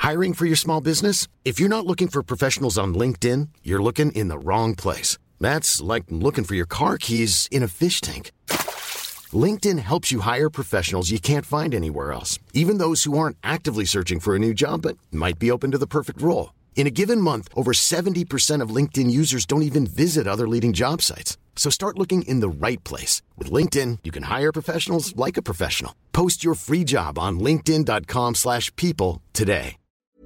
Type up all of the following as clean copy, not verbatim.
Hiring for your small business? If you're not looking for professionals on LinkedIn, you're looking in the wrong place. That's like looking for your car keys in a fish tank. LinkedIn helps you hire professionals you can't find anywhere else, even those who aren't actively searching for a new job but might be open to the perfect role. In a given month, over 70% of LinkedIn users don't even visit other leading job sites. So start looking in the right place. With LinkedIn, you can hire professionals like a professional. Post your free job on linkedin.com/people today.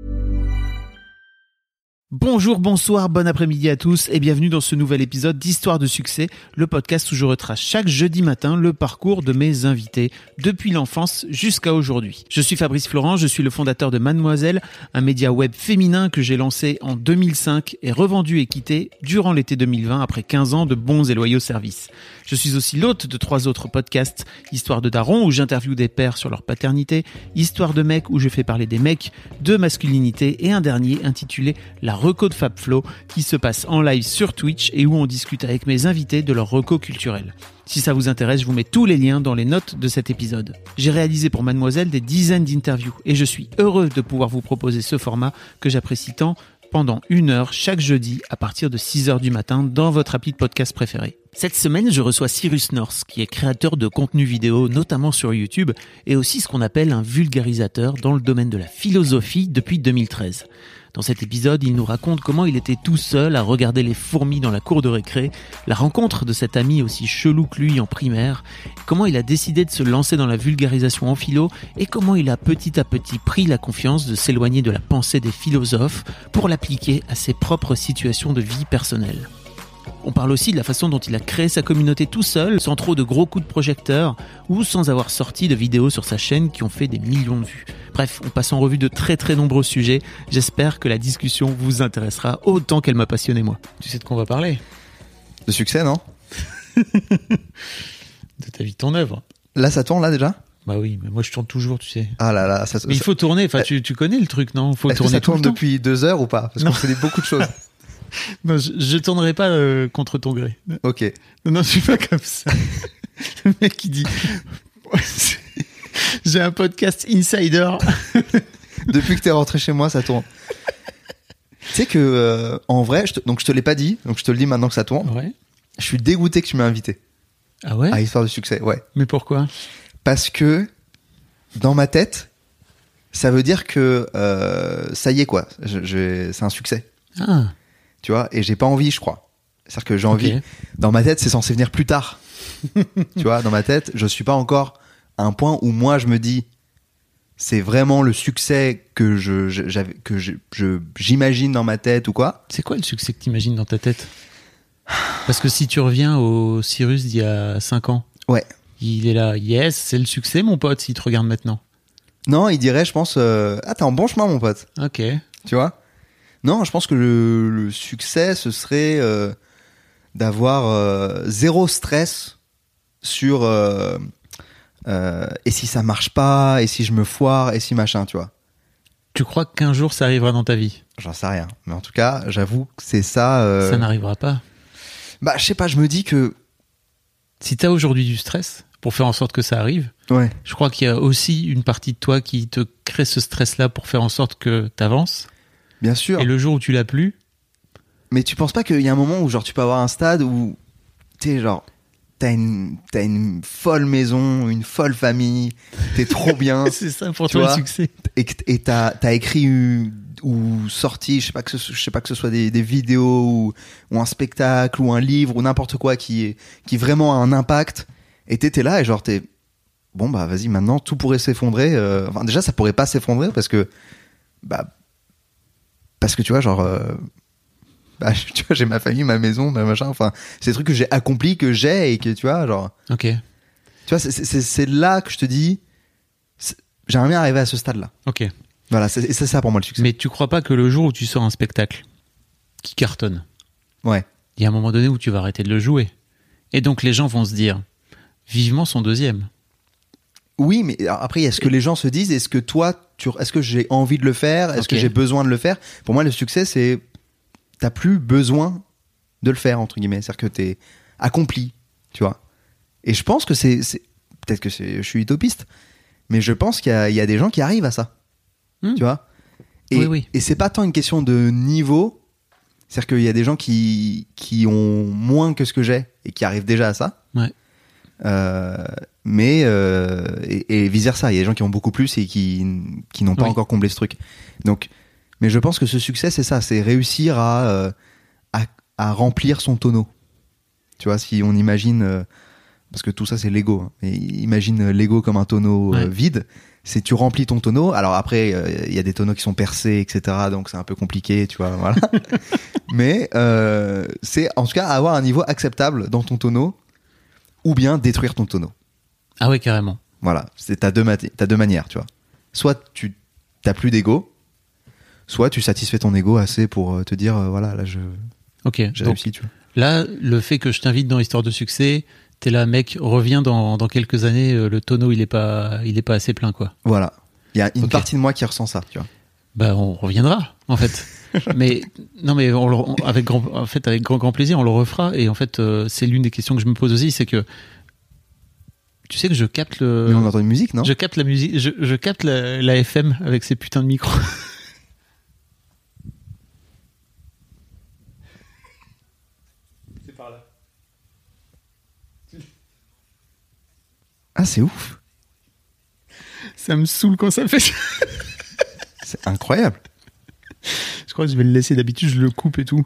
Bonjour, bonsoir, bon après-midi à tous et bienvenue dans ce nouvel épisode d'Histoire de succès, le podcast où je retrace chaque jeudi matin le parcours de mes invités depuis l'enfance jusqu'à aujourd'hui. Je suis Fabrice Florent, je suis le fondateur de Mademoiselle, un média web féminin que j'ai lancé en 2005 et revendu et quitté durant l'été 2020 après 15 ans de bons et loyaux services. Je suis aussi l'hôte de 3 autres podcasts, Histoire de Daron où j'interviewe des pères sur leur paternité, Histoire de Mec où je fais parler des mecs, de masculinité et un dernier intitulé La Reco de FabFlo qui se passe en live sur Twitch et où on discute avec mes invités de leur reco culturel. Si ça vous intéresse, je vous mets tous les liens dans les notes de cet épisode. J'ai réalisé pour Mademoiselle des dizaines d'interviews et je suis heureux de pouvoir vous proposer ce format que j'apprécie tant pendant 1 heure chaque jeudi à partir de 6h du matin dans votre appli de podcast préféré. Cette semaine, je reçois Cyrus North, qui est créateur de contenu vidéo, notamment sur YouTube, et aussi ce qu'on appelle un vulgarisateur dans le domaine de la philosophie depuis 2013. Dans cet épisode, il nous raconte comment il était tout seul à regarder les fourmis dans la cour de récré, la rencontre de cet ami aussi chelou que lui en primaire, comment il a décidé de se lancer dans la vulgarisation en philo et comment il a petit à petit pris la confiance de s'éloigner de la pensée des philosophes pour l'appliquer à ses propres situations de vie personnelle. On parle aussi de la façon dont il a créé sa communauté tout seul, sans trop de gros coups de projecteur, ou sans avoir sorti de vidéos sur sa chaîne qui ont fait des millions de vues. Bref, on passe en revue de très nombreux sujets. J'espère que la discussion vous intéressera autant qu'elle m'a passionné moi. Tu sais de quoi on va parler ? De succès, non ? De ta vie, de ton œuvre. Là, ça tourne, là, déjà ? Bah oui, mais moi je tourne toujours, tu sais. Ah là là, ça... Mais il faut tourner, enfin tu connais le truc, non ? Faut Est-ce tourner que ça tout tourne le temps depuis 2 heures ou pas ? Parce qu'on s'est dit beaucoup de choses. Non, je tournerai pas contre ton gré. Ok. Non, je suis pas comme ça. Le mec qui dit j'ai un podcast insider. Depuis que t'es rentré chez moi, ça tourne. Tu sais que en vrai, donc je te l'ai pas dit, donc je te le dis maintenant que ça tourne. Ouais. Je suis dégoûté que tu m'aies invité. Ah ouais ? À Histoire de succès, ouais. Mais pourquoi ? Parce que dans ma tête, ça veut dire que ça y est quoi. C'est un succès. Ah. Tu vois, et j'ai pas envie, je crois. C'est-à-dire que j'ai envie. Okay. Dans ma tête, c'est censé venir plus tard. Tu vois, dans ma tête, je suis pas encore à un point où moi je me dis, c'est vraiment le succès que j'imagine dans ma tête ou quoi. C'est quoi le succès que t'imagines dans ta tête ? Parce que si tu reviens au Cyrus d'il y a 5 ans, ouais, il est là, yes, c'est le succès mon pote, s'il te regarde maintenant. Non, il dirait, je pense, ah t'es en bon chemin mon pote. Ok. Tu vois ? Non, je pense que le succès, ce serait d'avoir 0 stress sur et si ça marche pas, et si je me foire, et si machin, tu vois. Tu crois qu'un jour ça arrivera dans ta vie ? J'en sais rien, mais en tout cas, j'avoue que c'est ça. Ça n'arrivera pas. Bah, je sais pas, je me dis que si t'as aujourd'hui du stress pour faire en sorte que ça arrive, ouais. Je crois qu'il y a aussi une partie de toi qui te crée ce stress-là pour faire en sorte que t'avances. Bien sûr. Et le jour où tu l'as plus. Mais tu penses pas qu'il y a un moment où genre tu peux avoir un stade où tu sais genre t'as une folle maison, une folle famille, t'es trop bien. C'est ça pour toi le succès. Et t'as écrit ou sorti, je sais pas que ce soit des vidéos ou un spectacle ou un livre ou n'importe quoi qui vraiment a un impact. Et t'es là et genre t'es bon bah vas-y maintenant tout pourrait s'effondrer. Enfin déjà ça pourrait pas s'effondrer parce que tu vois genre tu vois j'ai ma famille, ma maison, ma machin, enfin c'est des trucs que j'ai accomplis, que j'ai et que tu vois genre ok, tu vois c'est là que je te dis j'aimerais bien arriver à ce stade là. Ok, voilà, c'est ça pour moi le succès. mais tu crois pas que le jour où tu sors un spectacle qui cartonne, ouais, il y a un moment donné où tu vas arrêter de le jouer et donc les gens vont se dire vivement son deuxième. Oui, mais après il y a ce que les gens se disent, est-ce que toi est-ce que j'ai envie de le faire, est-ce que j'ai besoin de le faire. Pour moi le succès c'est t'as plus besoin de le faire entre guillemets, c'est-à-dire que t'es accompli, tu vois. Et je pense que c'est peut-être que je suis utopiste, mais je pense qu'il y a des gens qui arrivent à ça, tu vois. Et c'est pas tant une question de niveau. C'est-à-dire qu'il y a des gens qui ont moins que ce que j'ai et qui arrivent déjà à ça. Ouais. Et vice versa, il y a des gens qui ont beaucoup plus et qui n'ont pas encore comblé ce truc. Donc, mais je pense que ce succès, c'est ça, c'est réussir à remplir son tonneau. Tu vois, si on imagine, parce que tout ça c'est Lego, hein, mais imagine Lego comme un tonneau vide. C'est tu remplis ton tonneau. Alors après, il y a des tonneaux qui sont percés, etc. Donc c'est un peu compliqué, tu vois. Voilà. Mais c'est en tout cas avoir un niveau acceptable dans ton tonneau, ou bien détruire ton tonneau. Ah ouais, carrément. Voilà, t'as deux manières, tu vois. Soit tu t'as plus d'ego, soit tu satisfais ton ego assez pour te dire voilà, là j'ai réussi, tu vois. Là, le fait que je t'invite dans Histoire de succès, t'es là, mec, reviens dans quelques années, le tonneau il est pas assez plein, quoi. Voilà, il y a une partie de moi qui ressent ça, tu vois. Bah on reviendra en fait. Mais non, mais avec grand plaisir on le refera. Et en fait c'est l'une des questions que je me pose aussi, c'est que tu sais que je capte Mais on entend une musique, non? Je capte la musique, je capte la FM avec ces putains de micros. C'est par là. Ah, c'est ouf. Ça me saoule quand ça fait. C'est incroyable. Je crois que je vais le laisser. D'habitude, je le coupe et tout.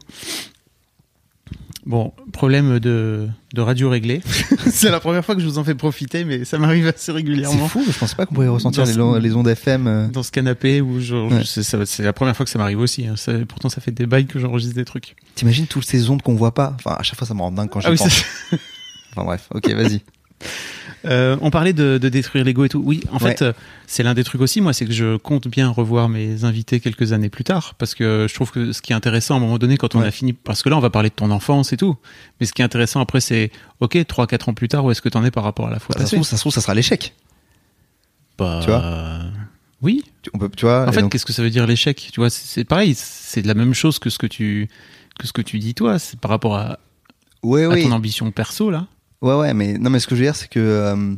Bon, problème de radio réglé. C'est la première fois que je vous en fais profiter, mais ça m'arrive assez régulièrement. C'est fou, je pensais pas qu'on pourrait ressentir les ondes FM. Dans ce canapé, où c'est la première fois que ça m'arrive aussi. Hein. Pourtant, ça fait des bails que j'enregistre des trucs. T'imagines toutes ces ondes qu'on voit pas? Enfin, à chaque fois, ça me rend dingue quand j'y pense. Enfin bref, ok, vas-y. On parlait de détruire l'ego et tout. Oui, en fait, c'est l'un des trucs aussi, moi, c'est que je compte bien revoir mes invités quelques années plus tard, parce que je trouve que ce qui est intéressant à un moment donné, quand on a fini, parce que là, on va parler de ton enfance et tout, mais ce qui est intéressant après, c'est, ok, 3-4 ans plus tard, où est-ce que t'en es par rapport à la fois passée? Ça se trouve, ça sera l'échec. Bah, tu vois? Oui. Tu vois, en fait, qu'est-ce que ça veut dire l'échec? Tu vois, c'est pareil, c'est de la même chose que ce que tu dis, toi, c'est par rapport à ton ambition perso, là. Ouais, mais non, mais ce que je veux dire, c'est que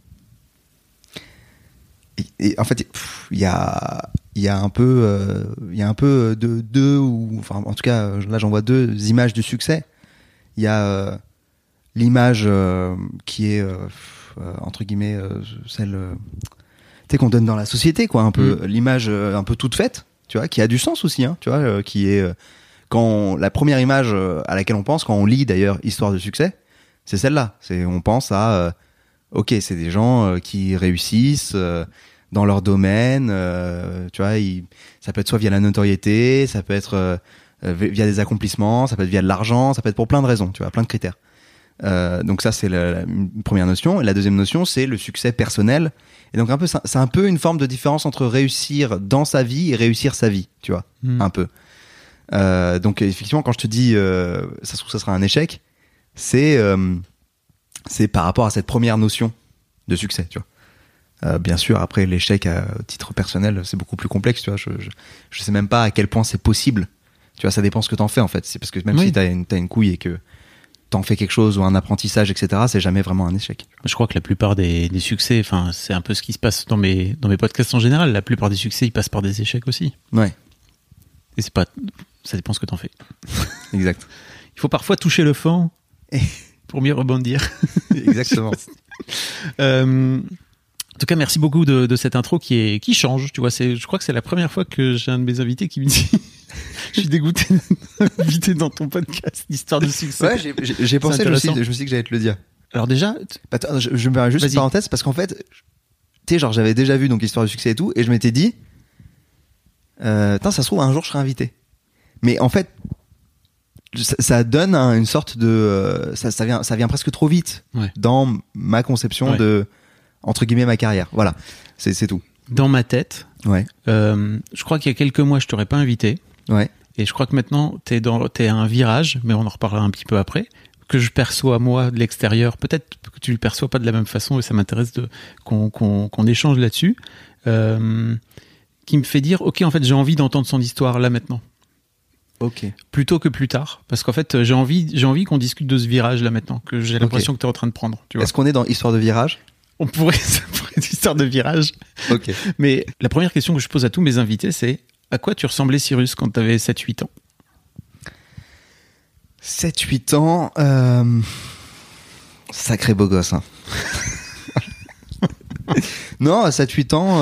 en fait, il y a un peu de deux, ou enfin, en tout cas, là, j'en vois deux images du succès. Il y a l'image qui est entre guillemets celle qu'on donne dans la société, quoi, un peu l'image un peu toute faite, tu vois, qui a du sens aussi, hein, tu vois, qui est quand la première image à laquelle on pense quand on lit d'ailleurs Histoire de succès. C'est celle-là. On pense à, ok, c'est des gens qui réussissent dans leur domaine. Tu vois, ça peut être soit via la notoriété, ça peut être via des accomplissements, ça peut être via de l'argent, ça peut être pour plein de raisons, tu vois, plein de critères. Donc ça, c'est une première notion. Et la deuxième notion, c'est le succès personnel. Et donc c'est un peu une forme de différence entre réussir dans sa vie et réussir sa vie, tu vois, un peu. Donc effectivement, quand je te dis, ça se trouve, ça sera un échec. C'est par rapport à cette première notion de succès, tu vois. Bien sûr, après l'échec à titre personnel, c'est beaucoup plus complexe, tu vois. Je sais même pas à quel point c'est possible. Tu vois, ça dépend ce que t'en fais, en fait. C'est parce que même si t'as une couille et que t'en fais quelque chose ou un apprentissage, etc., c'est jamais vraiment un échec. Je crois que la plupart des succès, enfin, c'est un peu ce qui se passe dans mes podcasts en général. La plupart des succès, ils passent par des échecs aussi. Ouais. Et ça dépend ce que t'en fais. Exact. Il faut parfois toucher le fond pour mieux rebondir. Exactement. En tout cas, merci beaucoup de cette intro qui change. Tu vois, je crois que c'est la première fois que j'ai un de mes invités qui me dit je suis dégoûté d'inviter dans ton podcast Histoire de succès. Ouais, j'ai pensé, je me suis dit que j'allais te le dire. Alors déjà, attends, je me mets juste une parenthèse parce qu'en fait, tu sais, genre j'avais déjà vu donc Histoire de succès et tout, et je m'étais dit, ça se trouve un jour je serai invité. Mais en fait, ça donne une sorte de ça vient presque trop vite dans ma conception de entre guillemets ma carrière. Voilà, c'est tout. Dans ma tête, je crois qu'il y a quelques mois je t'aurais pas invité. Ouais. Et je crois que maintenant t'es à un virage, mais on en reparlera un petit peu après, que je perçois moi de l'extérieur. Peut-être que tu le perçois pas de la même façon, et ça m'intéresse qu'on échange là-dessus. Qui me fait dire, ok, en fait j'ai envie d'entendre son histoire là maintenant. Ok. Plutôt que plus tard, parce qu'en fait j'ai envie qu'on discute de ce virage là maintenant que j'ai l'impression que t'es en train de prendre. Tu vois. Est-ce qu'on est dans Histoire de virage? Ça pourrait être Histoire de virage. Ok. Mais la première question que je pose à tous mes invités, c'est À quoi tu ressemblais, Cyrus, quand t'avais 7-8 ans? 7-8 ans, sacré beau gosse, hein. Non, à 7-8 ans,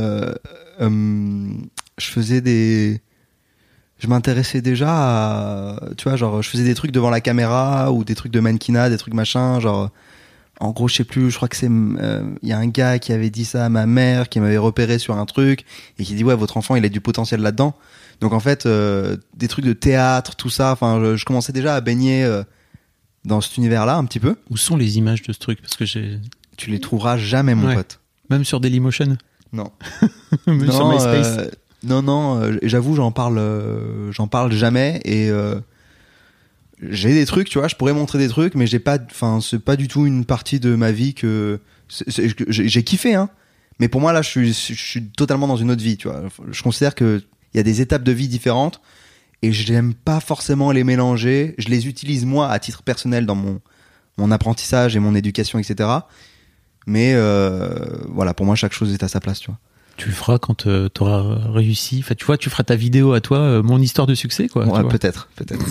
je m'intéressais déjà à, tu vois, genre, je faisais des trucs devant la caméra ou des trucs de mannequinat, des trucs machin, genre, en gros, je sais plus, je crois que y a un gars qui avait dit ça à ma mère, qui m'avait repéré sur un truc, et qui dit, ouais, votre enfant, il a du potentiel là-dedans. Donc, en fait, des trucs de théâtre, tout ça, enfin, je commençais déjà à baigner dans cet univers-là, un petit peu. Où sont les images de ce truc? Parce que Tu les trouveras jamais, mon pote. Même sur Dailymotion? Non. Même sur MySpace? Non, j'avoue, j'en parle jamais, et j'ai des trucs, tu vois, je pourrais montrer des trucs, mais c'est pas du tout une partie de ma vie que j'ai kiffé, hein. Mais pour moi, là, je suis totalement dans une autre vie, tu vois. Je considère que il y a des étapes de vie différentes, et j'aime pas forcément les mélanger. Je les utilise moi à titre personnel dans mon apprentissage et mon éducation, etc. Mais voilà, pour moi, chaque chose est à sa place, tu vois. Tu le feras quand t'auras réussi. Enfin, tu vois, tu feras ta vidéo à toi, mon histoire de succès, quoi. Ouais, peut-être.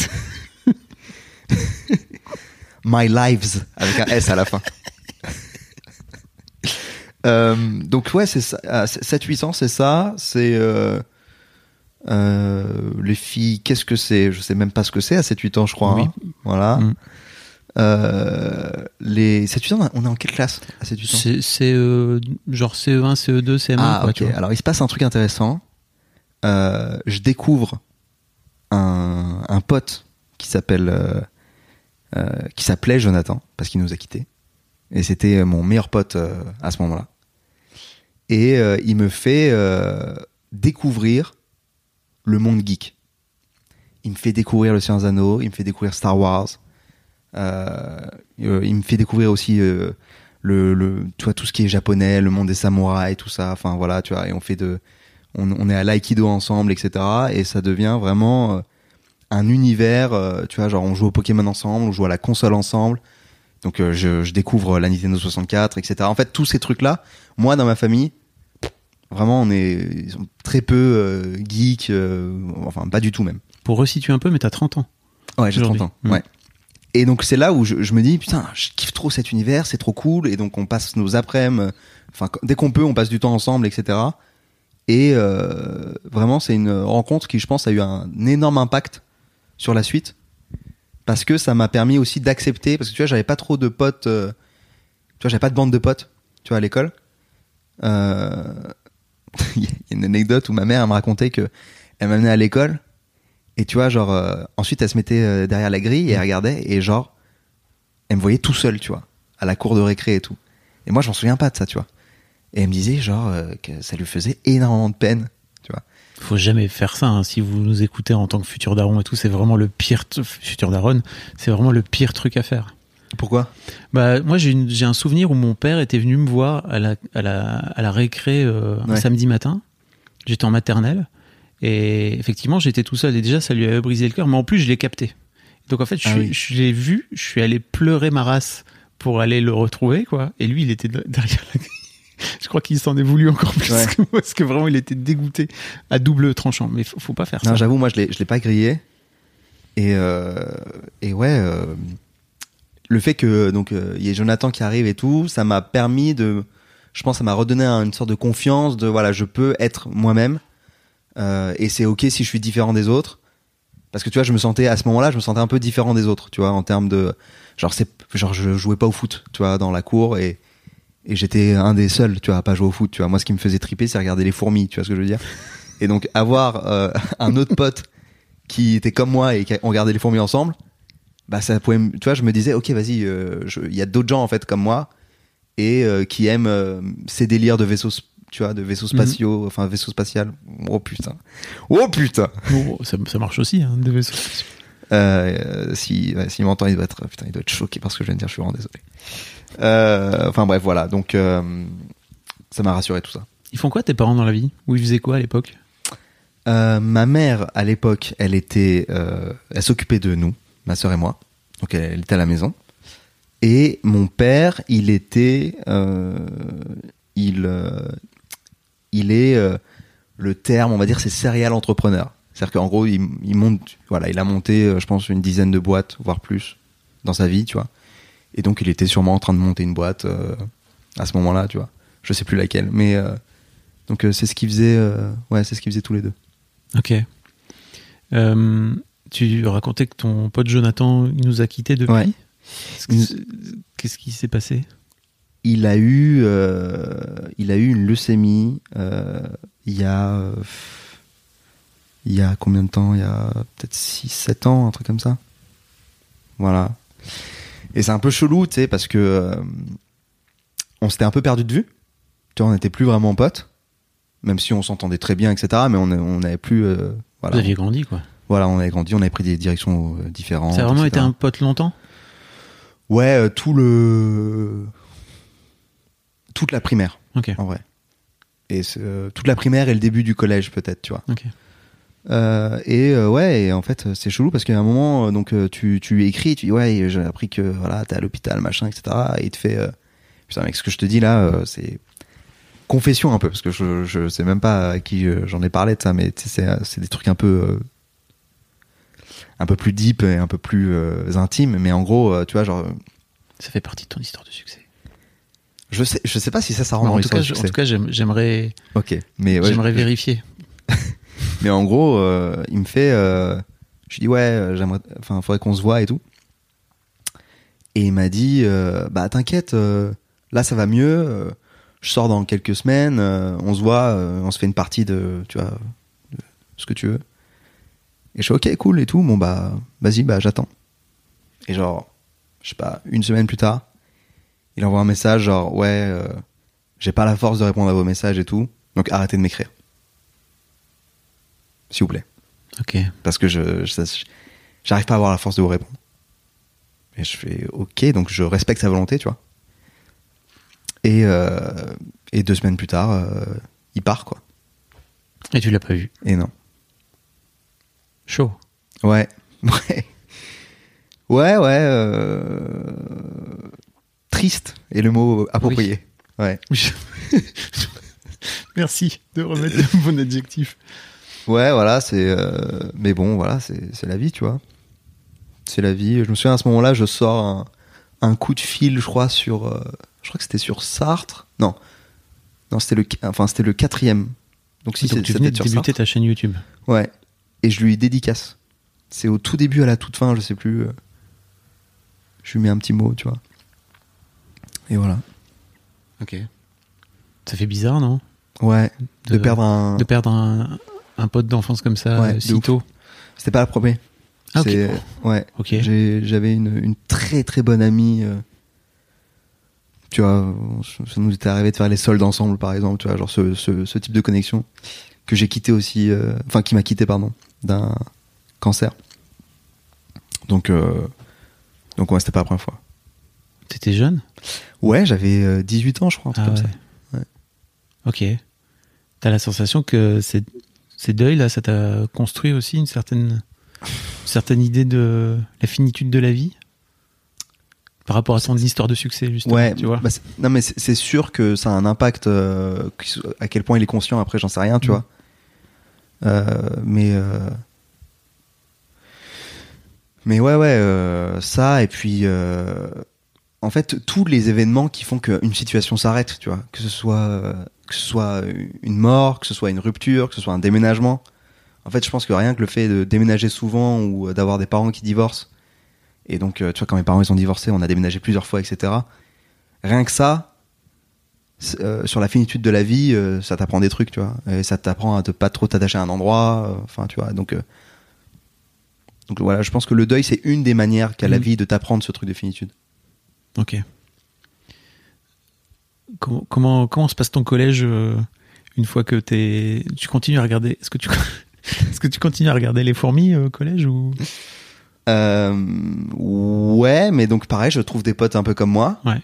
My Lives, avec un S à la fin. Donc ouais, c'est ça. À 7-8 ans, c'est ça. C'est les filles, qu'est-ce que c'est? Je sais même pas ce que c'est à 7-8 ans, je crois. Oui. Hein. Voilà. Les 7-8 ans, on est en quelle classe à 7-8 ans? C'est genre CE1, CE2, CM1. Ah, quoi, ok. tu vois. Alors, il se passe un truc intéressant. Je découvre un pote qui s'appelait Jonathan, parce qu'il nous a quittés. Et c'était mon meilleur pote à ce moment-là. Et il me fait découvrir le monde geek. Il me fait découvrir le Seigneur des Anneaux, il me fait découvrir Star Wars. Il me fait découvrir aussi tu vois, tout ce qui est japonais, le monde des samouraïs, tout ça. Enfin voilà, tu vois. Et on est à l'aïkido ensemble, etc. Et ça devient vraiment un univers. Tu vois, genre on joue au Pokémon ensemble, on joue à la console ensemble. Donc je découvre la Nintendo 64, etc. En fait, tous ces trucs-là, moi dans ma famille, vraiment ils sont très peu geeks, enfin pas du tout même. Pour resituer un peu, mais t'as 30 ans. Ouais, j'ai 30 ans. Ouais. Et donc c'est là où je me dis, putain, je kiffe trop cet univers, c'est trop cool. Et donc on passe nos après-midi, enfin dès qu'on peut, on passe du temps ensemble, etc. Et vraiment, c'est une rencontre qui, je pense, a eu un énorme impact sur la suite. Parce que ça m'a permis aussi d'accepter, parce que tu vois, j'avais pas trop de potes, tu vois, j'avais pas de bande de potes, tu vois, à l'école. Il y a une anecdote où ma mère elle me racontait que elle m'amenait à l'école, et tu vois, genre, ensuite elle se mettait derrière la grille et elle regardait, et genre, elle me voyait tout seul, tu vois, à la cour de récré et tout. Et moi, je m'en souviens pas de ça, tu vois. Et elle me disait, genre, que ça lui faisait énormément de peine, tu vois. Faut jamais faire ça, hein. Si vous nous écoutez en tant que futur daron et tout, c'est vraiment le pire futur daron, c'est vraiment le pire truc à faire. Pourquoi? Bah moi j'ai un souvenir où mon père était venu me voir à la récré un samedi matin. J'étais en maternelle et effectivement j'étais tout seul et déjà ça lui avait brisé le cœur, mais en plus je l'ai capté. Donc en fait je l'ai vu, je suis allé pleurer ma race pour aller le retrouver, quoi. Et lui il était derrière la grille. Je crois qu'il s'en est voulu encore plus que moi, parce que vraiment il était dégoûté à double tranchant. Mais faut pas faire ça. Non, j'avoue, moi je l'ai pas grillé. Et ouais, le fait que donc y ait Jonathan qui arrive et tout, ça m'a permis je pense, ça m'a redonné une sorte de confiance de voilà, je peux être moi-même et c'est ok si je suis différent des autres. Parce que tu vois, à ce moment-là, je me sentais un peu différent des autres, tu vois, en termes de genre je jouais pas au foot, tu vois, dans la cour et j'étais un des seuls, tu vois, à pas jouer au foot, tu vois. Moi, ce qui me faisait triper, c'est regarder les fourmis, tu vois ce que je veux dire. Et donc, avoir un autre pote qui était comme moi et on regardait les fourmis ensemble, bah ça pouvait, tu vois, je me disais, ok, vas-y, il y a d'autres gens en fait comme moi et qui aiment ces délires de vaisseaux, tu vois, de vaisseaux spatiaux, enfin vaisseau spatial. Oh putain. Bon, ça marche aussi, hein, des vaisseaux spatiaux. S'il m'entend, il doit être choqué par ce que je viens de dire. Je suis vraiment désolé. Enfin bref, voilà. Donc ça m'a rassuré tout ça. Ils font quoi tes parents dans la vie? Ou ils faisaient quoi à l'époque? Ma mère à l'époque, elle s'occupait de nous, ma sœur et moi. Donc elle était à la maison. Et mon père, il est le terme, on va dire, c'est serial entrepreneur. C'est-à-dire qu'en gros, il a monté, je pense, une dizaine de boîtes, voire plus, dans sa vie, tu vois. Et donc, il était sûrement en train de monter une boîte à ce moment-là, tu vois. Je sais plus laquelle, mais donc c'est ce qu'ils faisaient. C'est ce qu'ils faisaient tous les deux. Ok. Tu racontais que ton pote Jonathan il nous a quittés depuis. Ouais. Qu'est-ce qui s'est passé ? Il a eu une leucémie il y a combien de temps ? Il y a peut-être 6-7 ans, un truc comme ça. Voilà. Et c'est un peu chelou, tu sais, parce que on s'était un peu perdu de vue. Tu vois, on n'était plus vraiment potes, même si on s'entendait très bien, etc. Mais on n'avait plus... voilà. Vous aviez grandi, quoi. Voilà, on avait grandi, on avait pris des directions différentes. Ça a vraiment etc. été un pote longtemps ? Ouais, toute la primaire, Ok. en vrai. Et toute la primaire et le début du collège, peut-être, tu vois. Ok. Et en fait, c'est chelou parce qu'à un moment, donc tu lui écris, tu dis ouais, j'ai appris que voilà, t'es à l'hôpital, machin, etc. Et il te fait putain mec, ce que je te dis là, c'est confession un peu parce que je sais même pas à qui j'en ai parlé de ça, mais c'est des trucs un peu plus deep et un peu plus intimes. Mais en gros, tu vois, genre Ça fait partie de ton histoire de succès. je sais pas si ça rentre dans l'histoire de succès. En tout cas, j'aimerais. Ok, mais ouais, j'aimerais vérifier. Mais en gros, il me fait, je dis ouais, faudrait qu'on se voit et tout. Et il m'a dit, bah t'inquiète, là ça va mieux. Je sors dans quelques semaines, on se voit, on se fait une partie de, tu vois, de ce que tu veux. Et je fais ok, cool et tout. Bon bah, vas-y, bah j'attends. Et genre, je sais pas, une semaine plus tard, il envoie un message genre ouais, j'ai pas la force de répondre à vos messages et tout, donc arrêtez de m'écrire. S'il vous plaît. Ok. Parce que j'arrive pas à avoir la force de vous répondre. Et je fais ok, donc je respecte sa volonté, tu vois. Et 2 semaines plus tard, il part, quoi. Et tu l'as pas vu ? Et non. Chaud. Ouais. Triste est le mot approprié. Oui. Ouais. Merci de remettre le bon adjectif. Ouais, voilà, mais bon, voilà, c'est la vie, tu vois. C'est la vie. Je me souviens à ce moment-là, je sors un coup de fil, je crois que c'était sur Sartre. Non, c'était le 4e. Donc si Donc tu venais de débuter ta chaîne YouTube. Ouais. Et je lui dédicace. C'est au tout début, à la toute fin, je sais plus. Je lui mets un petit mot, tu vois. Et voilà. Ok. Ça fait bizarre, non ? Ouais. De perdre un pote d'enfance comme ça, ouais, si tôt. C'était pas le premier. Ah, ok. Ouais. Ok. J'avais une très très bonne amie. Tu vois, ça nous était arrivé de faire les soldes ensemble, par exemple. Tu vois, genre ce type de connexion que j'ai quitté aussi. Enfin, qui m'a quitté, pardon, d'un cancer. Donc ouais, c'était pas la première fois. T'étais jeune ? Ouais, j'avais 18 ans, je crois, un truc comme ça. Ouais. Ok. T'as la sensation que ces deuils-là, ça t'a construit aussi une certaine idée de la finitude de la vie par rapport à ton histoire de succès, justement, ouais, tu vois. Bah non, mais c'est sûr que ça a un impact. À quel point il est conscient, après, j'en sais rien, tu vois. Mais ouais, ça, et puis en fait, tous les événements qui font qu'une situation s'arrête, tu vois, que ce soit une mort, que ce soit une rupture, que ce soit un déménagement. En fait, je pense que rien que le fait de déménager souvent ou d'avoir des parents qui divorcent, et donc, tu vois, quand mes parents ils ont divorcé, on a déménagé plusieurs fois, etc. Rien que ça, sur la finitude de la vie, ça t'apprend des trucs, tu vois, et ça t'apprend à ne pas trop t'attacher à un endroit, enfin, tu vois, donc voilà, je pense que le deuil, c'est une des manières qu'a la vie de t'apprendre ce truc de finitude. Ok. Comment se passe ton collège une fois que tu continues à regarder? Est-ce que tu continues à regarder les fourmis au collège ou? Ouais, mais donc pareil, je trouve des potes un peu comme moi. Ouais.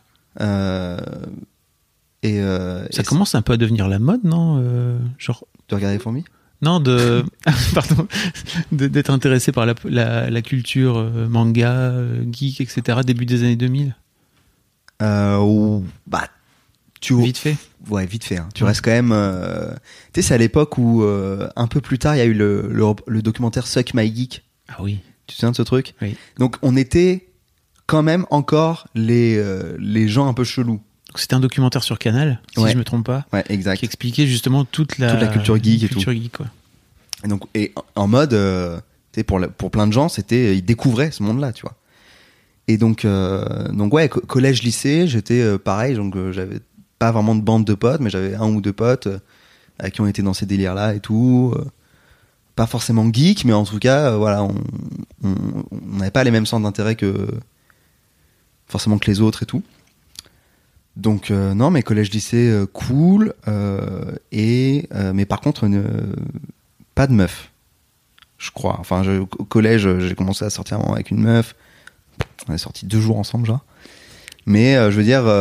Ça commence un peu à devenir la mode, non? Genre. De regarder les fourmis? Non, pardon, d'être intéressé par la culture manga, geek, etc. début des années 2000. Bah, Vite fait. Ouais, vite fait. Hein. Tu restes quand même. Tu sais, c'est à l'époque où un peu plus tard, il y a eu le documentaire Suck My Geek. Ah oui. Tu te souviens de ce truc? Oui. Donc on était quand même encore les gens un peu chelous. Donc, c'était un documentaire sur Canal, si je me trompe pas. Ouais, exact. Qui expliquait justement toute la culture geek et tout. Geek, quoi. Et en mode, tu sais, pour plein de gens, ils découvraient ce monde-là, tu vois. Et donc ouais, collège, lycée, j'étais pareil, donc j'avais pas vraiment de bande de potes, mais j'avais un ou deux potes avec qui on était dans ces délires-là et tout. Pas forcément geek, mais en tout cas, voilà, on n'avait pas les mêmes centres d'intérêt forcément que les autres et tout. Donc non, mais collège, lycée, cool. Mais par contre, pas de meuf, je crois. Enfin, au collège, j'ai commencé à sortir avec une meuf. On est sortis 2 jours ensemble, genre. Mais je veux dire,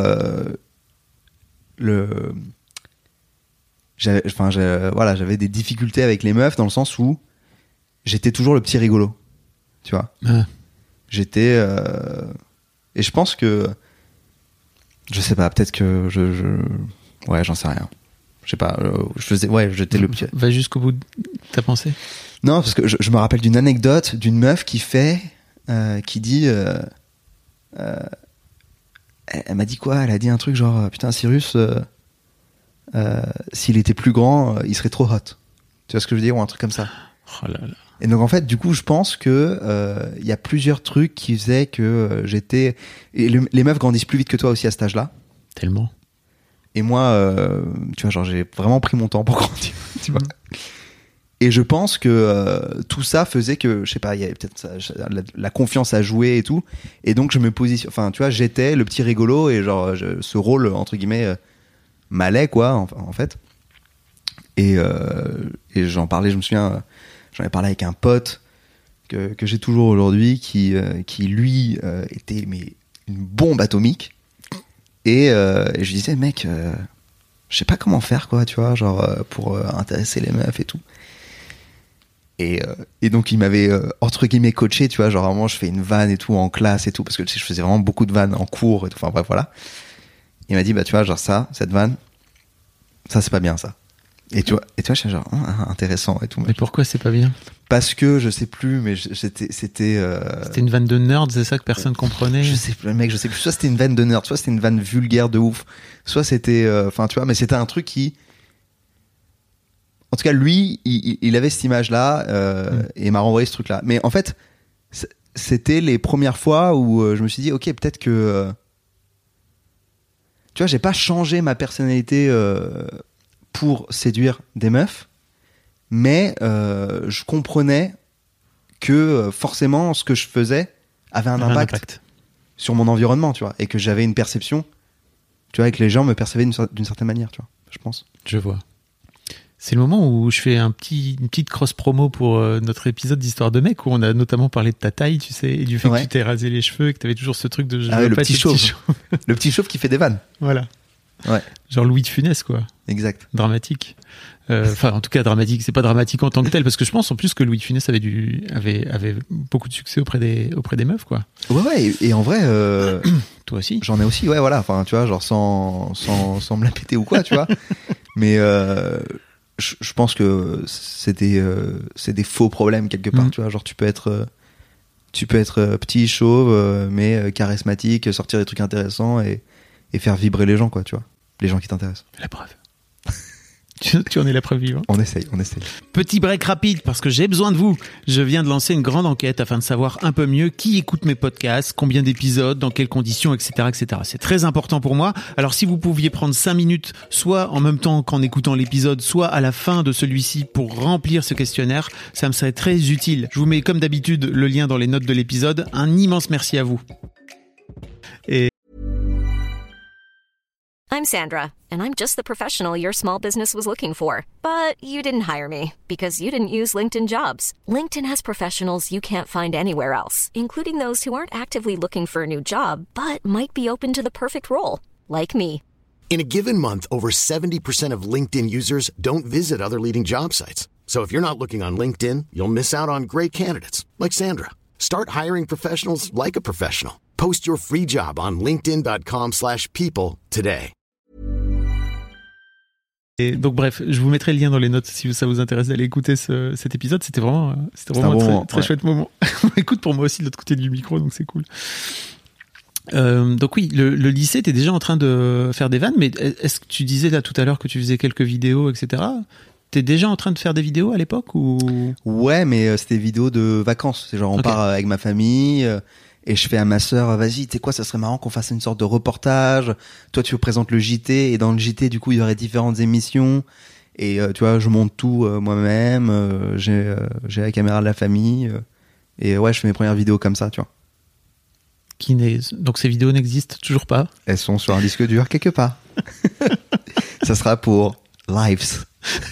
j'avais des difficultés avec les meufs dans le sens où j'étais toujours le petit rigolo, tu vois. J'étais et je pense que je sais pas, peut-être que ouais, j'en sais rien. Je sais pas, j'étais le petit. Va jusqu'au bout de ta pensée. Non, parce que je me rappelle d'une anecdote d'une meuf qui dit elle m'a dit quoi? Elle a dit un truc genre putain, Cyrus s'il était plus grand, il serait trop hot. Tu vois ce que je veux dire, ou un truc comme ça. Oh là là. Et donc en fait, du coup, je pense que il y a plusieurs trucs qui faisaient que j'étais. Et les meufs grandissent plus vite que toi aussi à cet âge-là. Tellement. Et moi, tu vois, genre j'ai vraiment pris mon temps pour grandir. Tu vois. Et je pense que tout ça faisait que, je sais pas, il y avait peut-être la confiance à jouer et tout. Et donc je me positionne. Enfin, tu vois, j'étais le petit rigolo et genre ce rôle entre guillemets m'allait quoi, en fait. Et j'en parlais, je me souviens, j'en ai parlé avec un pote que j'ai toujours aujourd'hui qui lui était mais une bombe atomique. Et je disais mec, je sais pas comment faire quoi, tu vois, genre pour intéresser les meufs et tout. Et donc il m'avait entre guillemets coaché, tu vois, genre vraiment je fais une vanne et tout en classe et tout, parce que tu sais, je faisais vraiment beaucoup de vannes en cours et tout, enfin bref voilà. Il m'a dit bah tu vois, genre cette vanne, ça c'est pas bien ça. Et tu vois je suis genre intéressant et tout. Mais pourquoi c'est pas bien? Parce que je sais plus, mais c'était une vanne de nerd, c'est ça que personne comprenait. Je sais plus, mec, je sais plus. Soit c'était une vanne de nerd, soit c'était une vanne vulgaire de ouf, soit c'était, enfin tu vois, mais c'était un truc qui, en tout cas lui, il avait cette image-là et il m'a renvoyé ce truc-là. Mais en fait, c'était les premières fois où je me suis dit, ok, peut-être que, tu vois, j'ai pas changé ma personnalité pour séduire des meufs. Mais je comprenais que forcément ce que je faisais avait un impact sur mon environnement, tu vois, et que j'avais une perception, tu vois, et que les gens me percevaient d'une certaine manière, tu vois, je pense. Je vois. C'est le moment où je fais une petite cross-promo pour notre épisode d'Histoire de mec, où on a notamment parlé de ta taille, tu sais, et du fait que tu t'es rasé les cheveux et que tu avais toujours ce truc de... le petit chauve. Le petit chauve qui fait des vannes. Voilà. Ouais. Genre Louis de Funès, quoi. Exact. Dramatique. Enfin, en tout cas, dramatique. C'est pas dramatique en tant que tel, parce que je pense en plus que Louis de Funès avait beaucoup de succès auprès des meufs, quoi. Ouais, et en vrai... Toi aussi. J'en ai aussi, ouais, voilà. Enfin, tu vois, genre sans me la péter ou quoi, tu vois. Mais je pense que c'est des faux problèmes quelque part, tu vois. Genre, tu peux être petit, chauve, mais charismatique, sortir des trucs intéressants et faire vibrer les gens, quoi, tu vois. Les gens qui t'intéressent. La preuve. Tu en es la preuve vivante. On essaye. Petit break rapide parce que j'ai besoin de vous. Je viens de lancer une grande enquête afin de savoir un peu mieux qui écoute mes podcasts, combien d'épisodes, dans quelles conditions, etc., etc. C'est très important pour moi. Alors si vous pouviez prendre 5 minutes, soit en même temps qu'en écoutant l'épisode, soit à la fin de celui-ci pour remplir ce questionnaire, ça me serait très utile. Je vous mets comme d'habitude le lien dans les notes de l'épisode. Un immense merci à vous. I'm Sandra, and I'm just the professional your small business was looking for. But you didn't hire me because you didn't use LinkedIn Jobs. LinkedIn has professionals you can't find anywhere else, including those who aren't actively looking for a new job, but might be open to the perfect role, like me. In a given month, over 70% of LinkedIn users don't visit other leading job sites. So if you're not looking on LinkedIn, you'll miss out on great candidates like Sandra. Start hiring professionals like a professional. Post your free job on linkedin.com/people today. Et donc bref, je vous mettrai le lien dans les notes si ça vous intéresse d'aller écouter cet épisode. C'était vraiment un très, moment, très chouette moment. Écoute, pour moi aussi de l'autre côté du micro, donc c'est cool. Donc oui, le lycée, t'es déjà en train de faire des vannes, mais est-ce que tu disais là tout à l'heure que tu faisais quelques vidéos, etc. T'es déjà en train de faire des vidéos à l'époque ou? Ouais, mais c'était des vidéos de vacances. C'est genre on part avec ma famille et je fais à ma sœur, vas-y, tu sais quoi, ça serait marrant qu'on fasse une sorte de reportage. Toi, tu représentes le JT et dans le JT, du coup, il y aurait différentes émissions. Et tu vois, je monte tout moi-même. J'ai la caméra de la famille. Et ouais, je fais mes premières vidéos comme ça, tu vois. Donc ces vidéos n'existent toujours pas? Elles sont sur un disque dur quelque part. Ça sera pour Lives.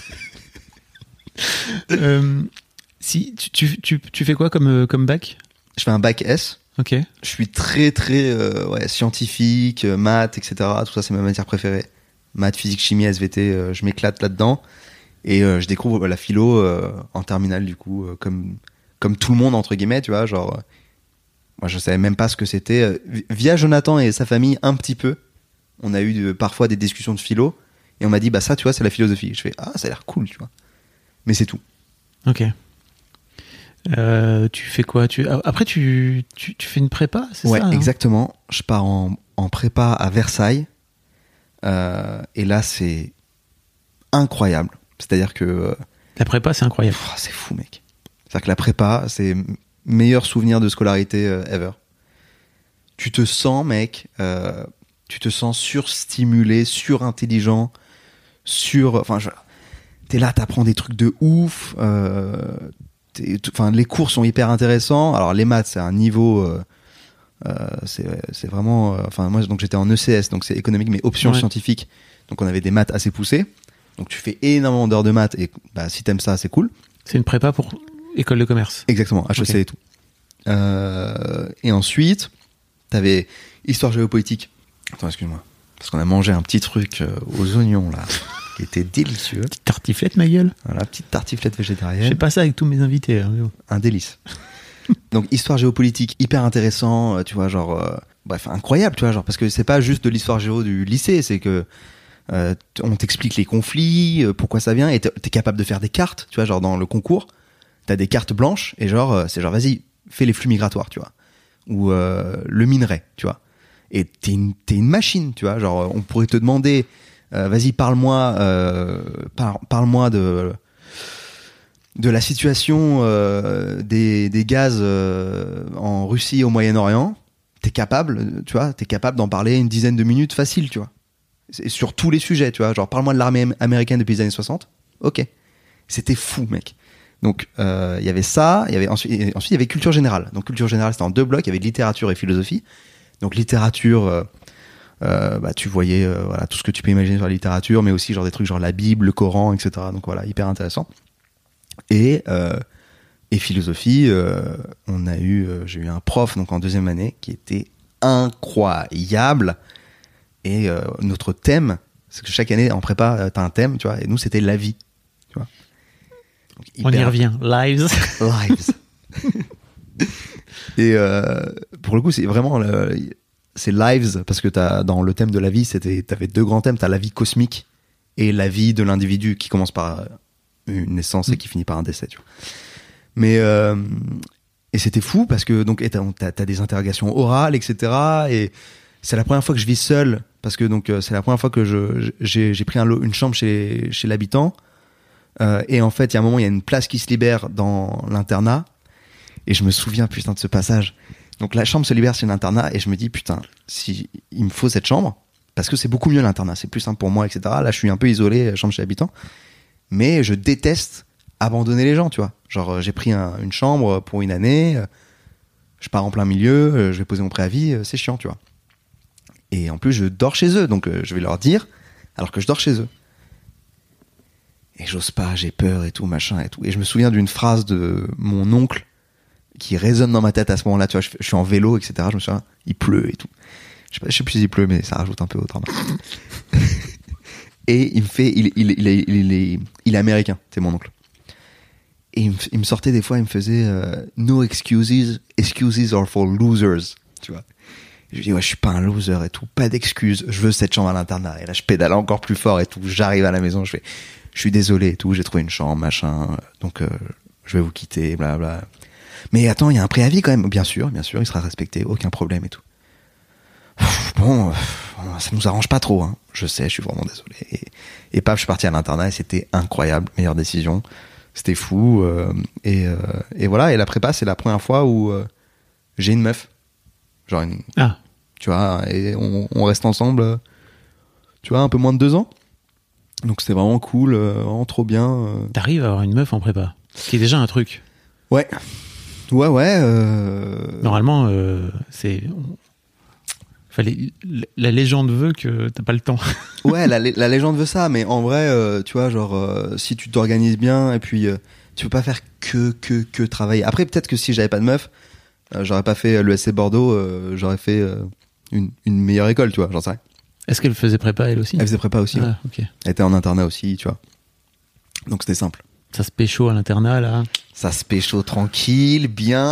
Si tu fais quoi comme bac? Je fais un bac S. Ok. Je suis très très scientifique, maths, etc. Tout ça, c'est ma matière préférée. Maths, physique, chimie, SVT, je m'éclate là-dedans. Et je découvre la philo en terminale, du coup, comme tout le monde, entre guillemets, tu vois, genre... moi, je savais même pas ce que c'était. Via Jonathan et sa famille, un petit peu, on a eu parfois des discussions de philo. Et on m'a dit, bah ça, tu vois, c'est la philosophie. Je fais, ah, ça a l'air cool, tu vois. Mais c'est tout. Ok. Tu fais quoi? Après, tu fais une prépa, c'est ça? Ouais, exactement. Je pars en prépa à Versailles. Et là, c'est incroyable. C'est-à-dire que... la prépa, c'est incroyable. C'est fou, mec. C'est-à-dire que la prépa, c'est meilleur souvenir de scolarité ever. Tu te sens, mec, tu te sens surstimulé, surintelligent, t'es là, t'apprends des trucs de ouf. Les cours sont hyper intéressants. Alors les maths, c'est un niveau, c'est vraiment. Moi, donc j'étais en ECS, donc c'est économique mais option scientifique. Donc on avait des maths assez poussées. Donc tu fais énormément d'heures de maths et bah, si t'aimes ça, c'est cool. C'est une prépa pour école de commerce. Exactement, HEC et tout. Et ensuite, t'avais histoire géopolitique. Attends, excuse-moi, parce qu'on a mangé un petit truc aux oignons là. Qui était délicieux. Petite tartiflette, ma gueule. Voilà, petite tartiflette végétarienne. Je fais pas ça avec tous mes invités. Hein, un délice. Donc, histoire géopolitique, hyper intéressant, tu vois, genre... bref, incroyable, tu vois, genre, parce que c'est pas juste de l'histoire géo du lycée, c'est que on t'explique les conflits, pourquoi ça vient, et t'es capable de faire des cartes, tu vois, genre dans le concours, t'as des cartes blanches, et genre, c'est genre, vas-y, fais les flux migratoires, tu vois. Ou le minerai, tu vois. Et t'es une machine, tu vois, genre, on pourrait te demander... vas-y, parle-moi de la situation des gaz en Russie, au Moyen-Orient. T'es capable d'en parler une dizaine de minutes facile, tu vois. Et sur tous les sujets, tu vois. Genre, parle-moi de l'armée américaine depuis les années 60. Ok. C'était fou, mec. Donc, il y avait ça. Ensuite, il y avait culture générale. Donc, culture générale, c'était en 2 blocs. Il y avait littérature et philosophie. Donc, littérature... tu voyais voilà tout ce que tu peux imaginer sur la littérature, mais aussi genre des trucs genre la Bible, le Coran, etc. Donc voilà, hyper intéressant. Et philosophie, j'ai eu un prof donc en 2e année qui était incroyable. Et notre thème, c'est que chaque année en prépa t'as un thème, tu vois. Et nous c'était la vie, tu vois. Donc, on y revient, lives. Et pour le coup c'est vraiment c'est lives, parce que dans le thème de la vie, t'avais 2 grands thèmes. T'as la vie cosmique et la vie de l'individu qui commence par une naissance et qui finit par un décès, tu vois. Mais, et c'était fou parce que, donc, t'as des interrogations orales, etc. Et c'est la première fois que je vis seul, parce que, donc, c'est la première fois que j'ai pris une chambre chez l'habitant. Et en fait, il y a un moment, il y a une place qui se libère dans l'internat. Et je me souviens, putain, de ce passage. Donc la chambre se libère chez l'internat et je me dis putain, si il me faut cette chambre, parce que c'est beaucoup mieux l'internat, c'est plus simple pour moi, etc. Là je suis un peu isolé, chambre chez l'habitant, mais je déteste abandonner les gens, tu vois. Genre j'ai pris une chambre pour une année, je pars en plein milieu, je vais poser mon préavis, c'est chiant, tu vois. Et en plus je dors chez eux, donc je vais leur dire alors que je dors chez eux. Et j'ose pas, j'ai peur et tout, machin et tout. Et je me souviens d'une phrase de mon oncle qui résonne dans ma tête à ce moment-là, tu vois, je suis en vélo, etc. Je me souviens, il pleut et tout. Je sais plus s'il pleut, mais ça rajoute un peu au drama. Et il me fait, il est américain, c'est mon oncle. Et il me sortait des fois, il me faisait no excuses are for losers, tu vois. Je dis ouais, je suis pas un loser et tout, pas d'excuses, je veux cette chambre à l'internat. Et là je pédale encore plus fort et tout, j'arrive à la maison, je suis désolé et tout, j'ai trouvé une chambre, machin, donc je vais vous quitter, blablabla. Mais attends, il y a un préavis quand même, bien sûr, il sera respecté, aucun problème et tout. Bon, ça nous arrange pas trop, hein. Je sais, je suis vraiment désolé. Et paf, je suis parti à l'internat et c'était incroyable, meilleure décision. C'était fou. Et voilà, et la prépa, c'est la première fois où j'ai une meuf. Genre une... Ah. Tu vois, et on reste ensemble, tu vois, un peu moins de 2 ans. Donc c'était vraiment cool, vraiment trop bien. T'arrives à avoir une meuf en prépa, ce qui est déjà un truc. Ouais. Normalement, c'est... la légende veut que t'as pas le temps. Ouais, la légende veut ça, mais en vrai, tu vois, genre, si tu t'organises bien, et puis tu peux pas faire que travailler. Après, peut-être que si j'avais pas de meuf, j'aurais pas fait l'ESC Bordeaux, j'aurais fait une meilleure école, tu vois, j'en sais rien. Est-ce qu'elle faisait prépa, elle aussi? Elle faisait prépa aussi, ouais. Ok. Elle était en internat aussi, tu vois. Donc c'était simple. Ça se pécho à l'internat, là. Ça se pécho tranquille, bien.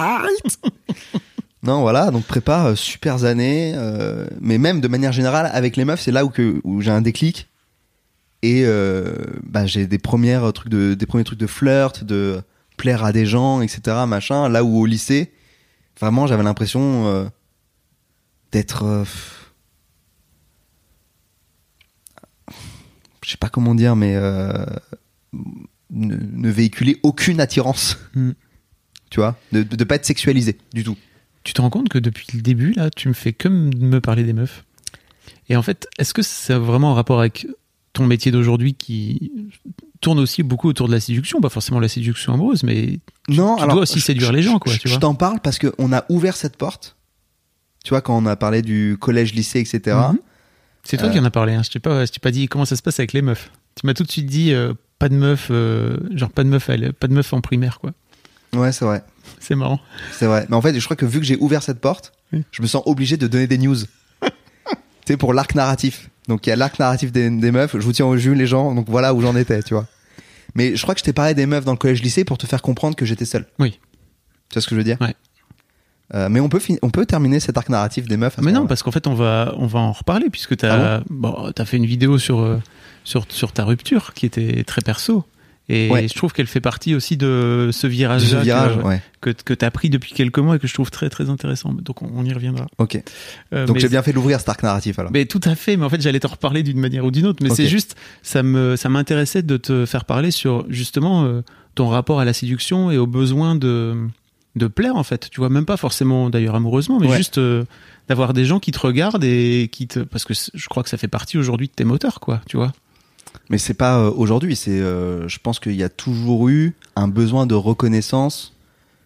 Non, voilà, donc prépa, super années, mais même de manière générale, avec les meufs, c'est là où j'ai un déclic. Et j'ai des premiers trucs de flirt, de plaire à des gens, etc., machin. Là où au lycée, vraiment, j'avais l'impression d'être... je sais pas comment dire, mais ne véhiculer aucune attirance. Tu vois, de pas être sexualisé du tout. Tu te rends compte que depuis le début, là, tu me fais que me parler des meufs. Et en fait, est-ce que c'est vraiment en rapport avec ton métier d'aujourd'hui qui tourne aussi beaucoup autour de la séduction? Pas forcément la séduction amoureuse, mais tu dois aussi séduire les gens, quoi. Je t'en parle parce qu'on a ouvert cette porte. Tu vois, quand on a parlé du collège, lycée, etc. Mm-hmm. C'est toi qui en as parlé. Hein. Je t'ai pas dit comment ça se passe avec les meufs. Tu m'as tout de suite dit pas de meuf, pas de meuf en primaire, quoi. Ouais, c'est vrai. C'est marrant. C'est vrai. Mais en fait, je crois que vu que j'ai ouvert cette porte, je me sens obligé de donner des news. Tu sais, pour l'arc narratif. Donc, il y a l'arc narratif des meufs. Je vous tiens au jus, les gens. Donc, voilà où j'en étais, tu vois. Mais je crois que je t'ai parlé des meufs dans le collège-lycée pour te faire comprendre que j'étais seul. Oui. Tu vois ce que je veux dire? Ouais. Mais on peut terminer cet arc narratif des meufs. Mais non, parce qu'en fait, on va en reparler puisque t'as fait une vidéo sur ta rupture qui était très perso. Et je trouve qu'elle fait partie aussi de ce virage-là que tu as pris depuis quelques mois et que je trouve très très intéressant. Donc on y reviendra. Ok. Donc j'ai bien fait d'ouvrir cet arc narratif alors. Mais tout à fait. Mais en fait, j'allais te reparler d'une manière ou d'une autre. Mais c'est juste, ça m'intéressait de te faire parler sur justement ton rapport à la séduction et au besoin de plaire en fait. Tu vois, même pas forcément d'ailleurs amoureusement, mais juste d'avoir des gens qui te regardent et parce que je crois que ça fait partie aujourd'hui de tes moteurs, quoi. Tu vois. Mais c'est pas aujourd'hui, je pense qu'il y a toujours eu un besoin de reconnaissance.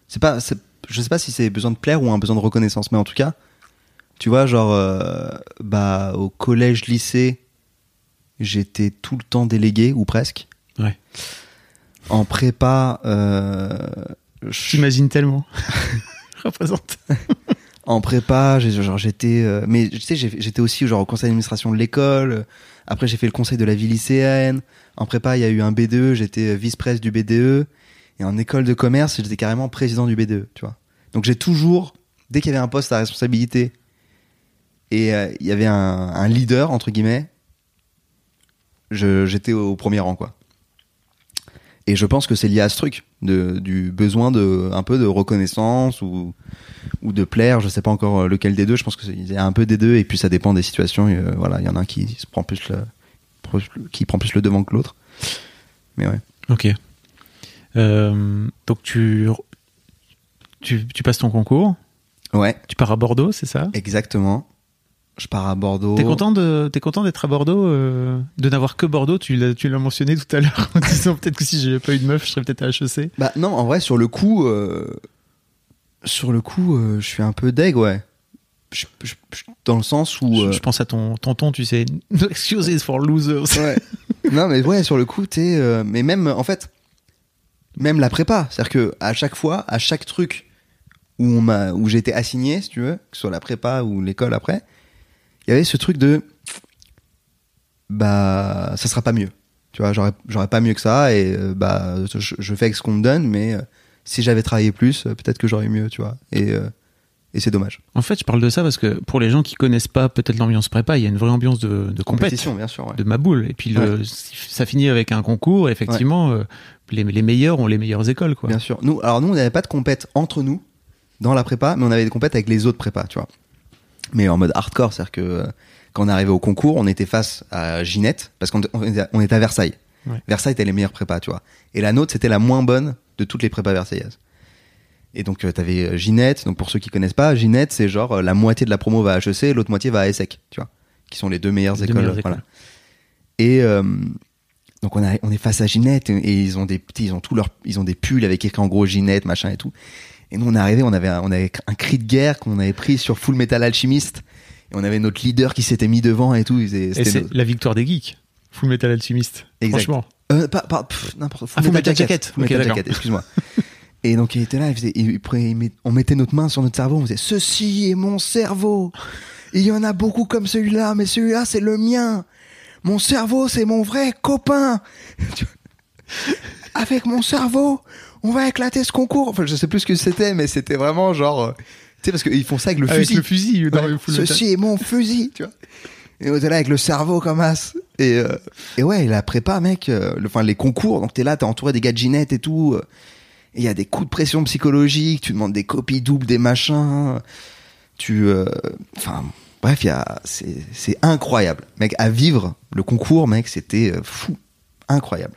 Je sais pas si c'est besoin de plaire ou un besoin de reconnaissance, mais en tout cas, tu vois, genre, au collège, lycée, j'étais tout le temps délégué, ou presque. Ouais. En prépa, j'imagine tellement. Je représente. En prépa, j'étais, mais tu sais, j'étais aussi genre au conseil d'administration de l'école. Après, j'ai fait le conseil de la vie lycéenne. En prépa, il y a eu un BDE, j'étais vice-presse du BDE. Et en école de commerce, j'étais carrément président du BDE, tu vois. Donc j'ai toujours, dès qu'il y avait un poste à responsabilité et il y avait un leader entre guillemets, j'étais au premier rang, quoi. Et je pense que c'est lié à ce truc du besoin de un peu de reconnaissance ou de plaire, je sais pas encore lequel des deux, je pense qu'il y a un peu des deux et puis ça dépend des situations, voilà, il y en a un qui prend plus le devant que l'autre. Mais ouais. OK. Donc tu passes ton concours. Ouais. Tu pars à Bordeaux, c'est ça? Exactement. Je pars à Bordeaux. T'es content d'être à Bordeaux, de n'avoir que Bordeaux? Tu l'as mentionné tout à l'heure en disant peut-être que si j'avais pas eu de meuf, je serais peut-être à HEC. Bah non, en vrai, sur le coup, je suis un peu deg, ouais. Dans le sens où... Je pense à ton tonton, tu sais. No excuses for losers. Ouais. Non, mais ouais, sur le coup, mais même, en fait, même la prépa. C'est-à-dire que à chaque fois, à chaque truc où j'ai été assigné, si tu veux, que ce soit la prépa ou l'école après, il y avait ce truc de ça sera pas mieux, tu vois, j'aurais pas mieux que ça et je fais avec ce qu'on me donne, mais si j'avais travaillé plus, peut-être que j'aurais mieux, tu vois, et Et c'est dommage. En fait, je parle de ça parce que pour les gens qui connaissent pas peut-être l'ambiance prépa, il y a une vraie ambiance de compète, Compétition, bien sûr. Ouais. de maboule. Et puis ça finit avec un concours. Et effectivement, les meilleurs ont les meilleures écoles, quoi. Bien sûr. Nous, on n'avait pas de compète entre nous dans la prépa, mais on avait des compètes avec les autres prépas, tu vois. Mais en mode hardcore, c'est-à-dire que quand on arrivait au concours, on était face à Ginette, parce qu'on était à Versailles. Ouais. Versailles était les meilleures prépas, tu vois. Et la nôtre, c'était la moins bonne de toutes les prépas versaillaises. Et donc, t'avais Ginette. Donc, pour ceux qui connaissent pas, Ginette, c'est genre la moitié de la promo va à HEC, l'autre moitié va à ESSEC, tu vois. Qui sont les deux meilleures écoles. Voilà. Et donc, on est face à Ginette et ils ont des pulls avec écrit en gros Ginette, machin et tout. Et nous, on est arrivé, on avait un cri de guerre qu'on avait pris sur Full Metal Alchemist. Et on avait notre leader qui s'était mis devant et tout. Et c'est la victoire des geeks. Full Metal Alchemist. Exact. Franchement. N'importe. Full Metal Jacket. Full Metal Jacket, excuse-moi. Et donc il était là, on mettait notre main sur notre cerveau, on faisait ceci est mon cerveau. Il y en a beaucoup comme celui-là, mais celui-là c'est le mien. Mon cerveau c'est mon vrai copain. Avec mon cerveau, on va éclater ce concours. Enfin, je sais plus ce que c'était, mais c'était vraiment genre, tu sais, parce qu'ils font ça avec le fusil. Avec le fusil. Dans le ceci est mon fusil, tu vois. Et on était là avec le cerveau comme as. Et ouais, la prépa, mec, les concours, donc t'es là, t'es entouré des gars de Ginette et tout. Il y a des coups de pression psychologique, tu demandes des copies doubles, des machins. Bref, c'est incroyable. Mec, à vivre, le concours, mec, c'était fou. Incroyable.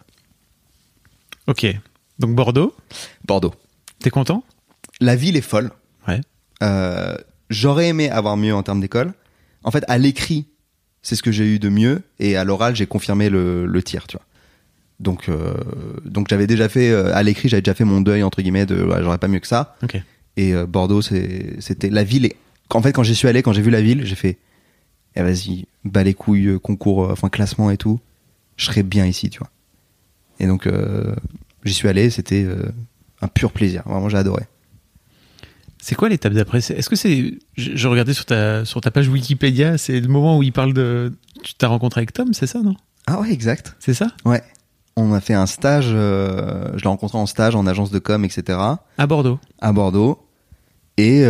Ok. Donc Bordeaux. T'es content ? La ville est folle. Ouais. J'aurais aimé avoir mieux en termes d'école. En fait, à l'écrit, c'est ce que j'ai eu de mieux. Et à l'oral, j'ai confirmé le tir, tu vois. Donc j'avais déjà fait à l'écrit, j'avais déjà fait mon deuil entre guillemets de j'aurais pas mieux que ça. Okay. Et Bordeaux, c'était la ville. En fait, quand j'y suis allé, quand j'ai vu la ville, j'ai fait vas-y, bats les couilles, concours, classement et tout. Je serais bien ici, tu vois. Et donc j'y suis allé, c'était un pur plaisir. Vraiment, j'ai adoré. C'est quoi l'étape d'après ? Est-ce que c'est... Je regardais sur ta page Wikipédia, c'est le moment où il parle de... Tu t'as rencontré avec Tom, c'est ça, non ? Ah ouais, exact. C'est ça ? Ouais. On a fait un stage, je l'ai rencontré en stage en agence de com, etc. À Bordeaux. Et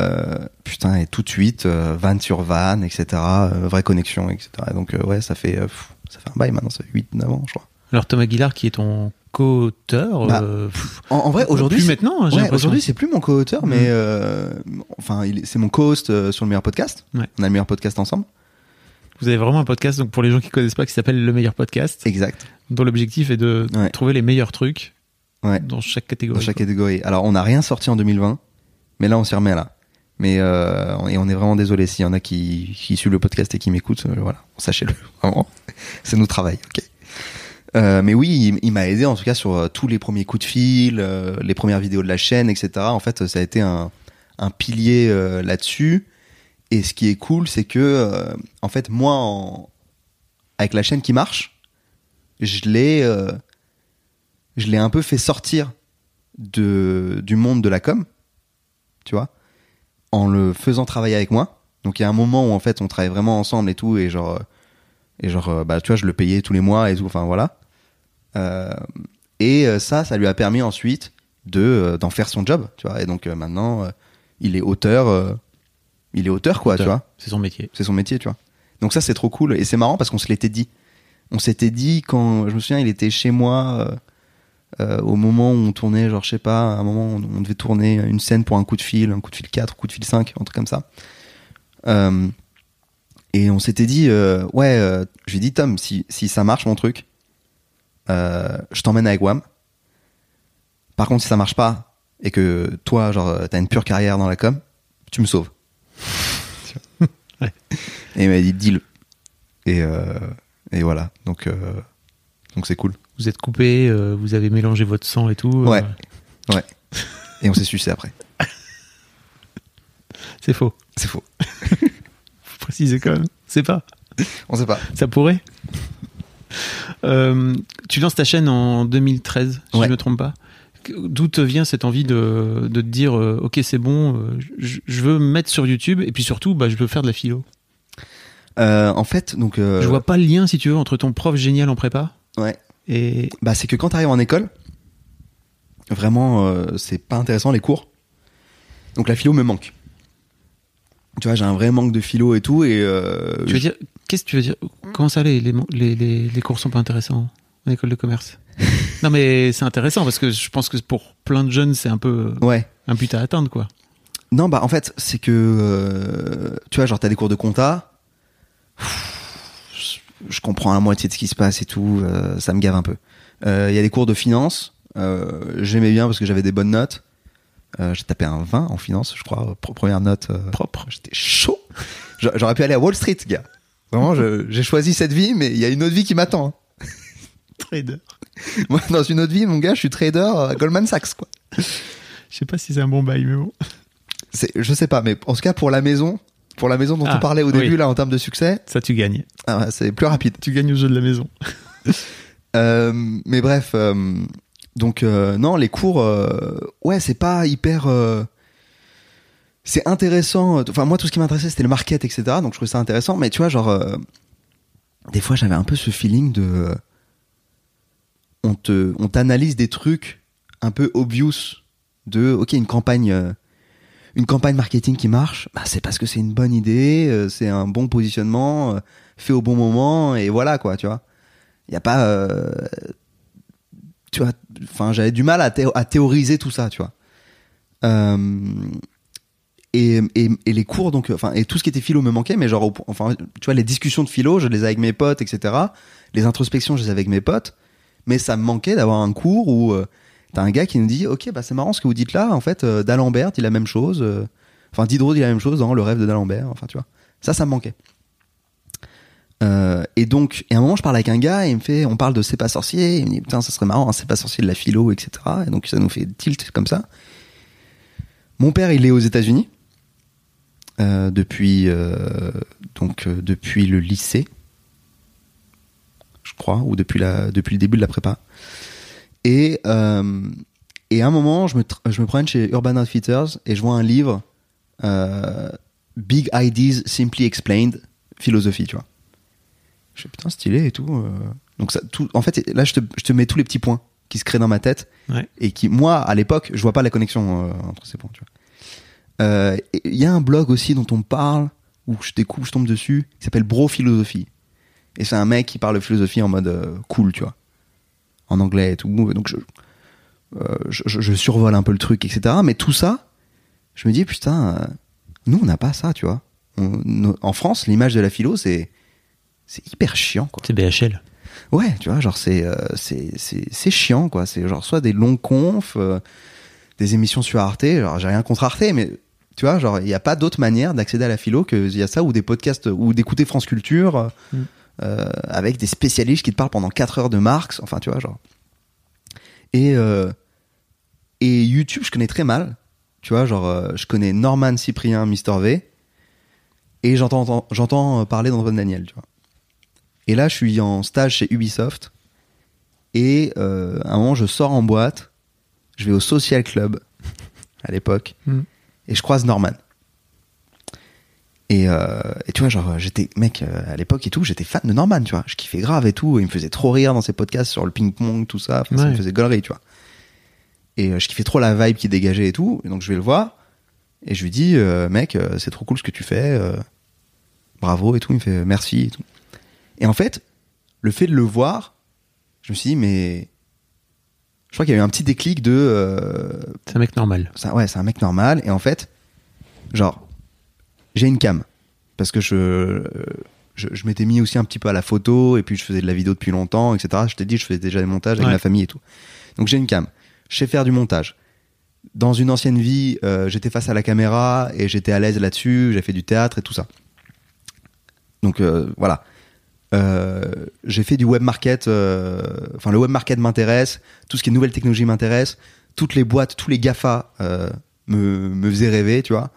et tout de suite, van sur van, etc. Vraie connexion, etc. Donc ouais, ça fait un bail maintenant, ça fait 8-9 ans, je crois. Alors Thomas Guillard, qui est ton co-auteur... en vrai, aujourd'hui... Plus maintenant, j'ai l'impression. Aujourd'hui, c'est plus mon co-auteur, mais c'est mon co-host sur le meilleur podcast. Ouais. On a le meilleur podcast ensemble. Vous avez vraiment un podcast, donc pour les gens qui connaissent pas, qui s'appelle Le Meilleur Podcast. Exact. Dont l'objectif est de trouver les meilleurs trucs dans chaque catégorie. Dans chaque catégorie. Alors, on n'a rien sorti en 2020, mais là, on s'y remet là. Mais et on est vraiment désolé s'il y en a qui suivent le podcast et qui m'écoutent. Voilà, sachez-le. Vraiment, c'est notre travail. Ok. Mais oui, il m'a aidé en tout cas sur tous les premiers coups de fil, les premières vidéos de la chaîne, etc. En fait, ça a été un pilier là-dessus. Et ce qui est cool, c'est que en fait, moi, avec la chaîne qui marche, je l'ai un peu fait sortir du monde de la com, tu vois, en le faisant travailler avec moi. Donc il y a un moment où en fait on travaille vraiment ensemble et tout, et genre tu vois, je le payais tous les mois et tout, enfin voilà. Ça lui a permis ensuite d'en faire son job, tu vois. Et donc maintenant il est auteur quoi, tu vois. C'est son métier, tu vois. Donc ça c'est trop cool, et c'est marrant parce qu'on se l'était dit. On s'était dit, quand je me souviens, il était chez moi au moment où on tournait, genre je sais pas, à un moment on devait tourner une scène pour un coup de fil 4, un coup de fil 5, un truc comme ça. Et on s'était dit, je lui ai dit, Tom, si ça marche mon truc, je t'emmène avec WAM. Par contre, si ça marche pas et que toi, genre, t'as une pure carrière dans la com, tu me sauves. Ouais. Et il m'a dit, deal. Et voilà. Donc c'est cool. Vous êtes coupés, vous avez mélangé votre sang et tout. Ouais. Et on s'est sucé après. C'est faux. Faut préciser quand même. On sait pas. Ça pourrait. Tu lances ta chaîne en 2013, si je ne me trompe pas. D'où te vient cette envie de te dire ok, c'est bon, je veux me mettre sur YouTube, et puis surtout je veux faire de la philo. En fait, donc je vois pas le lien, si tu veux, entre ton prof génial en prépa et c'est que quand t'arrives en école, vraiment c'est pas intéressant les cours, donc la philo me manque. Tu vois, j'ai un vrai manque de philo et tout. Et Tu veux dire, qu'est-ce que tu veux dire? Comment ça, les cours sont pas intéressants en école de commerce? Non, mais c'est intéressant parce que je pense que pour plein de jeunes, c'est un peu un but à atteindre, quoi. Non, bah en fait, c'est que tu vois, genre t'as des cours de compta. Je comprends la moitié de ce qui se passe et tout. Ça me gave un peu. Il y a des cours de finance. J'aimais bien parce que j'avais des bonnes notes. J'ai tapé un 20 en finance, je crois, première note propre. J'étais chaud. J'aurais pu aller à Wall Street, gars. Vraiment, j'ai choisi cette vie, mais il y a une autre vie qui m'attend. Hein. Trader. Moi, dans une autre vie, mon gars, je suis trader à Goldman Sachs, quoi. Je sais pas si c'est un bon bail, mais bon. Je sais pas, mais en tout cas, pour la maison dont on parlait au début, là, en termes de succès. Ça, tu gagnes. Ah ouais, c'est plus rapide. Tu gagnes au jeu de la maison. Mais bref, donc non, les cours, ouais, c'est pas hyper. C'est intéressant. Enfin, moi, tout ce qui m'intéressait, c'était le market, etc. Donc, je trouvais ça intéressant. Mais tu vois, genre, des fois, j'avais un peu ce feeling de, on t'analyse des trucs un peu obvious de, ok, une campagne marketing qui marche, bah, c'est parce que c'est une bonne idée, c'est un bon positionnement, fait au bon moment, et voilà, quoi, tu vois. Il y a pas, tu vois, enfin, j'avais du mal à théoriser tout ça, tu vois. Et les cours, donc, enfin, et tout ce qui était philo me manquait, mais genre, enfin, tu vois, les discussions de philo, je les avais avec mes potes, etc. Les introspections, je les avais avec mes potes, mais ça me manquait d'avoir un cours où t'as un gars qui nous dit, ok, bah c'est marrant ce que vous dites là, en fait, d'Alembert dit la même chose, enfin, Diderot dit la même chose dans Le rêve de d'Alembert, enfin, tu vois. Ça me manquait. Et donc, à un moment, je parle avec un gars, et il me fait, on parle de C'est pas sorcier, il me dit, putain, ça serait marrant, hein, C'est pas sorcier de la philo, etc. Et donc, ça nous fait tilt comme ça. Mon père, il est aux États-Unis, depuis le lycée, je crois, ou depuis le début de la prépa. Et à un moment, je me promène chez Urban Outfitters et je vois un livre, Big Ideas Simply Explained, philosophie, tu vois. Je fais putain, stylé et tout. Donc ça, tout, en fait, là, je te mets tous les petits points qui se créent dans ma tête, ouais. Et qui, moi, à l'époque, je vois pas la connexion entre ces points, tu vois. Il y a un blog aussi dont on parle, où je tombe dessus, qui s'appelle Bro Philosophie. Et c'est un mec qui parle de philosophie en mode cool, tu vois. En anglais et tout. Donc je survole un peu le truc, etc. Mais tout ça, je me dis, putain, nous, on n'a pas ça, tu vois. En France, l'image de la philo, c'est hyper chiant, quoi. C'est BHL. Ouais, tu vois, genre, c'est chiant, quoi. C'est genre soit des longs confs, des émissions sur Arte. Genre, j'ai rien contre Arte, mais tu vois, genre, il n'y a pas d'autre manière d'accéder à la philo qu'il y a ça, ou des podcasts, ou d'écouter France Culture, avec des spécialistes qui te parlent pendant 4 heures de Marx, enfin, tu vois, genre. Et YouTube, je connais très mal. Tu vois, genre, je connais Norman Cyprien, Mr V, et j'entends parler d'Antoine Daniel, tu vois. Et là, je suis en stage chez Ubisoft, et à un moment, je sors en boîte, je vais au Social Club, à l'époque, et je croise Norman. Et tu vois, genre, j'étais, mec, à l'époque et tout, j'étais fan de Norman, tu vois. Je kiffais grave et tout, il me faisait trop rire dans ses podcasts sur le ping-pong, tout ça, enfin, ça me faisait gaulerie, tu vois. Et je kiffais trop la vibe qu'il dégageait et tout, et donc je vais le voir, et je lui dis, mec, c'est trop cool ce que tu fais, bravo et tout, il me fait merci et tout. Et en fait, le fait de le voir, je me suis dit, mais je crois qu'il y a eu un petit déclic de... c'est un mec normal. Ouais, c'est un mec normal, et en fait, genre, j'ai une cam, parce que je m'étais mis aussi un petit peu à la photo, et puis je faisais de la vidéo depuis longtemps, etc. Je t'ai dit, je faisais déjà des montages avec ma famille et tout. Donc j'ai une cam. Je sais faire du montage. Dans une ancienne vie, j'étais face à la caméra, et j'étais à l'aise là-dessus, j'ai fait du théâtre et tout ça. Donc voilà. J'ai fait du web market, enfin le web market m'intéresse, tout ce qui est nouvelle technologie m'intéresse, toutes les boîtes, tous les GAFA me faisaient rêver, tu vois.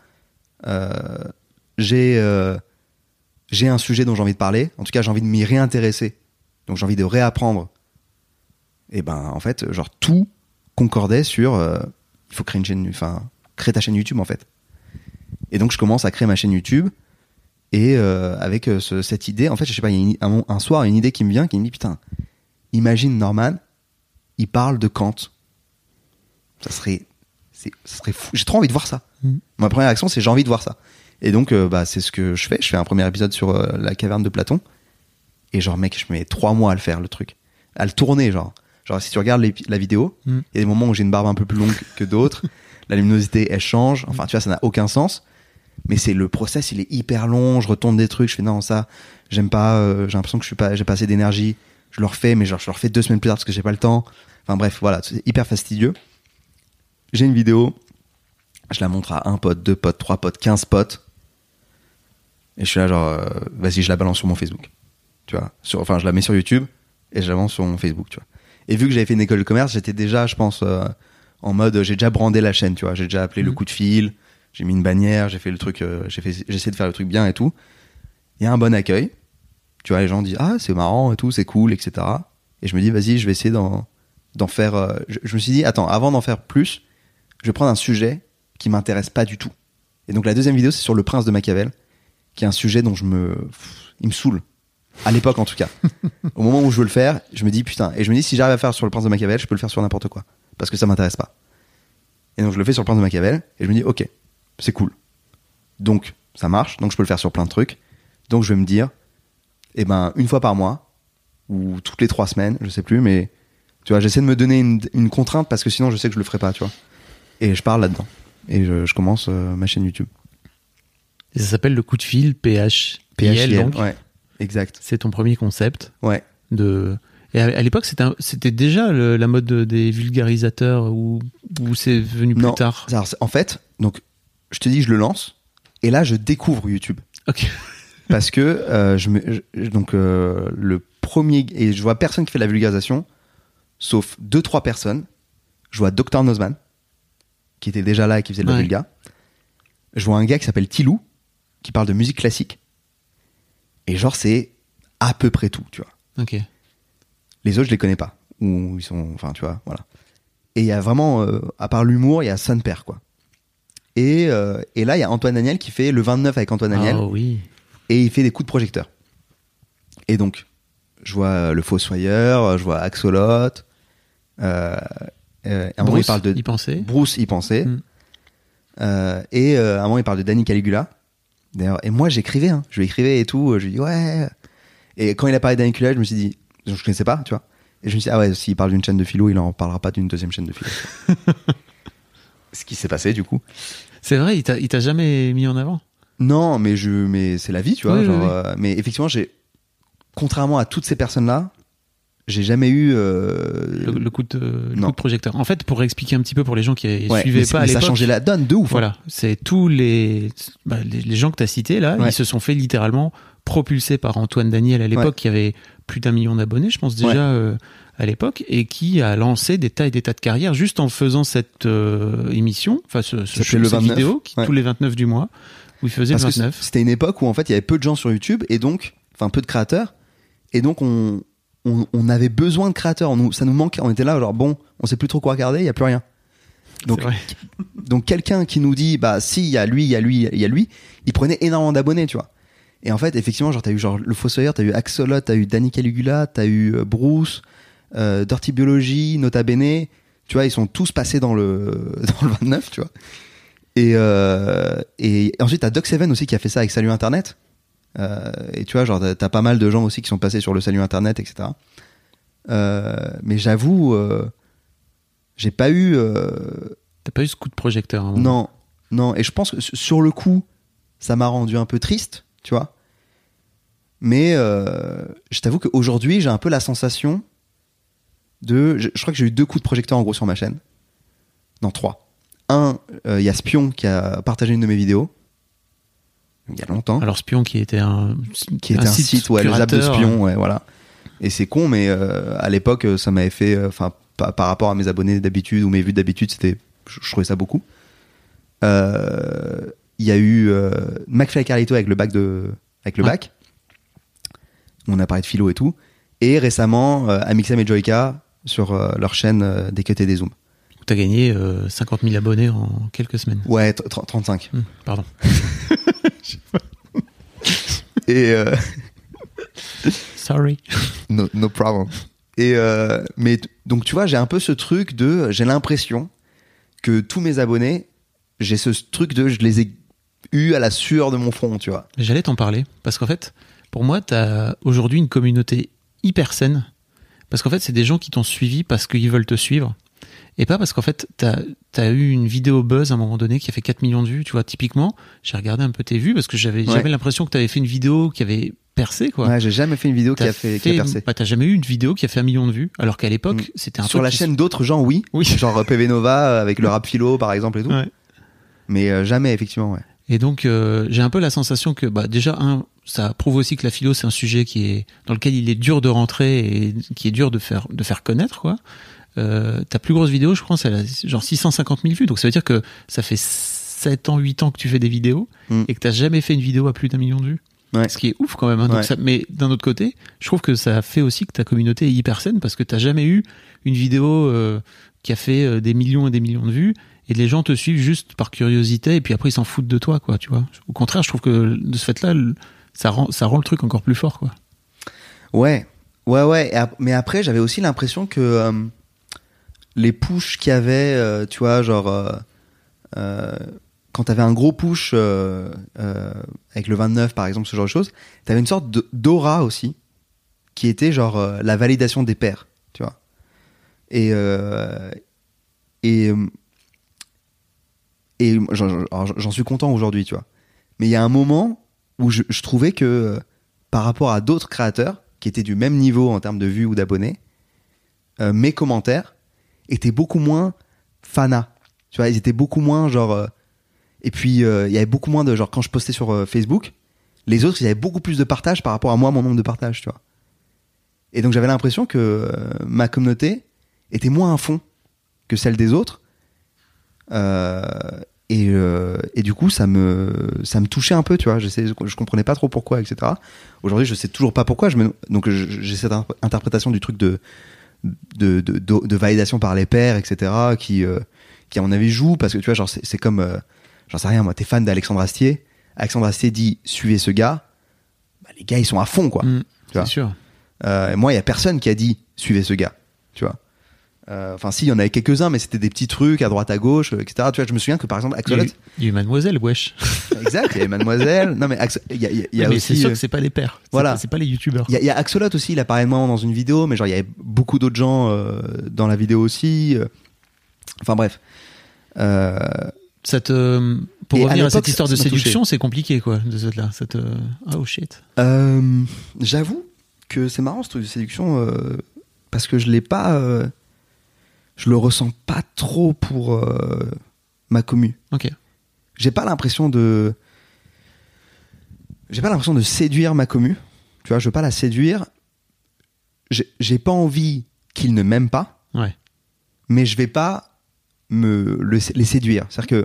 J'ai un sujet dont j'ai envie de parler, en tout cas j'ai envie de m'y réintéresser, donc j'ai envie de réapprendre. Et ben en fait, genre tout concordait sur il faut créer une chaîne, enfin créer ta chaîne YouTube en fait. Et donc je commence à créer ma chaîne YouTube. Et avec cette idée, en fait, je sais pas, il y a un soir, une idée qui me vient, qui me dit, putain, imagine Norman, il parle de Kant. Ça serait fou. J'ai trop envie de voir ça. Ma première action, c'est j'ai envie de voir ça. Et donc, c'est ce que je fais. Je fais un premier épisode sur la caverne de Platon. Et genre, mec, je mets 3 mois à le faire, le truc. À le tourner, genre. Genre, si tu regardes la vidéo, il y a des moments où j'ai une barbe un peu plus longue que d'autres. La luminosité, elle change. Enfin, tu vois, ça n'a aucun sens. Mais c'est le process, il est hyper long. Je retourne des trucs. Je fais non, ça, j'aime pas. J'ai l'impression que j'ai pas assez d'énergie. Je le refais, mais genre, je le refais 2 semaines plus tard parce que j'ai pas le temps. Enfin, bref, voilà. C'est hyper fastidieux. J'ai une vidéo. Je la montre à 1 pote, 2 potes, 3 potes, 15 potes. Et je suis là, genre, vas-y, je la balance sur mon Facebook. Tu vois. Je la mets sur YouTube et je la balance sur mon Facebook, tu vois. Et vu que j'avais fait une école de commerce, j'étais déjà, je pense, en mode, j'ai déjà brandé la chaîne, tu vois. J'ai déjà appelé le coup de fil, j'ai mis une bannière, j'ai fait le truc, j'ai essayé de faire le truc bien et tout. Il y a un bon accueil. Tu vois, les gens disent, ah, c'est marrant et tout, c'est cool, etc. Et je me dis, vas-y, je vais essayer d'en faire. Je me suis dit, attends, avant d'en faire plus, je vais prendre un sujet qui m'intéresse pas du tout. Et donc la deuxième vidéo, c'est sur le prince de Machiavel, qui est un sujet dont il me saoule. À l'époque, en tout cas. Au moment où je veux le faire, je me dis, putain. Et je me dis, si j'arrive à faire sur le prince de Machiavel, je peux le faire sur n'importe quoi. Parce que ça m'intéresse pas. Et donc je le fais sur le prince de Machiavel, et je me dis, ok, c'est cool. Donc, ça marche, donc je peux le faire sur plein de trucs. Donc je vais me dire, une fois par mois, ou toutes les 3 semaines, je sais plus, mais tu vois, j'essaie de me donner une contrainte parce que sinon je sais que je le ferai pas, tu vois. Et je pars là-dedans. Et je commence ma chaîne YouTube. Et ça s'appelle le coup de fil PH. PHIL, donc. ouais, exact. C'est ton premier concept. Ouais. Et à l'époque, c'était déjà la mode des vulgarisateurs ou c'est venu plus tard? Alors, en fait, donc, je te dis, je le lance et là, je découvre YouTube. Ok. Parce que le premier, et je vois personne qui fait la vulgarisation, sauf 2-3 personnes. Je vois Dr Nozman, qui était déjà là et qui faisait de la vulga. Je vois un gars qui s'appelle Tilou, qui parle de musique classique. Et genre, c'est à peu près tout, tu vois. Ok. Les autres, je les connais pas. Ou ils sont, enfin, tu vois, voilà. Et il y a vraiment, à part l'humour, il y a son père, quoi. Et là, il y a Antoine Daniel qui fait le 29 avec Antoine Daniel. Oh oui. Et il fait des coups de projecteur. Et donc, je vois Le Fossoyeur, je vois Axolot. À un moment, il parle de Bruce y pensait. Et à un moment, il parle de Danny Caligula. D'ailleurs, et moi, j'écrivais, hein. Je lui écrivais et tout. Je lui dis, ouais. Et quand il a parlé de Danny Caligula, je me suis dit, je connaissais pas, tu vois. Et je me suis dit, ah ouais, s'il parle d'une chaîne de philo, il en parlera pas d'une deuxième chaîne de philo. Ce qui s'est passé, du coup. C'est vrai, il t'a jamais mis en avant? Non, mais c'est la vie, tu vois. Oui, genre, oui. Mais effectivement, contrairement à toutes ces personnes-là, j'ai jamais eu le coup de projecteur. En fait, pour expliquer un petit peu pour les gens qui suivaient pas à l'époque, ça a changé la donne de ouf. Voilà, c'est tous les gens que t'as cités là, ils se sont fait littéralement propulser par Antoine Daniel à l'époque, qui avait plus d'1 million d'abonnés, je pense déjà à l'époque, et qui a lancé des tas et des tas de carrières juste en faisant cette émission, enfin cette vidéo tous les 29 du mois où il faisait le 29. C'était une époque où en fait il y avait peu de gens sur YouTube et donc, enfin peu de créateurs, et donc on avait besoin de créateurs, ça nous manquait, on était là genre bon, on sait plus trop quoi regarder, il y a plus rien. Donc quelqu'un qui nous dit bah si il y a lui, il prenait énormément d'abonnés, tu vois. Et en fait effectivement genre t'as eu genre Le Fossoyeur, t'as eu Axolot, t'as eu Danny Caligula, t'as eu Bruce, Dirty Biology, Nota Bene, tu vois, ils sont tous passés dans le 29, tu vois. Et ensuite t'as Doc7 aussi qui a fait ça avec Salut Internet. Et tu vois, genre t'as pas mal de gens aussi qui sont passés sur le Salut Internet, etc. Mais j'avoue, j'ai pas eu. T'as pas eu ce coup de projecteur, hein, non. Et je pense que sur le coup, ça m'a rendu un peu triste, tu vois. Mais je t'avoue qu'aujourd'hui, j'ai un peu la sensation je crois que j'ai eu 2 coups de projecteur en gros sur ma chaîne. Non, 3. Un, il y a Spion qui a partagé une de mes vidéos. Il y a longtemps. Alors Spion qui était un site ouais, le zap de Spion, ouais, voilà. Et c'est con, mais à l'époque, ça m'avait fait, enfin, par rapport à mes abonnés d'habitude ou mes vues d'habitude, je trouvais ça beaucoup. Il y a eu McFly et Carlito avec le bac. On a parlé de philo et tout. Et récemment, Amixem et Joyka sur leur chaîne des Cuts et des Zooms. T'as gagné 50 000 abonnés en quelques semaines. Ouais, 35. Pardon. Et sorry. No problem. Et mais donc tu vois, j'ai un peu ce truc j'ai l'impression que tous mes abonnés, j'ai ce truc je eu à la sueur de mon front, tu vois. J'allais t'en parler, parce qu'en fait, pour moi, t'as aujourd'hui une communauté hyper saine, parce qu'en fait, c'est des gens qui t'ont suivi parce qu'ils veulent te suivre, et pas parce qu'en fait, t'as eu une vidéo buzz à un moment donné qui a fait 4 millions de vues, tu vois. Typiquement, j'ai regardé un peu tes vues, parce que j'avais l'impression que t'avais fait une vidéo qui avait percé, quoi. Ouais, j'ai jamais fait une vidéo qui a percé. Bah, t'as jamais eu une vidéo qui a fait 1 million de vues, alors qu'à l'époque, c'était un sur truc la chaîne d'autres gens, oui. Genre PV Nova avec le rap philo, par exemple, et tout. Ouais. Mais jamais, effectivement, ouais. Et donc, j'ai un peu la sensation que, bah, déjà, ça prouve aussi que la philo, c'est un sujet dans lequel il est dur de rentrer et qui est dur de faire connaître, quoi. Ta plus grosse vidéo, je pense, elle a genre 650 000 vues. Donc, ça veut dire que ça fait 7 ans, 8 ans que tu fais des vidéos et que t'as jamais fait une vidéo à plus d'1 million de vues. Ouais. Ce qui est ouf quand même. Hein. Donc mais d'un autre côté, je trouve que ça fait aussi que ta communauté est hyper saine parce que t'as jamais eu une vidéo qui a fait des millions et des millions de vues et les gens te suivent juste par curiosité et puis après ils s'en foutent de toi, quoi, tu vois. Au contraire, je trouve que de ce fait-là, ça rend le truc encore plus fort, quoi. Ouais. Mais après, j'avais aussi l'impression que les pushs qu'il y avait, tu vois, genre quand t'avais un gros push avec le 29 par exemple, ce genre de choses, t'avais une sorte d'aura aussi qui était genre la validation des pairs, tu vois. Et j'en suis content aujourd'hui, tu vois. Mais il y a un moment où je trouvais que par rapport à d'autres créateurs qui étaient du même niveau en termes de vues ou d'abonnés, mes commentaires étaient beaucoup moins fanas, tu vois. Ils étaient beaucoup moins genre et puis il y avait beaucoup moins de genre quand je postais sur Facebook, les autres ils avaient beaucoup plus de partages par rapport à moi, mon nombre de partages, tu vois. Et donc j'avais l'impression que ma communauté était moins à fond que celle des autres, et du coup ça me touchait un peu, tu vois. Je comprenais pas trop pourquoi, etc. Aujourd'hui je sais toujours pas pourquoi. Donc j'ai cette interprétation du truc de validation par les pairs, etc. qui à mon avis joue parce que tu vois, genre c'est comme j'en sais rien, moi, t'es fan d'Alexandre Astier. Alexandre Astier dit suivez ce gars. Bah, les gars, ils sont à fond, quoi. C'est sûr. Et moi, il y a personne qui a dit suivez ce gars, tu vois. Enfin, si, il y en avait quelques-uns, mais c'était des petits trucs à droite, à gauche, etc. Tu vois, je me souviens que par exemple, Axolot. Il y a eu Mademoiselle, wesh. Exact, il y avait Mademoiselle. Non, mais il y a mais aussi. c'est sûr que c'est pas les pairs. Voilà. C'est pas les youtubeurs. Il y a Axolot aussi, il apparaît vraiment dans une vidéo, mais genre, il y avait beaucoup d'autres gens dans la vidéo aussi. Enfin, bref. Pour revenir à cette histoire de séduction, c'est compliqué, quoi, de cette là. Oh shit. J'avoue que c'est marrant ce truc de séduction parce que je l'ai pas, je le ressens pas trop pour ma commu. Ok. J'ai pas l'impression de séduire ma commu. Tu vois, je veux pas la séduire. J'ai pas envie qu'ils ne m'aiment pas. Ouais. Mais je vais pas les séduire. C'est-à-dire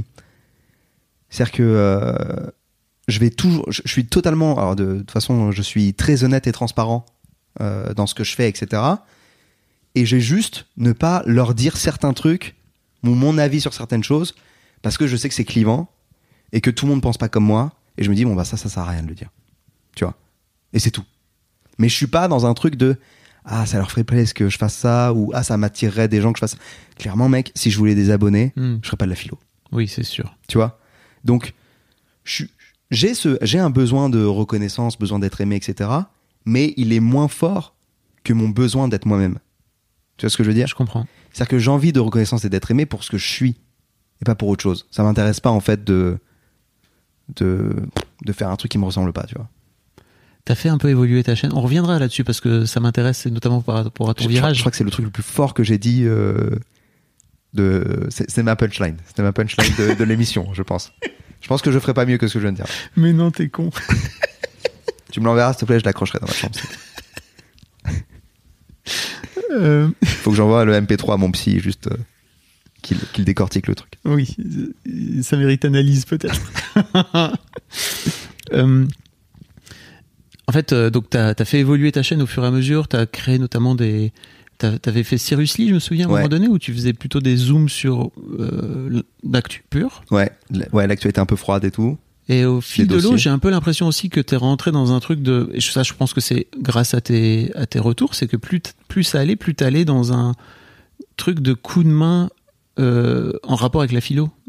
que je vais toujours, je suis totalement, alors de toute façon je suis très honnête et transparent dans ce que je fais, etc. Et j'ai juste ne pas leur dire certains trucs ou mon avis sur certaines choses parce que je sais que c'est clivant et que tout le monde pense pas comme moi et je me dis bon bah ça sert à rien de le dire, tu vois, et c'est tout. Mais je suis pas dans un truc de ah ça leur ferait plaisir que je fasse ça ou ah ça m'attirerait des gens que je fasse. Clairement mec, si je voulais des abonnés je ferais pas de la philo. Oui c'est sûr. Tu vois. Donc j'ai un besoin de reconnaissance, besoin d'être aimé, etc. Mais il est moins fort que mon besoin d'être moi-même. Tu vois ce que je veux dire ? Je comprends. C'est-à-dire que j'ai envie de reconnaissance et d'être aimé pour ce que je suis et pas pour autre chose. Ça m'intéresse pas en fait de faire un truc qui me ressemble pas, tu vois. T'as fait un peu évoluer ta chaîne. On reviendra là-dessus parce que ça m'intéresse, notamment par rapport à ton virage. Je crois que c'est le truc le plus fort que j'ai dit. C'est ma punchline. C'était ma punchline de l'émission, je pense. Je pense que je ferai pas mieux que ce que je viens de dire. Mais non, t'es con. Tu me l'enverras, s'il te plaît, je l'accrocherai dans ma chambre. Faut que j'envoie le MP3 à mon psy, juste qu'il décortique le truc. Oui, ça mérite analyse peut-être. En fait, donc t'as fait évoluer ta chaîne au fur et à mesure, t'as créé notamment t'avais fait Cyrus Lee, je me souviens, à un moment donné, où tu faisais plutôt des zooms sur l'actu pure. Ouais, l'actu était un peu froide et tout. Et au fil de l'eau, j'ai un peu l'impression aussi que t'es rentré dans un truc de... Et ça, je pense que c'est grâce à tes retours, c'est que plus ça allait, plus t'allais dans un truc de coup de main en rapport avec la philo.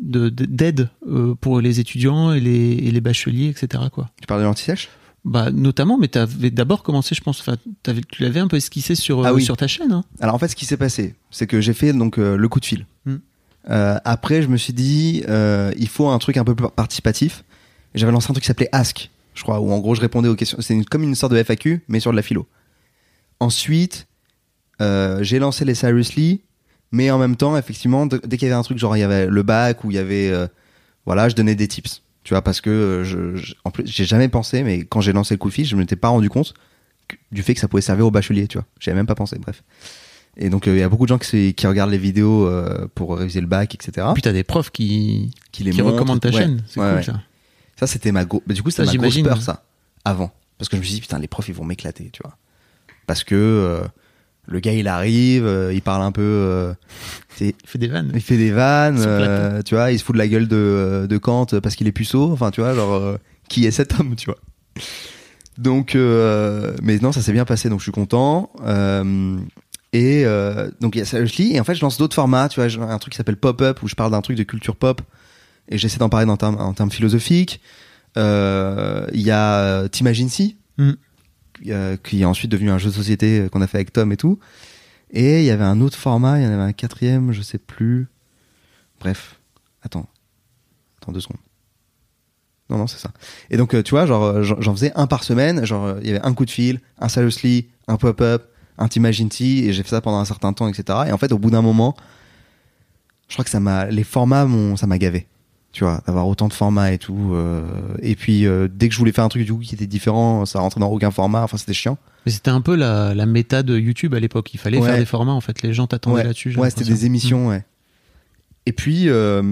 d'aide pour les étudiants et les bacheliers, etc., quoi. Tu parles de l'anti-sèche? Bah, notamment, mais tu avais d'abord commencé, je pense, tu l'avais un peu esquissé sur ta chaîne. Hein. Alors en fait, ce qui s'est passé, c'est que j'ai fait donc le coup de fil. Après, je me suis dit, il faut un truc un peu plus participatif. Et j'avais lancé un truc qui s'appelait Ask, je crois, où en gros je répondais aux questions. C'est comme une sorte de FAQ, mais sur de la philo. Ensuite, j'ai lancé les Seriously, mais en même temps, effectivement, dès qu'il y avait un truc, genre il y avait le bac, où il y avait, je donnais des tips. Tu vois, parce que en plus, j'ai jamais pensé, mais quand j'ai lancé le coup de fil, je m'étais pas rendu compte du fait que ça pouvait servir aux bacheliers, tu vois. J'avais même pas pensé, bref. Et donc, il y a beaucoup de gens qui regardent les vidéos pour réviser le bac, etc. Et puis, t'as des profs qui recommandent ta chaîne. C'est cool, ça. Ça, c'était du coup, c'était ma grosse peur, ça, avant. Parce que je me suis dit, putain, les profs, ils vont m'éclater, tu vois. Parce que le gars, il arrive, il parle un peu... il fait des vannes. Il fait des vannes, tu vois, il se fout de la gueule de Kant parce qu'il est puceau. Enfin, tu vois, genre, qui est cet homme, tu vois. Donc, mais non, ça s'est bien passé, donc je suis content. Donc, il y a Seriously, et en fait, je lance d'autres formats, tu vois, un truc qui s'appelle Pop-Up, où je parle d'un truc de culture pop, et j'essaie d'en parler en termes philosophiques. Il y a T'imagines si, qui est ensuite devenu un jeu de société qu'on a fait avec Tom et tout. Et il y avait un autre format, il y en avait un quatrième, je sais plus. Bref, attends 2 secondes. Non, c'est ça. Et donc, tu vois, genre, j'en faisais un par semaine. Genre, il y avait un coup de fil, un Seriously, un Pop-Up, un T'imagines si, et j'ai fait ça pendant un certain temps, etc. Et en fait, au bout d'un moment, je crois que les formats ça m'a gavé. Tu vois, d'avoir autant de formats et tout. Et puis, dès que je voulais faire un truc du coup qui était différent, ça rentrait dans aucun format. Enfin, c'était chiant. Mais c'était un peu la méta de YouTube à l'époque. Il fallait faire des formats, en fait. Les gens t'attendaient là-dessus. Ouais, c'était des émissions, ouais. Et puis,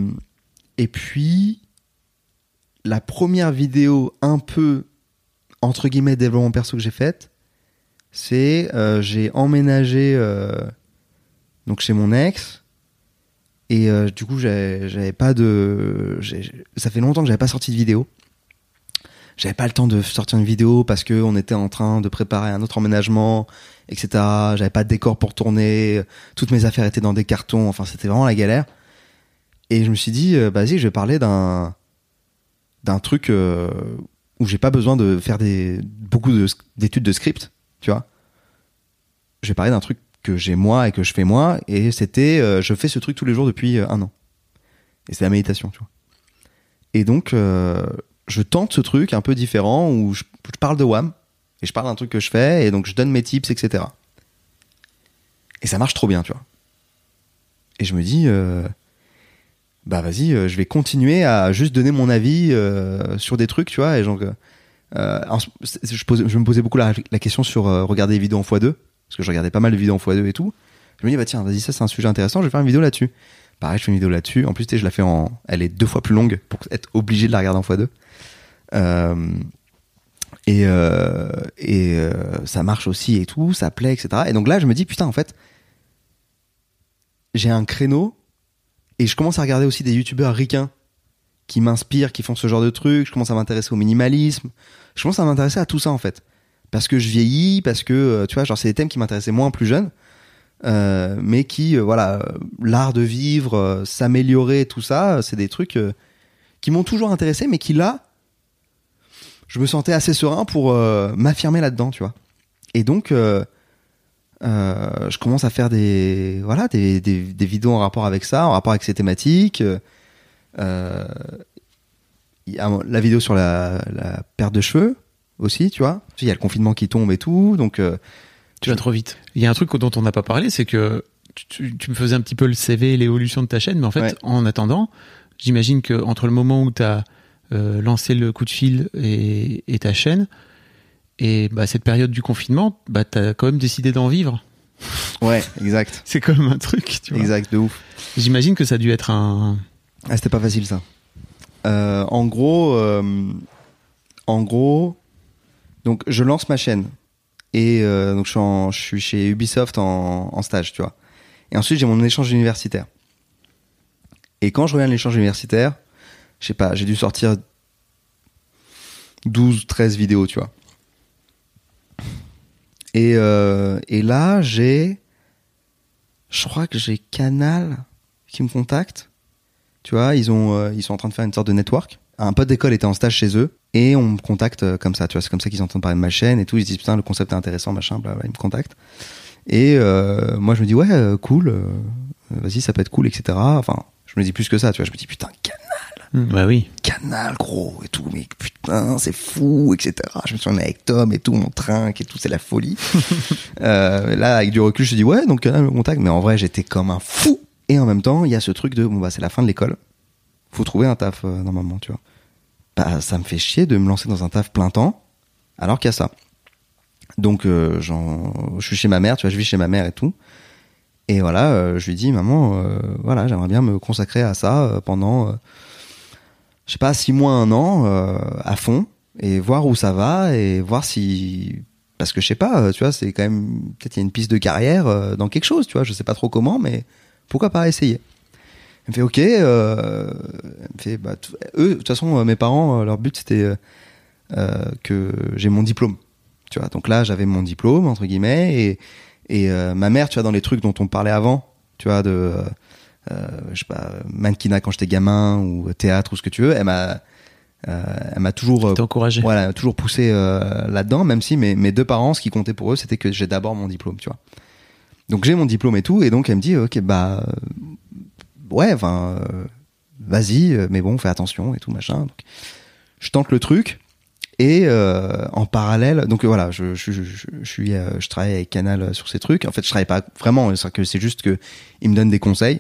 la première vidéo un peu, entre guillemets, développement perso que j'ai faite, c'est j'ai emménagé donc chez mon ex. Et du coup, j'avais pas ça fait longtemps que j'avais pas sorti de vidéo. J'avais pas le temps de sortir une vidéo parce que on était en train de préparer un autre emménagement, etc. J'avais pas de décor pour tourner. Toutes mes affaires étaient dans des cartons. Enfin, c'était vraiment la galère. Et je me suis dit, vas-y, je vais parler d'un truc où j'ai pas besoin de faire beaucoup d'études de script, tu vois. Je vais parler d'un truc que j'ai moi et que je fais moi, et c'était je fais ce truc tous les jours depuis 1 an, et c'est la méditation, tu vois. Et donc je tente ce truc un peu différent où je parle de WAM et je parle d'un truc que je fais, et donc je donne mes tips, etc. Et ça marche trop bien, tu vois. Et je me dis vas-y, je vais continuer à juste donner mon avis sur des trucs, tu vois. Et donc je me posais beaucoup la question sur regarder les vidéos en x2, parce que je regardais pas mal de vidéos en x2 et tout. Je me dis, tiens, vas-y, ça c'est un sujet intéressant, je vais faire une vidéo là-dessus. Pareil, je fais une vidéo là-dessus. En plus, je la fais elle est 2 fois plus longue pour être obligé de la regarder en x2. Ça marche aussi et tout, ça plaît, etc. Et donc là, je me dis, putain, en fait, j'ai un créneau, et je commence à regarder aussi des youtubeurs ricains qui m'inspirent, qui font ce genre de trucs. Je commence à m'intéresser au minimalisme. Je commence à m'intéresser à tout ça, en fait. Parce que je vieillis, parce que, tu vois, genre, c'est des thèmes qui m'intéressaient moins plus jeune, mais qui, l'art de vivre, s'améliorer, tout ça, c'est des trucs qui m'ont toujours intéressé, mais qui, là, je me sentais assez serein pour m'affirmer là-dedans, tu vois. Et donc, je commence à faire des vidéos en rapport avec ça, en rapport avec ces thématiques. Il y a la vidéo sur la perte de cheveux aussi, tu vois. Il y a le confinement qui tombe et tout, donc tu vas trop vite. Il y a un truc dont on n'a pas parlé, c'est que tu me faisais un petit peu le CV, l'évolution de ta chaîne, mais en fait, en attendant, j'imagine que entre le moment où tu as lancé le coup de fil et ta chaîne, et cette période du confinement, tu as quand même décidé d'en vivre. Ouais, exact. C'est quand même un truc, tu vois. Exact, de ouf. J'imagine que ça a dû être un... Ah, c'était pas facile, ça. En gros, donc je lance ma chaîne, et donc je suis chez Ubisoft en stage, tu vois. Et ensuite j'ai mon échange universitaire. Et quand je reviens de l'échange universitaire, je sais pas, j'ai dû sortir 12-13 vidéos, tu vois. Et là je crois que j'ai Canal qui me contacte, tu vois, ils sont en train de faire une sorte de network. Un pote d'école était en stage chez eux et on me contacte comme ça, tu vois, c'est comme ça qu'ils entendent parler de ma chaîne et tout. Ils se disent putain, le concept est intéressant, machin, blablabla, ils me contactent. Et moi je me dis ouais, cool, vas-y, ça peut être cool, etc. Enfin, je me dis plus que ça, tu vois, je me dis putain, Bah oui. Canal gros et tout, mais putain, c'est fou, etc. Je me suis emmené avec Tom et tout, mon train et tout, c'est la folie. Là, avec du recul, je me dis ouais, donc Canal me contacte, mais en vrai, j'étais comme un fou. Et en même temps, il y a ce truc de bon bah c'est la fin de l'école, faut trouver un taf normalement, tu vois. Bah ça me fait chier de me lancer dans un taf plein temps alors qu'il y a ça. Donc je suis chez ma mère, tu vois, je vis chez ma mère et tout. Et voilà, je lui dis maman, voilà, j'aimerais bien me consacrer à ça pendant je sais pas 6 mois, 1 an à fond et voir où ça va et voir si parce que je sais pas, tu vois, c'est quand même peut-être il y a une piste de carrière dans quelque chose, tu vois, je sais pas trop comment, mais pourquoi pas essayer. Elle me fait ok, elle me fait bah eux de toute façon mes parents leur but c'était que j'ai mon diplôme, tu vois. Donc là j'avais mon diplôme entre guillemets et ma mère, tu vois, dans les trucs dont on parlait avant, tu vois, de je sais pas, mannequinat quand j'étais gamin ou théâtre ou ce que tu veux, elle m'a toujours encouragé. Voilà, toujours poussé là-dedans, même si mes 2 parents, ce qui comptait pour eux, c'était que j'ai d'abord mon diplôme, tu vois. Donc j'ai mon diplôme et tout, et donc elle me dit ok bah ouais, enfin vas-y, mais bon fais attention et tout machin. Donc, je tente le truc et en parallèle, donc voilà, je travaille avec Canal sur ces trucs. En fait, je travaille pas vraiment, c'est juste que ils me donnent des conseils.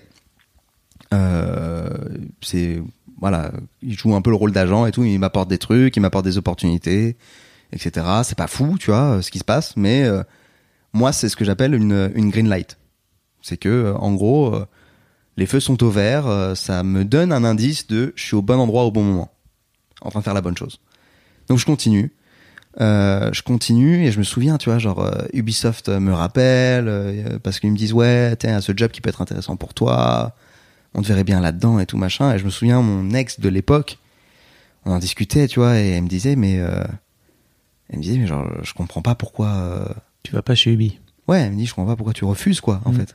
C'est voilà, ils jouent un peu le rôle d'agent et tout, ils m'apportent des trucs, ils m'apportent des opportunités, etc. C'est pas fou, tu vois, ce qui se passe, mais moi, c'est ce que j'appelle une green light. C'est que, en gros, les feux sont au vert, ça me donne un indice de je suis au bon endroit au bon moment, en train de faire la bonne chose. Donc je continue et je me souviens, tu vois, genre Ubisoft me rappelle parce qu'ils me disent ouais, tiens, ce job qui peut être intéressant pour toi, on te verrait bien là-dedans et tout machin. Et je me souviens mon ex de l'époque, on en discutait, tu vois, et elle me disait mais genre je comprends pas pourquoi tu vas pas chez Ubi. Ouais, elle me dit je comprends pas pourquoi tu refuses quoi en fait.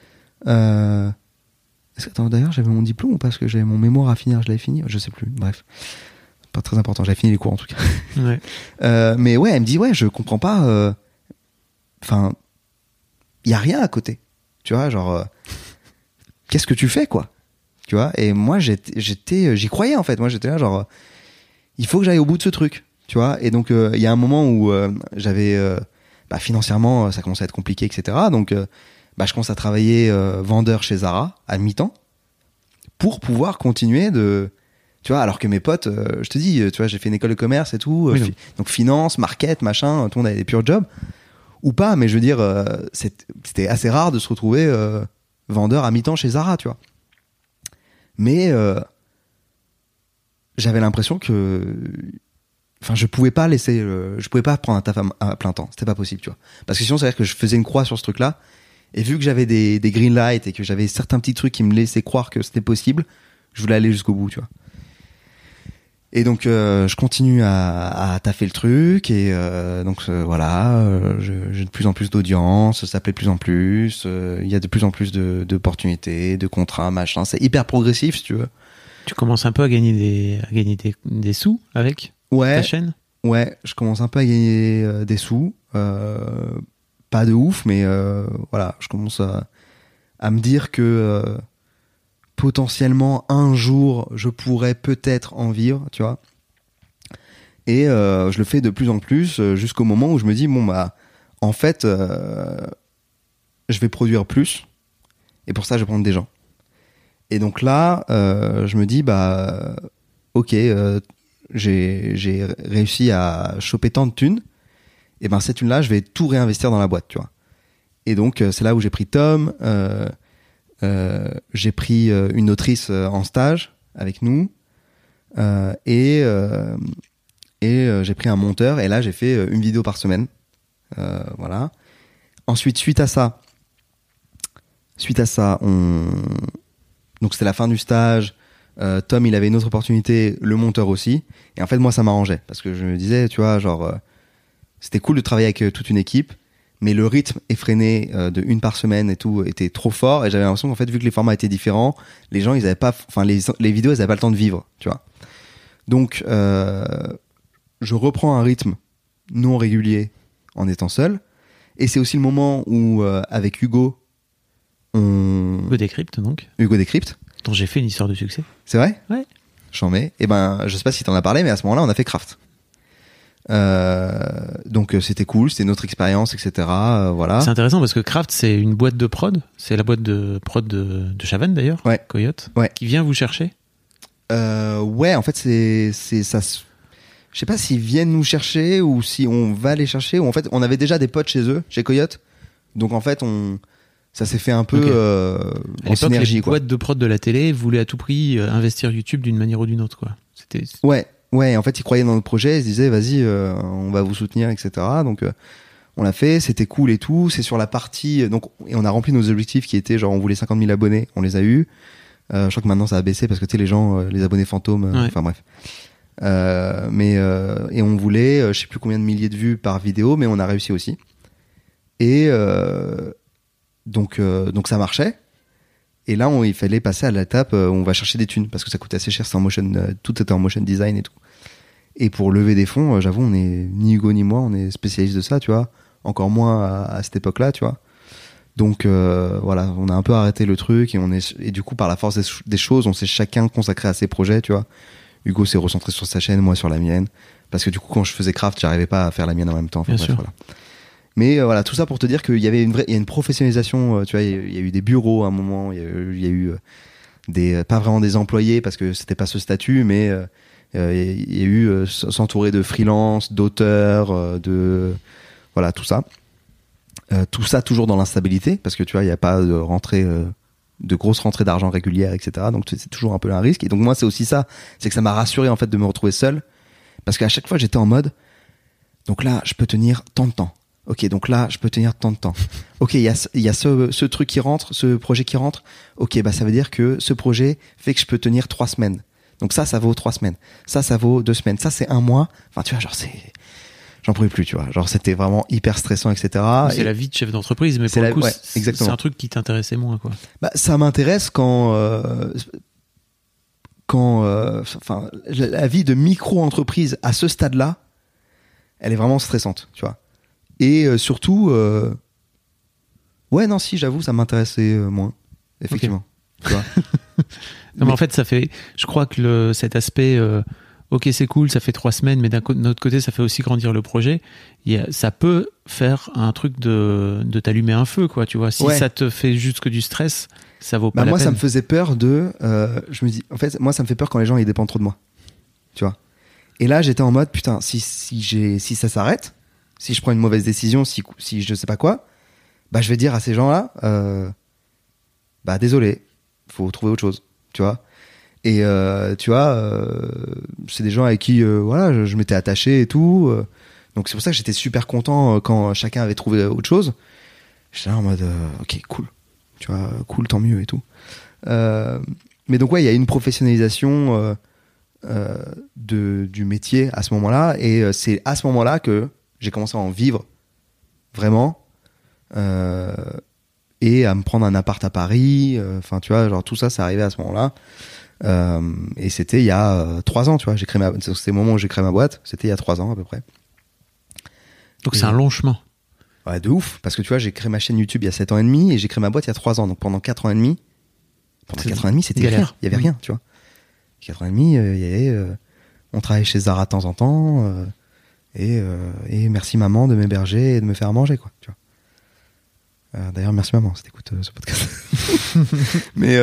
Est-ce que attends, d'ailleurs j'avais mon diplôme ou parce que j'avais mon mémoire à finir, je l'avais fini, je sais plus. Bref, pas très important, j'avais fini les cours en tout cas. Ouais. Mais ouais, elle me dit ouais, je comprends pas. Enfin, y a rien à côté, tu vois, genre qu'est-ce que tu fais quoi, tu vois. Et moi j'y croyais en fait. Moi j'étais là genre il faut que j'aille au bout de ce truc, tu vois. Et donc il y a un moment où j'avais financièrement ça commençait à être compliqué, etc. Donc je commence à travailler vendeur chez Zara à mi-temps pour pouvoir continuer tu vois, alors que mes potes, je te dis, tu vois, j'ai fait une école de commerce et tout, oui, donc finance, market, machin, tout le monde avait des pure jobs ou pas, mais je veux dire, c'était assez rare de se retrouver vendeur à mi-temps chez Zara, tu vois. Mais j'avais l'impression que, enfin, je pouvais pas prendre un taf à plein temps, c'était pas possible, tu vois, parce que sinon, ça veut dire que je faisais une croix sur ce truc-là. Et vu que j'avais des green lights et que j'avais certains petits trucs qui me laissaient croire que c'était possible, je voulais aller jusqu'au bout, tu vois. Et donc je continue à taffer le truc et voilà, j'ai de plus en plus d'audience, ça plaît de plus en plus, il y a de plus en plus d'opportunités, de contrats, machin, c'est hyper progressif si tu veux. Tu commences un peu à gagner des sous avec ta chaîne ? Ouais, je commence un peu à gagner des sous, pas de ouf, mais voilà, je commence à me dire que potentiellement un jour je pourrais peut-être en vivre, tu vois. Et je le fais de plus en plus jusqu'au moment où je me dis bon bah en fait je vais produire plus et pour ça je vais prendre des gens. Et donc là je me dis bah ok, j'ai réussi à choper tant de thunes, et ben cette thune là je vais tout réinvestir dans la boîte, tu vois. Et donc c'est là où j'ai pris Tom, j'ai pris une autrice en stage avec nous et j'ai pris un monteur, et là j'ai fait une vidéo par semaine, voilà. Ensuite suite à ça donc c'était la fin du stage, Tom il avait une autre opportunité, le monteur aussi, et en fait moi ça m'arrangeait parce que je me disais tu vois genre c'était cool de travailler avec toute une équipe, mais le rythme effréné de une par semaine et tout était trop fort, et j'avais l'impression qu'en fait, vu que les formats étaient différents, les gens, ils avaient pas, enfin, les vidéos, elles avaient pas le temps de vivre, tu vois. Donc, je reprends un rythme non régulier en étant seul, et c'est aussi le moment où, avec Hugo Hugo Décrypte, donc. Hugo Décrypte. Dont j'ai fait une histoire de succès. C'est vrai ? Ouais. J'en mets. Et ben, je sais pas si t'en as parlé, mais à ce moment-là, on a fait Craft. Donc c'était cool, c'était notre expérience, etc. Voilà. C'est intéressant parce que Craft, c'est une boîte de prod. C'est la boîte de prod de Chavannes d'ailleurs, ouais. Coyote, ouais. Qui vient vous chercher. Ouais, en fait, c'est ça. Je sais pas s'ils viennent nous chercher ou si on va les chercher. Ou en fait, on avait déjà des potes chez eux, chez Coyote. Donc en fait, ça s'est fait un peu en synergie. Les boîtes de prod de la télé voulaient à tout prix investir YouTube d'une manière ou d'une autre, quoi. C'était. Ouais, en fait, ils croyaient dans notre projet, ils se disaient, vas-y, on va vous soutenir, etc. Donc, on l'a fait, c'était cool et tout. C'est sur la partie, donc, et on a rempli nos objectifs qui étaient, genre, on voulait 50 000 abonnés, on les a eus. Je crois que maintenant, ça a baissé parce que, tu sais, les gens, les abonnés fantômes, enfin, bref. Et on voulait, je sais plus combien de milliers de vues par vidéo, mais on a réussi aussi. Et, donc, ça marchait. Et là, il fallait passer à l'étape où on va chercher des thunes parce que ça coûtait assez cher, tout était en motion design et tout. Et pour lever des fonds, j'avoue, on est ni Hugo ni moi, on est spécialiste de ça, tu vois. Encore moins à cette époque-là, tu vois. Donc voilà, on a un peu arrêté le truc et du coup, par la force des choses, on s'est chacun consacré à ses projets, tu vois. Hugo s'est recentré sur sa chaîne, moi sur la mienne, parce que du coup, quand je faisais Craft, j'arrivais pas à faire la mienne en même temps. Enfin, Bien sûr. Voilà. Mais voilà, tout ça pour te dire qu'il y avait il y a une professionnalisation, tu vois, il y a eu des bureaux à un moment, il y a eu pas vraiment des employés parce que c'était pas ce statut, mais il y a eu s'entourer de freelance, d'auteurs, voilà, tout ça. Tout ça toujours dans l'instabilité parce que tu vois, il y a pas de rentrée de grosses rentrées d'argent régulières, etc. Donc c'est toujours un peu un risque. Et donc moi, c'est aussi ça, c'est que ça m'a rassuré en fait de me retrouver seul parce qu'à chaque fois j'étais en mode, donc là, je peux tenir tant de temps. Ok, donc là, je peux tenir tant de temps. Ok, il y a ce truc qui rentre, ce projet qui rentre. Ok, bah ça veut dire que ce projet fait que je peux tenir 3 semaines. Donc ça vaut 3 semaines. Ça vaut 2 semaines. Ça, c'est 1 mois. Enfin, tu vois, genre, j'en pouvais plus, tu vois. Genre, c'était vraiment hyper stressant, etc. C'est la vie de chef d'entreprise, mais pour le coup, c'est un truc qui t'intéressait moins, quoi. Bah, ça m'intéresse quand la vie de micro-entreprise à ce stade-là, elle est vraiment stressante, tu vois. Et surtout, ouais, non, si, j'avoue, ça m'intéressait moins, effectivement. Okay. Tu vois. Non, mais en fait, ça fait, je crois que cet aspect, ok, c'est cool, ça fait 3 semaines, mais d'un autre côté, ça fait aussi grandir le projet. Ça peut faire un truc de t'allumer un feu, quoi, tu vois. Si ça te fait juste que du stress, ça vaut pas la peine. Moi, ça me faisait peur je me dis, en fait, moi, ça me fait peur quand les gens, ils dépendent trop de moi. Tu vois. Et là, j'étais en mode, putain, si ça s'arrête, si je prends une mauvaise décision, si je sais pas quoi, bah je vais dire à ces gens-là, bah désolé, faut trouver autre chose, tu vois. Et tu vois, c'est des gens avec qui, voilà, je m'étais attaché et tout. Donc c'est pour ça que j'étais super content quand chacun avait trouvé autre chose. J'étais là en mode, ok, cool, tu vois, cool, tant mieux et tout. Mais donc ouais, il y a une professionnalisation du métier à ce moment-là, et c'est à ce moment-là que j'ai commencé à en vivre vraiment et à me prendre un appart à Paris. Enfin, tu vois, genre tout ça, c'est arrivé à ce moment-là. Et c'était il y a 3 ans, tu vois. C'était le moment où j'ai créé ma boîte. C'était il y a 3 ans à peu près. Donc c'est un long chemin. Ouais, de ouf. Parce que tu vois, j'ai créé ma chaîne YouTube il y a 7 ans et demi et j'ai créé ma boîte il y a 3 ans. Donc pendant 4 ans et demi, c'était galère. Il y avait rien, tu vois. 4 ans et demi, il y avait, on travaillait chez Zara de temps en temps. Et merci maman de m'héberger et de me faire manger, quoi, tu vois. D'ailleurs, merci maman si t'écoutes ce podcast. Mais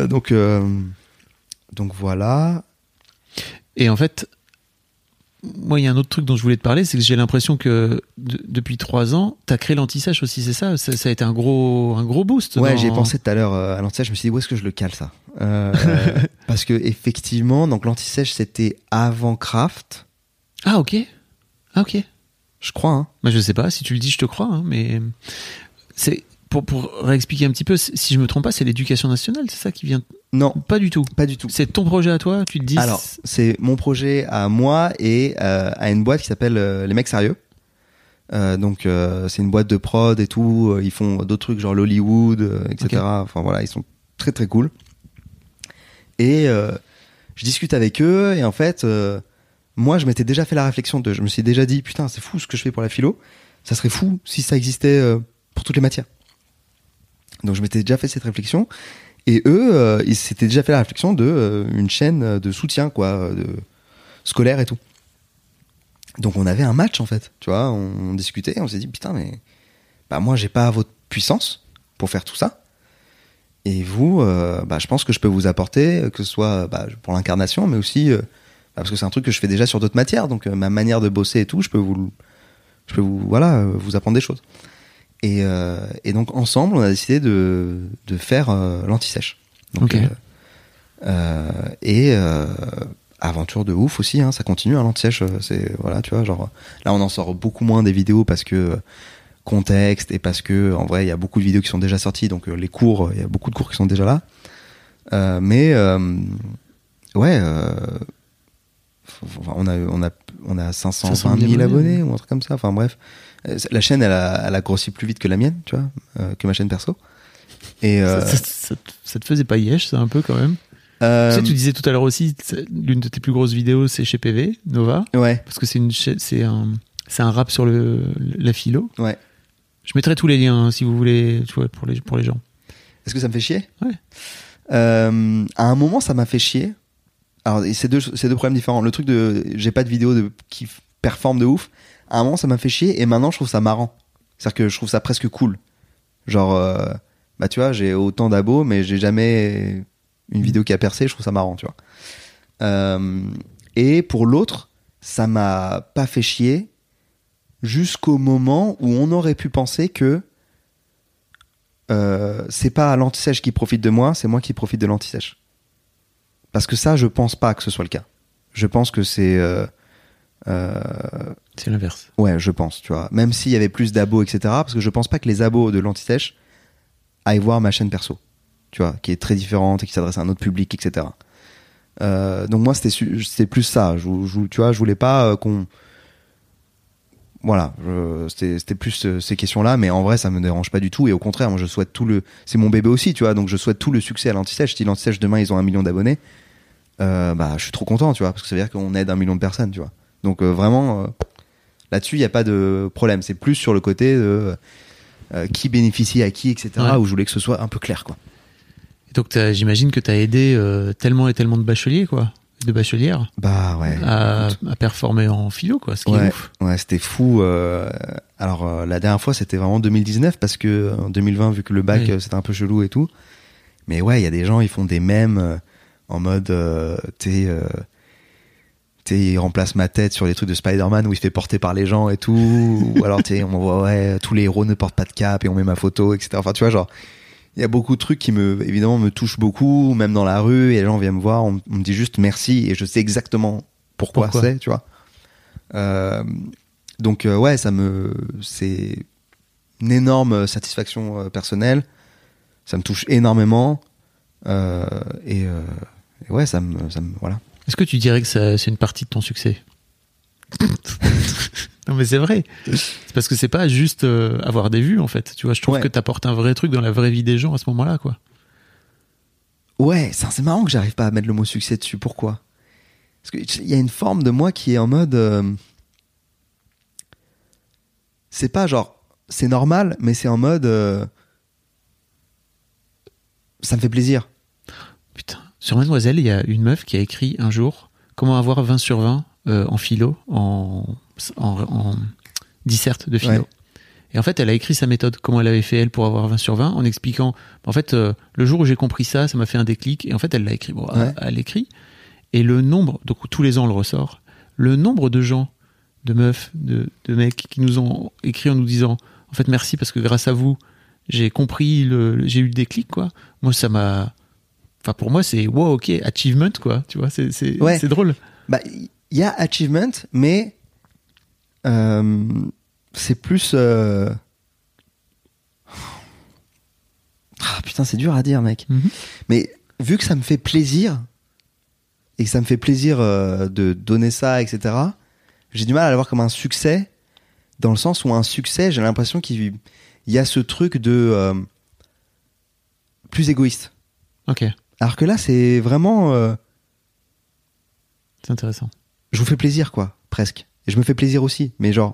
donc voilà. Et en fait, moi, il y a un autre truc dont je voulais te parler, c'est que j'ai l'impression que depuis 3 ans, t'as créé l'anti-sèche aussi, c'est ça? Ça a été un gros boost. Ouais, j'ai pensé tout à l'heure à l'anti-sèche, je me suis dit où est-ce que je le cale ça? Parce que effectivement, donc l'anti-sèche c'était avant Craft. Ah ok. Je crois. Hein. Bah, je sais pas, si tu le dis, je te crois, hein, mais c'est pour réexpliquer un petit peu, si je me trompe pas, c'est l'éducation nationale, c'est ça qui vient? Non, pas du tout. Pas du tout. C'est ton projet à toi, tu te dis? Alors, c'est mon projet à moi et à une boîte qui s'appelle Les Mecs Sérieux, Donc c'est une boîte de prod et tout. Ils font d'autres trucs genre l'Hollywood, etc. Okay. Enfin voilà, ils sont très très cool. Et je discute avec eux et en fait, moi je m'étais déjà fait la réflexion je me suis déjà dit putain c'est fou ce que je fais pour la philo. Ça serait fou si ça existait pour toutes les matières. Donc je m'étais déjà fait cette réflexion. Et eux, ils s'étaient déjà fait la réflexion de une chaîne de soutien, quoi, de scolaire et tout. Donc on avait un match en fait, tu vois, on discutait, on s'est dit putain mais moi j'ai pas votre puissance pour faire tout ça. Et vous, je pense que je peux vous apporter, que ce soit pour l'incarnation, mais aussi parce que c'est un truc que je fais déjà sur d'autres matières, donc ma manière de bosser et tout, je peux vous vous apprendre des choses. Et donc ensemble, on a décidé de faire l'anti-sèche. Donc, aventure de ouf aussi, hein, ça continue, hein, l'anti-sèche, c'est voilà, tu vois, genre là on en sort beaucoup moins des vidéos parce que contexte et parce que en vrai il y a beaucoup de vidéos qui sont déjà sorties, donc les cours, il y a beaucoup de cours qui sont déjà là. On a 520 000 abonnés ou un truc comme ça. Enfin bref, la chaîne elle a grossi plus vite que la mienne, tu vois, que ma chaîne perso. Et ça te faisait pas yesh, ça un peu quand même. Tu sais, tu disais tout à l'heure aussi, l'une de tes plus grosses vidéos, c'est chez PV, Nova. Ouais. Parce que c'est un rap sur la philo. Ouais. Je mettrai tous les liens si vous voulez, tu vois, pour les gens. Est-ce que ça me fait chier ? Ouais. À un moment, ça m'a fait chier. Alors, c'est deux problèmes différents. Le truc j'ai pas de vidéo qui performe de ouf. À un moment, ça m'a fait chier et maintenant, je trouve ça marrant. C'est-à-dire que je trouve ça presque cool. Genre, tu vois, j'ai autant d'abos, mais j'ai jamais une vidéo qui a percé, je trouve ça marrant, tu vois. Et pour l'autre, ça m'a pas fait chier jusqu'au moment où on aurait pu penser que c'est pas l'anti-sèche qui profite de moi, c'est moi qui profite de l'anti-sèche. Parce que ça, je pense pas que ce soit le cas. Je pense que c'est l'inverse. Ouais, je pense, tu vois. Même s'il y avait plus d'abos, etc. Parce que je pense pas que les abos de l'anti-sèche aillent voir ma chaîne perso, tu vois, qui est très différente et qui s'adresse à un autre public, etc. Donc moi, c'était plus ça. Tu vois, je voulais pas qu'on... Voilà, c'était plus ces questions-là, mais en vrai, ça me dérange pas du tout. Et au contraire, moi, je souhaite c'est mon bébé aussi, tu vois, donc je souhaite tout le succès à l'anti-sèche. Si l'anti-sèche, demain, ils ont 1 million d'abonnés, je suis trop content, tu vois, parce que ça veut dire qu'on aide 1 million de personnes, tu vois. Donc vraiment, là-dessus, il n'y a pas de problème. C'est plus sur le côté de qui bénéficie à qui, etc., ouais. Où je voulais que ce soit un peu clair, quoi. Et donc, j'imagine que tu as aidé tellement et tellement de bacheliers, quoi. De bachelières ouais, à performer en philo, quoi, ce qui est ouf. Ouais, c'était fou. Alors la dernière fois c'était vraiment 2019 parce que en 2020 vu que le bac c'était un peu chelou et tout, mais ouais, il y a des gens, ils font des mèmes en mode il remplace ma tête sur les trucs de Spider-Man où il se fait porter par les gens et tout, ou alors on voit tous les héros ne portent pas de cap et on met ma photo, etc. Enfin tu vois, genre il y a beaucoup de trucs qui évidemment me touchent beaucoup, même dans la rue, et les gens viennent me voir, on me dit juste merci, et je sais exactement pourquoi c'est, tu vois. Donc ouais, c'est une énorme satisfaction personnelle, ça me touche énormément, et ouais, ça me voilà. Est-ce que tu dirais que c'est une partie de ton succès ? Non mais c'est vrai, c'est parce que c'est pas juste avoir des vues en fait, tu vois, je trouve que t'apportes un vrai truc dans la vraie vie des gens à ce moment-là, quoi. Ouais, c'est marrant que j'arrive pas à mettre le mot succès dessus, pourquoi ? Parce qu'il y a une forme de moi qui est en mode c'est pas genre c'est normal, mais c'est en mode ça me fait plaisir. Putain, sur Mademoiselle, il y a une meuf qui a écrit un jour comment avoir 20 sur 20 en philo, en disserte de philo. Ouais. Et en fait, elle a écrit sa méthode, comment elle avait fait elle pour avoir 20 sur 20, en expliquant, en fait, le jour où j'ai compris ça m'a fait un déclic, et en fait, elle l'a écrit. Bon, elle l'écrit, et le nombre, donc tous les ans, on le ressort, le nombre de gens, de meufs, de mecs qui nous ont écrit en nous disant, en fait, merci, parce que grâce à vous, j'ai compris, j'ai eu le déclic, quoi. Moi, ça m'a... Enfin, pour moi, c'est, wow, ok, achievement, quoi, tu vois, c'est drôle. Il y a achievement, mais c'est plus putain, c'est dur à dire, mec. Mm-hmm. Mais vu que ça me fait plaisir et que ça me fait plaisir de donner ça, etc., j'ai du mal à l'avoir comme un succès Dans le sens où un succès, j'ai l'impression qu'il y a ce truc de plus égoïste. Ok, Alors que là, c'est vraiment c'est intéressant. je vous fais plaisir, quoi, presque. Et je me fais plaisir aussi, mais genre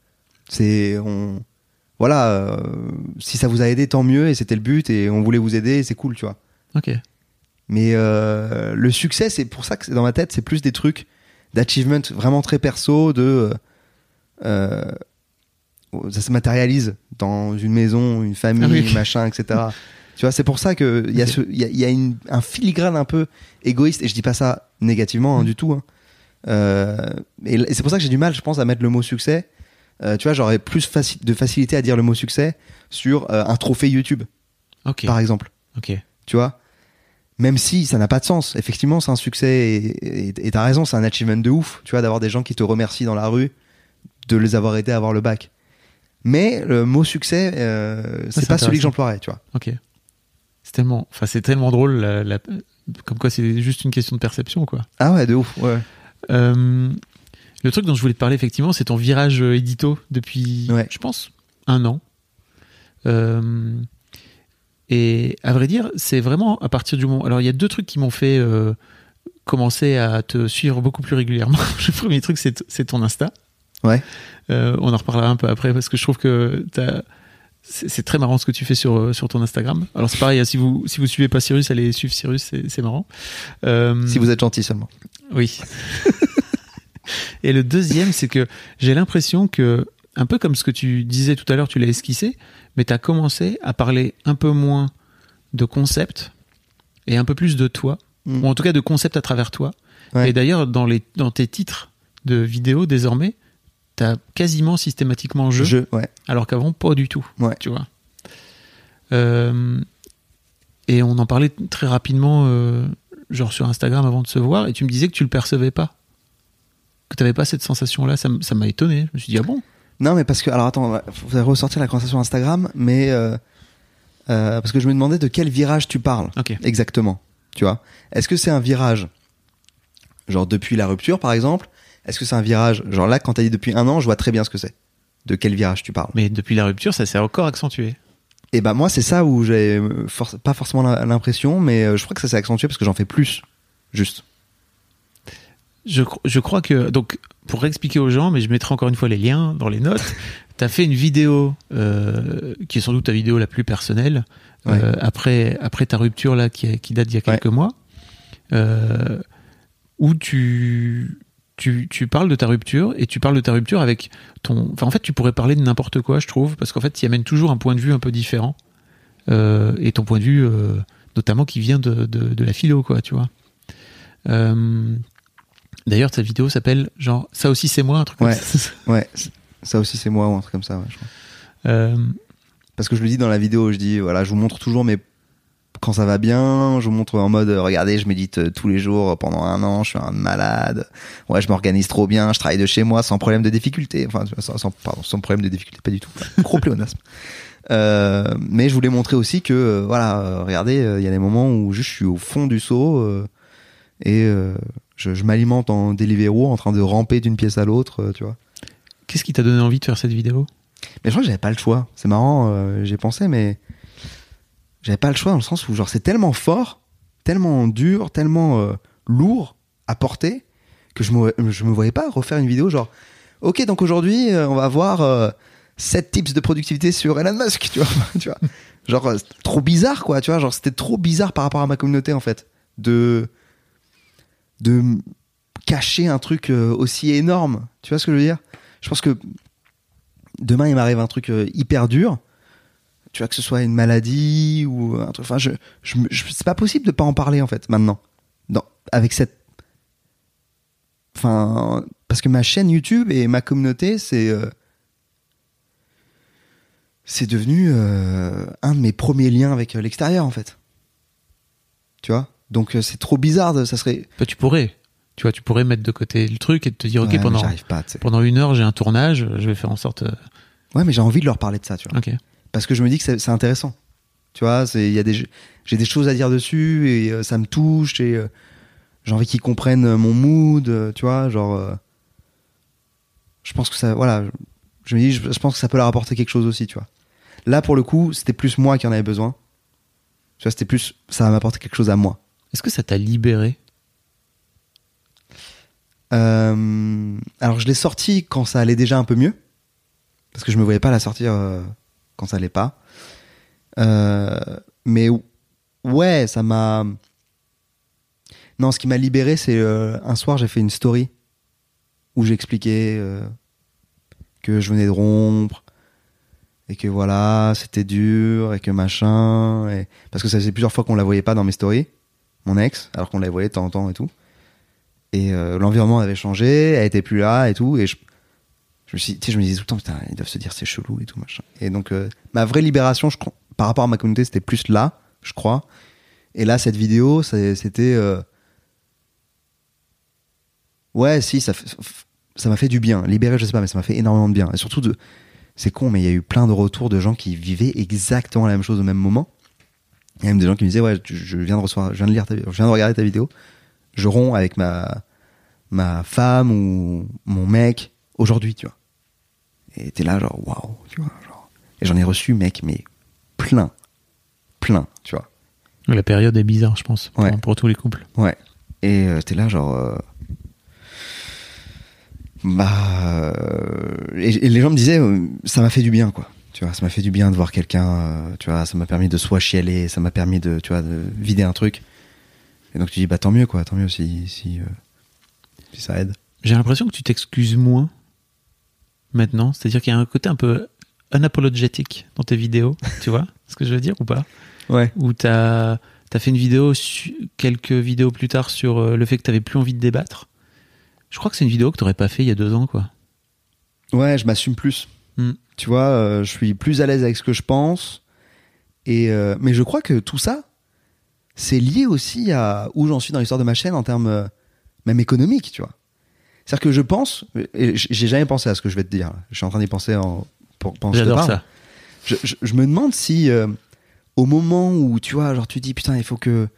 voilà, si ça vous a aidé, tant mieux, et c'était le but, et on voulait vous aider, et c'est cool, tu vois. Ok. Mais le succès, c'est pour ça que c'est dans ma tête, c'est plus des trucs d'achievement vraiment très perso, ça se matérialise dans une maison, une famille, oui. machin, etc. Tu vois, c'est pour ça que il y a un filigrane un peu égoïste, et je dis pas ça négativement du tout. Et c'est pour ça que j'ai du mal, je pense, à mettre le mot succès. Tu vois, j'aurais plus de facilité à dire le mot succès sur un trophée YouTube, par exemple. Ok. Tu vois, même si ça n'a pas de sens. Effectivement, c'est un succès, et t'as raison, c'est un achievement de ouf, tu vois, d'avoir des gens qui te remercient dans la rue de les avoir aidés à avoir le bac. Mais le mot succès, c'est pas celui que j'emploierais, tu vois. Ok. C'est tellement drôle, comme quoi c'est juste une question de perception, quoi. Ah ouais, de ouf, ouais. Le truc dont je voulais te parler, effectivement, c'est ton virage édito depuis, je pense, 1 an. Et à vrai dire, c'est vraiment à partir du moment... Alors, il y a 2 trucs qui m'ont fait commencer à te suivre beaucoup plus régulièrement. Le premier truc, c'est ton Insta. Ouais. On en reparlera un peu après, parce que je trouve que c'est très marrant ce que tu fais sur ton Instagram. Alors, c'est pareil, si vous suivez pas Cyrus, allez suivre Cyrus, c'est marrant. Si vous êtes gentil seulement. Oui. Et le deuxième, c'est que j'ai l'impression que, un peu comme ce que tu disais tout à l'heure, tu l'as esquissé, mais tu as commencé à parler un peu moins de concept et un peu plus de toi, ou en tout cas de concept à travers toi. Ouais. Et d'ailleurs, dans tes titres de vidéos, désormais, tu as quasiment systématiquement jeu, ouais. Alors qu'avant, pas du tout. Ouais. Tu vois. Et on en parlait très rapidement, genre sur Instagram avant de se voir, et tu me disais que tu le percevais pas. Que t'avais pas cette sensation-là, ça m'a étonné. Je me suis dit, ah bon? Non, mais parce que, alors attends, vous allez ressortir la conversation Instagram, mais parce que je me demandais de quel virage tu parles. Okay. Exactement. Tu vois? Est-ce que c'est un virage, genre depuis la rupture, par exemple? Est-ce que c'est un virage, genre là, quand t'as dit depuis 1 an, je vois très bien ce que c'est. De quel virage tu parles? Mais depuis la rupture, ça s'est encore accentué. Et ben moi, c'est ça où j'ai pas forcément l'impression, mais je crois que ça s'est accentué parce que j'en fais plus, juste. Je crois que, donc, pour expliquer aux gens, mais je mettrai encore une fois les liens dans les notes, t'as fait une vidéo qui est sans doute ta vidéo la plus personnelle, ouais. après ta rupture là, qui date d'il y a quelques mois, où tu parles de ta rupture, et tu parles de ta rupture avec ton... Enfin, en fait, tu pourrais parler de n'importe quoi, je trouve, parce qu'en fait, tu y amènes toujours un point de vue un peu différent, et ton point de vue, notamment, qui vient de la philo, quoi, tu vois. D'ailleurs, ta vidéo s'appelle genre ça aussi c'est moi, un truc comme ça. Ouais, ça aussi c'est moi, ou un truc comme ça, ouais, je crois. Parce que je le dis dans la vidéo, je dis voilà, je vous montre toujours quand ça va bien, je vous montre en mode regardez, je médite tous les jours pendant 1 an, je suis un malade. Ouais, je m'organise trop bien, je travaille de chez moi sans problème de difficulté. Enfin, sans problème de difficulté, pas du tout. Gros pléonasme. Mais je voulais montrer aussi que voilà, regardez, il y a des moments où juste je suis au fond du seau et je m'alimente en Deliveroo en train de ramper d'une pièce à l'autre, tu vois. Qu'est-ce qui t'a donné envie de faire cette vidéo? Mais je crois que j'avais pas le choix. C'est marrant, j'ai pensé, mais j'avais pas le choix dans le sens où genre c'est tellement fort, tellement dur, tellement lourd à porter que je me voyais pas refaire une vidéo genre ok, donc aujourd'hui on va voir 7 tips de productivité sur Elon Musk, tu vois. Genre trop bizarre, quoi, tu vois, genre c'était trop bizarre par rapport à ma communauté, en fait, de cacher un truc aussi énorme, tu vois ce que je veux dire. Je pense que demain il m'arrive un truc hyper dur, tu vois, que ce soit une maladie ou un truc, enfin c'est pas possible de pas en parler, en fait, maintenant, avec cette, enfin, parce que ma chaîne YouTube et ma communauté, c'est devenu un de mes premiers liens avec l'extérieur, en fait, tu vois. Donc c'est trop bizarre, ça serait... Bah, tu pourrais mettre de côté le truc et te dire, ok, pendant 1 heure j'ai un tournage, je vais faire en sorte... Ouais, mais j'ai envie de leur parler de ça, tu vois. Okay. Parce que je me dis que c'est intéressant, tu vois, j'ai des choses à dire dessus et ça me touche et j'ai envie qu'ils comprennent mon mood, tu vois, genre... je pense que ça, voilà, je me dis, je pense que ça peut leur apporter quelque chose aussi, tu vois. Là, pour le coup, c'était plus moi qui en avais besoin. Tu vois, c'était plus, ça va m'apporter quelque chose à moi. Est-ce que ça t'a libéré? Alors, je l'ai sorti quand ça allait déjà un peu mieux. Parce que je me voyais pas la sortir quand ça allait pas. Mais ouais, ça m'a... Non, ce qui m'a libéré, c'est un soir, j'ai fait une story où j'expliquais que je venais de rompre et que voilà, c'était dur et que machin. Et... Parce que ça faisait plusieurs fois qu'on la voyait pas dans mes stories, mon ex, alors qu'on la voyait de temps en temps et tout. Et l'environnement avait changé, elle était plus là et tout. Et je me disais tout le temps, putain, ils doivent se dire c'est chelou et tout machin. Et donc, ma vraie libération, par rapport à ma communauté, c'était plus là, je crois. Et là, cette vidéo, c'était... Ouais, si, ça m'a fait du bien. Libéré, je sais pas, mais ça m'a fait énormément de bien. Et surtout, c'est con, mais il y a eu plein de retours de gens qui vivaient exactement la même chose au même moment. Il y a même des gens qui me disaient, ouais, je viens de regarder ta vidéo. Je romps avec ma femme ou mon mec aujourd'hui, tu vois. Et t'es là, genre, waouh, tu vois. Genre. Et j'en ai reçu, mec, mais plein, tu vois. La période est bizarre, je pense, pour tous les couples. Ouais. Et t'es là, genre... et les gens me disaient, ça m'a fait du bien, quoi. Tu vois, ça m'a fait du bien de voir quelqu'un, tu vois, ça m'a permis de soit chialer, ça m'a permis de, tu vois, de vider un truc. Et donc tu dis, bah tant mieux, quoi, tant mieux si ça aide. J'ai l'impression que tu t'excuses moins maintenant, c'est-à-dire qu'il y a un côté un peu unapologetic dans tes vidéos, tu vois ce que je veux dire ou pas? Ouais. Où t'as fait une vidéo, quelques vidéos plus tard sur le fait que t'avais plus envie de débattre. Je crois que c'est une vidéo que t'aurais pas fait il y a 2 ans, quoi. Ouais, je m'assume plus. Tu vois, je suis plus à l'aise avec ce que je pense. Mais je crois que tout ça, c'est lié aussi à où j'en suis dans l'histoire de ma chaîne en termes même économiques, tu vois. C'est-à-dire que je pense, et j'ai jamais pensé à ce que je vais te dire. Je suis en train d'y penser pendant que je te parle. J'adore ça. Je me demande si au moment où tu vois, genre tu dis putain, il faut que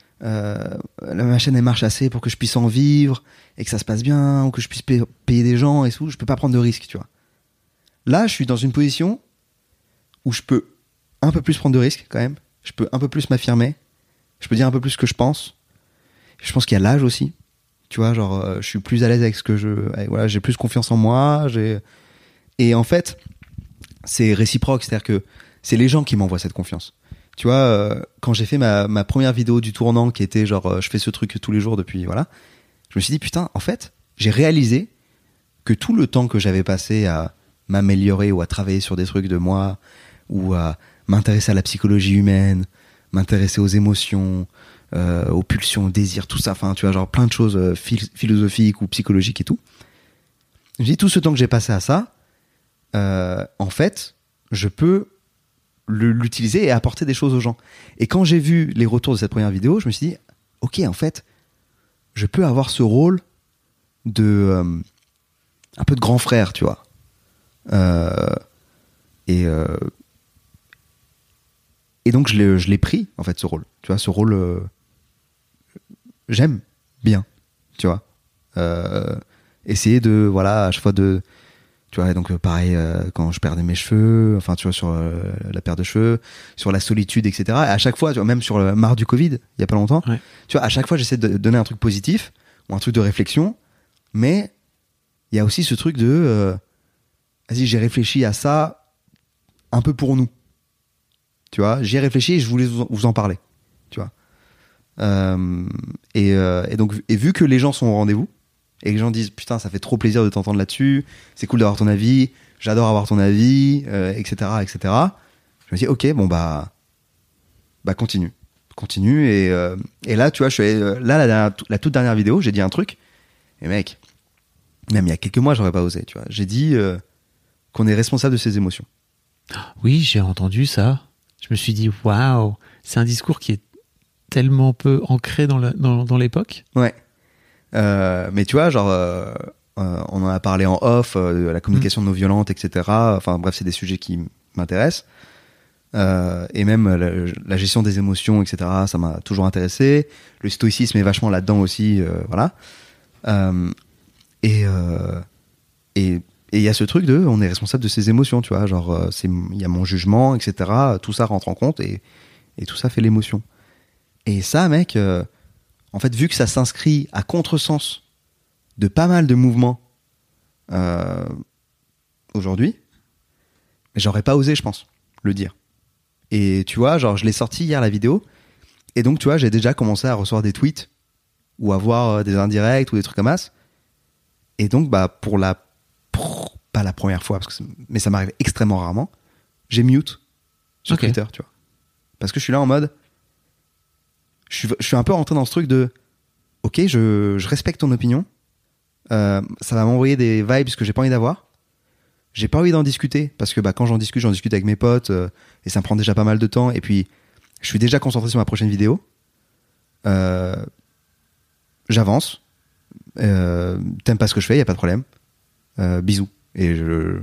ma chaîne elle marche assez pour que je puisse en vivre et que ça se passe bien ou que je puisse payer des gens et tout, je peux pas prendre de risques, tu vois. Là, je suis dans une position où je peux un peu plus prendre de risques quand même. Je peux un peu plus m'affirmer. Je peux dire un peu plus ce que je pense. Je pense qu'il y a l'âge aussi. Tu vois, genre, je suis plus à l'aise avec ce que voilà, j'ai plus confiance en moi. Et en fait, c'est réciproque. C'est-à-dire que c'est les gens qui m'envoient cette confiance. Tu vois, quand j'ai fait ma première vidéo du tournant qui était genre, je fais ce truc tous les jours depuis, voilà. Je me suis dit, putain, en fait, j'ai réalisé que tout le temps que j'avais passé à m'améliorer ou à travailler sur des trucs de moi ou à m'intéresser à la psychologie humaine, m'intéresser aux émotions, aux pulsions, aux désirs, tout ça, enfin, tu vois, genre plein de choses philosophiques ou psychologiques et tout. Je me dis, tout ce temps que j'ai passé à ça, en fait, je peux l'utiliser et apporter des choses aux gens. Et quand j'ai vu les retours de cette première vidéo, je me suis dit, ok, en fait, je peux avoir ce rôle de un peu de grand frère, tu vois. Et donc je l'ai pris en fait, ce rôle, tu vois, ce rôle j'aime bien, tu vois, essayer de, voilà, à chaque fois de, tu vois, donc pareil, quand je perdais mes cheveux, enfin tu vois, sur la perte de cheveux, sur la solitude, etc. Et à chaque fois, tu vois, même sur le marre du Covid, il y a pas longtemps, ouais. Tu vois, à chaque fois j'essaie de donner un truc positif ou un truc de réflexion, mais il y a aussi ce truc de vas-y, j'ai réfléchi à ça un peu pour nous. Tu vois, j'y ai réfléchi et je voulais vous en parler. Tu vois. Et donc, vu que les gens sont au rendez-vous et que les gens disent putain, ça fait trop plaisir de t'entendre là-dessus, c'est cool d'avoir ton avis, j'adore avoir ton avis, etc., etc. Je me dis ok, bon bah continue. Et là, tu vois, je suis allé, là la toute dernière vidéo, j'ai dit un truc. Et mec, même il y a quelques mois, j'aurais pas osé. Tu vois, j'ai dit qu'on est responsable de ses émotions. Oui, j'ai entendu ça. Je me suis dit, waouh, c'est un discours qui est tellement peu ancré dans l'époque. Ouais. Mais tu vois, genre, on en a parlé en off, de la communication non violente, etc. Enfin, bref, c'est des sujets qui m'intéressent. Et même la gestion des émotions, etc. Ça m'a toujours intéressé. Le stoïcisme est vachement là-dedans aussi, voilà. Et Et il y a ce truc de, on est responsable de ses émotions, tu vois, genre, il y a mon jugement, etc. Tout ça rentre en compte et tout ça fait l'émotion. Et ça, mec, en fait, vu que ça s'inscrit à contresens de pas mal de mouvements aujourd'hui, j'aurais pas osé, je pense, le dire. Et tu vois, genre, je l'ai sorti hier la vidéo, et donc, tu vois, j'ai déjà commencé à recevoir des tweets ou à voir des indirects ou des trucs comme ça. Et donc, bah, pas la première fois, mais ça m'arrive extrêmement rarement, j'ai mute sur Twitter, tu vois. Parce que je suis là en mode, je suis un peu rentré dans ce truc de, ok, je respecte ton opinion, ça va m'envoyer des vibes que j'ai pas envie d'avoir. J'ai pas envie d'en discuter parce que bah, quand j'en discute avec mes potes et ça me prend déjà pas mal de temps. Et puis, je suis déjà concentré sur ma prochaine vidéo. J'avance. T'aimes pas ce que je fais, y a pas de problème. Bisous. Et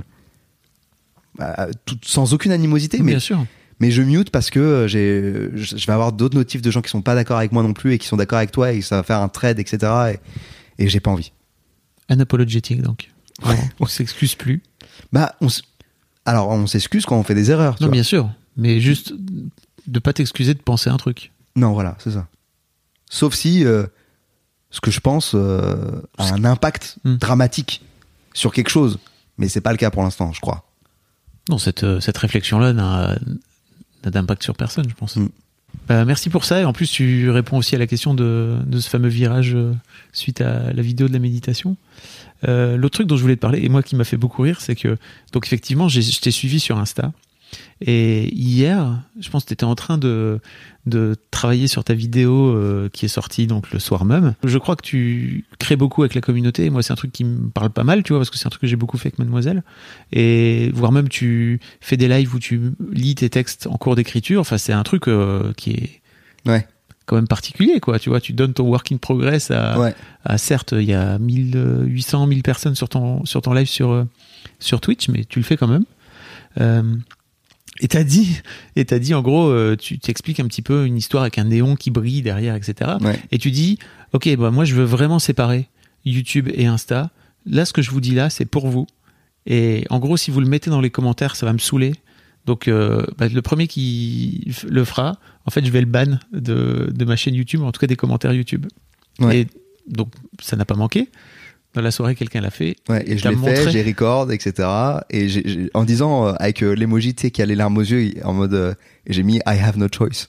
sans aucune animosité, mais bien sûr. Mais je mute parce que je vais avoir d'autres notifs de gens qui sont pas d'accord avec moi non plus et qui sont d'accord avec toi et ça va faire un trade, etc. Et j'ai pas envie. Unapologétique, donc. Ouais. On s'excuse plus. Bah, on s'excuse quand on fait des erreurs. Non, bien sûr. Mais juste de pas t'excuser de penser un truc. Non, voilà, c'est ça. Sauf si ce que je pense a un impact dramatique sur quelque chose. Mais c'est pas le cas pour l'instant, je crois. Non, cette réflexion-là n'a d'impact sur personne, je pense. Merci pour ça. Et en plus, tu réponds aussi à la question de ce fameux virage suite à la vidéo de la méditation. L'autre truc dont je voulais te parler, et moi qui m'a fait beaucoup rire, c'est que, donc effectivement, je t'ai suivi sur Insta. Et hier, je pense que tu étais en train de travailler sur ta vidéo qui est sortie donc le soir même. Je crois que tu crées beaucoup avec la communauté. Et moi, c'est un truc qui me parle pas mal, tu vois, parce que c'est un truc que j'ai beaucoup fait avec Mademoiselle. Et voire même, tu fais des lives où tu lis tes textes en cours d'écriture. Enfin, c'est un truc qui est quand même particulier, quoi. Tu vois, tu donnes ton work in progress à certes, il y a 1800, 1000 personnes sur ton live sur Twitch, mais tu le fais quand même. Et t'as dit en gros, tu t'expliques un petit peu une histoire avec un néon qui brille derrière, etc. Ouais. Et tu dis, ok, bah moi je veux vraiment séparer YouTube et Insta. Là, ce que je vous dis là, c'est pour vous. Et en gros, si vous le mettez dans les commentaires, ça va me saouler. Donc, le premier qui le fera, en fait, je vais le ban de ma chaîne YouTube, en tout cas des commentaires YouTube. Ouais. Et donc, ça n'a pas manqué. Dans la soirée, quelqu'un l'a fait. Ouais, et je l'ai fait, j'ai record, etc. Et en disant, avec l'emoji, tu sais, qui a les larmes aux yeux, en mode, et j'ai mis I have no choice.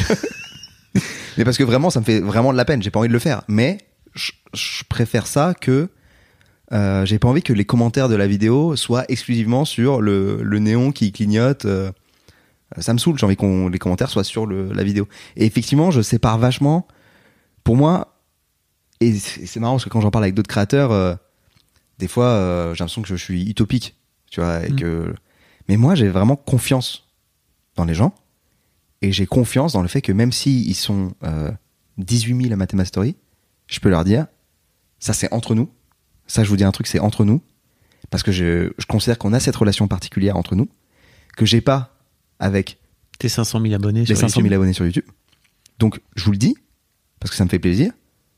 Mais parce que vraiment, ça me fait vraiment de la peine. J'ai pas envie de le faire. Mais je préfère ça que j'ai pas envie que les commentaires de la vidéo soient exclusivement sur le néon qui clignote. Ça me saoule. J'ai envie que les commentaires soient sur la vidéo. Et effectivement, je sépare vachement. Pour moi, et c'est marrant parce que quand j'en parle avec d'autres créateurs, des fois, j'ai l'impression que je suis utopique, tu vois, et mais moi, j'ai vraiment confiance dans les gens, et j'ai confiance dans le fait que même si ils sont 18 000 à Mathémastory, je peux leur dire, ça c'est entre nous. Ça, je vous dis un truc, c'est entre nous, parce que je considère qu'on a cette relation particulière entre nous, que j'ai pas avec tes 500 000 abonnés les 500 000 abonnés sur YouTube. Donc, je vous le dis, parce que ça me fait plaisir.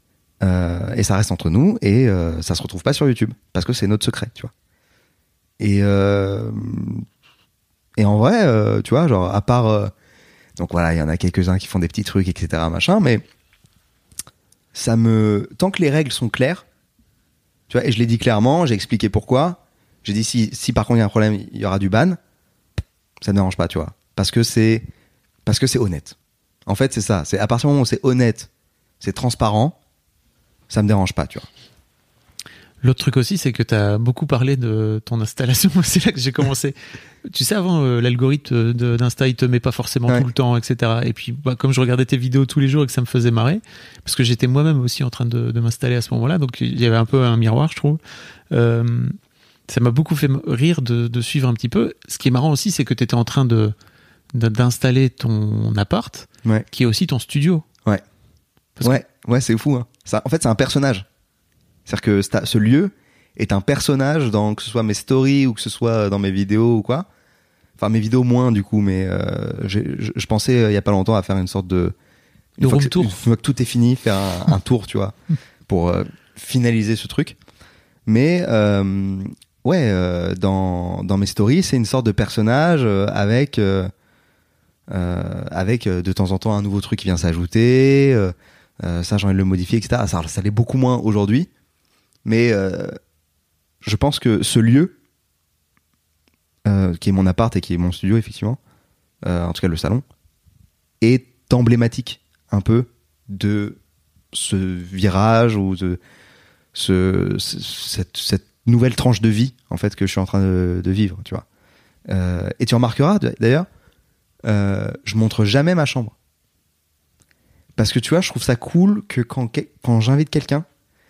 Et ça reste entre nous et ça se retrouve pas sur YouTube parce que c'est notre secret, tu vois. Et en vrai, tu vois, genre à part donc voilà, il y en a quelques-uns qui font des petits trucs, etc., machin, mais tant que les règles sont claires, tu vois, et je l'ai dit clairement, j'ai expliqué pourquoi. J'ai dit si par contre il y a un problème, il y aura du ban. Ça ne dérange pas, tu vois, parce que c'est honnête. En fait, c'est ça. C'est à partir du moment où c'est honnête, c'est transparent. Ça me dérange pas, tu vois. L'autre truc aussi, c'est que tu as beaucoup parlé de ton installation. C'est là que j'ai commencé. Tu sais, avant, l'algorithme d'Insta, il te met pas forcément tout le temps, etc. Et puis, comme je regardais tes vidéos tous les jours et que ça me faisait marrer, parce que j'étais moi-même aussi en train de m'installer à ce moment-là, donc il y avait un peu un miroir, je trouve. Ça m'a beaucoup fait rire de suivre un petit peu. Ce qui est marrant aussi, c'est que tu étais en train d'installer ton appart, qui est aussi ton studio. Ouais, c'est fou, hein. Ça, en fait, c'est un personnage. C'est-à-dire que ce lieu est un personnage dans que ce soit mes stories ou que ce soit dans mes vidéos ou quoi. Enfin, mes vidéos moins, du coup, mais je pensais, il y a pas longtemps, à faire une sorte de room tour. Une fois que tout est fini, faire un tour, tu vois, pour finaliser ce truc. Mais dans mes stories, c'est une sorte de personnage avec de temps en temps un nouveau truc qui vient s'ajouter. Ça, j'ai envie de le modifier, etc. Ça l'est beaucoup moins aujourd'hui. Mais je pense que ce lieu, qui est mon appart et qui est mon studio, effectivement, en tout cas le salon, est emblématique un peu de ce virage ou de cette nouvelle tranche de vie en fait que je suis en train de vivre, tu vois. Et tu remarqueras d'ailleurs, je montre jamais ma chambre parce que tu vois, je trouve ça cool que quand j'invite quelqu'un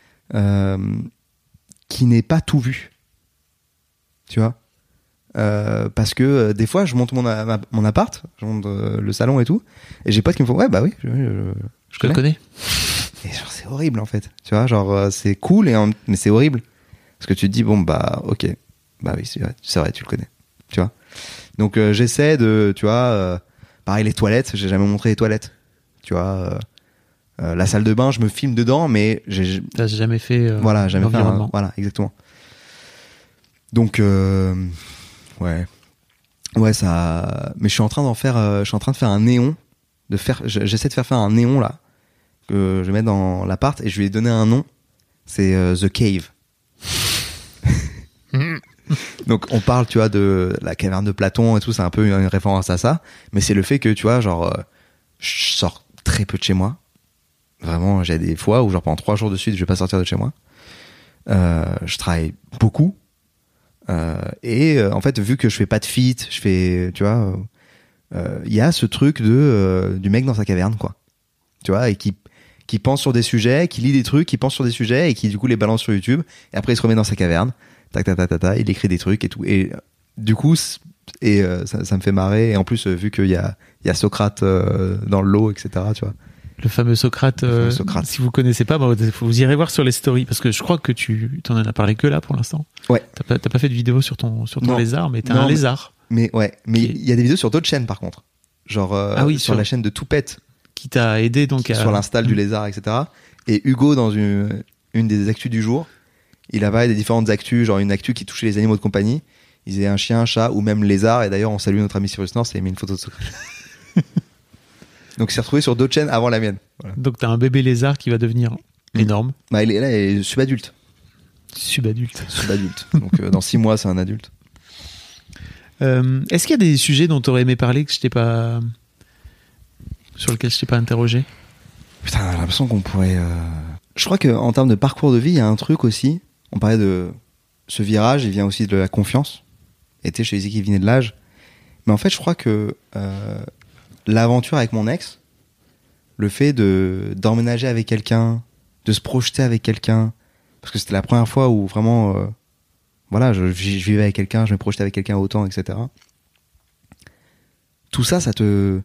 qui n'ait pas tout vu, tu vois. Parce que des fois je monte mon appart, je monte le salon et tout, et j'ai potes qui me font ouais bah oui je le connais. Et genre c'est horrible en fait, tu vois, genre c'est cool mais c'est horrible parce que tu te dis bon bah ok bah oui c'est vrai tu le connais, tu vois. Donc j'essaie de, tu vois, pareil les toilettes, j'ai jamais montré les toilettes, tu vois. La salle de bain je me filme dedans mais t'as jamais fait voilà jamais fait l'environnement. exactement. Donc ouais ça, mais je suis en train de faire un néon, j'essaie de faire un néon là que je vais mettre dans l'appart et je lui ai donné un nom, c'est The Cave. Donc on parle, tu vois, de la caverne de Platon et tout, c'est un peu une référence à ça, mais c'est le fait que, tu vois, genre je sors très peu de chez moi, vraiment. J'ai des fois où genre pendant 3 jours de suite je vais pas sortir de chez moi, je travaille beaucoup. En fait, vu que je fais pas de feat, je fais, tu vois, y a ce truc du mec dans sa caverne, quoi. Tu vois, et qui pense sur des sujets, qui lit des trucs, qui pense sur des sujets et qui du coup les balance sur YouTube. Et après il se remet dans sa caverne, il écrit des trucs et tout. Et du coup, ça me fait marrer. Et en plus, vu qu'il y a Socrate dans le lot, etc. Tu vois. Le fameux Socrate. Si vous connaissez pas, vous irez voir sur les stories parce que je crois que tu t'en as parlé que là pour l'instant. Ouais. T'as pas fait de vidéo sur ton lézard, mais t'as un lézard. Mais il y a des vidéos sur d'autres chaînes par contre. Genre sur la chaîne de Toupette. Qui t'a aidé donc sur l'install du lézard, etc. Et Hugo, dans une des actus du jour, il a parlé des différentes actus, genre une actu qui touchait les animaux de compagnie. Il disait un chien, un chat ou même lézard. Et d'ailleurs, on salue notre ami Cyrus North, il a mis une photo de Socrate. Donc il s'est retrouvé sur d'autres chaînes avant la mienne. Voilà. Donc t'as un bébé lézard qui va devenir énorme. Bah, il est subadulte. Subadulte. Donc dans 6 mois, c'est un adulte. Est-ce qu'il y a des sujets dont t'aurais aimé parler sur lequel je t'ai pas interrogé? Putain, j'ai l'impression qu'on pourrait... Je crois qu'en termes de parcours de vie, il y a un truc aussi. On parlait de ce virage, il vient aussi de la confiance. Et tu sais, je te disais qu'il venait de l'âge. Mais en fait, je crois que l'aventure avec mon ex, le fait d'emménager avec quelqu'un, de se projeter avec quelqu'un, parce que c'était la première fois où vraiment... voilà, je vivais avec quelqu'un, je me projetais avec quelqu'un autant, etc. Tout ça, ça te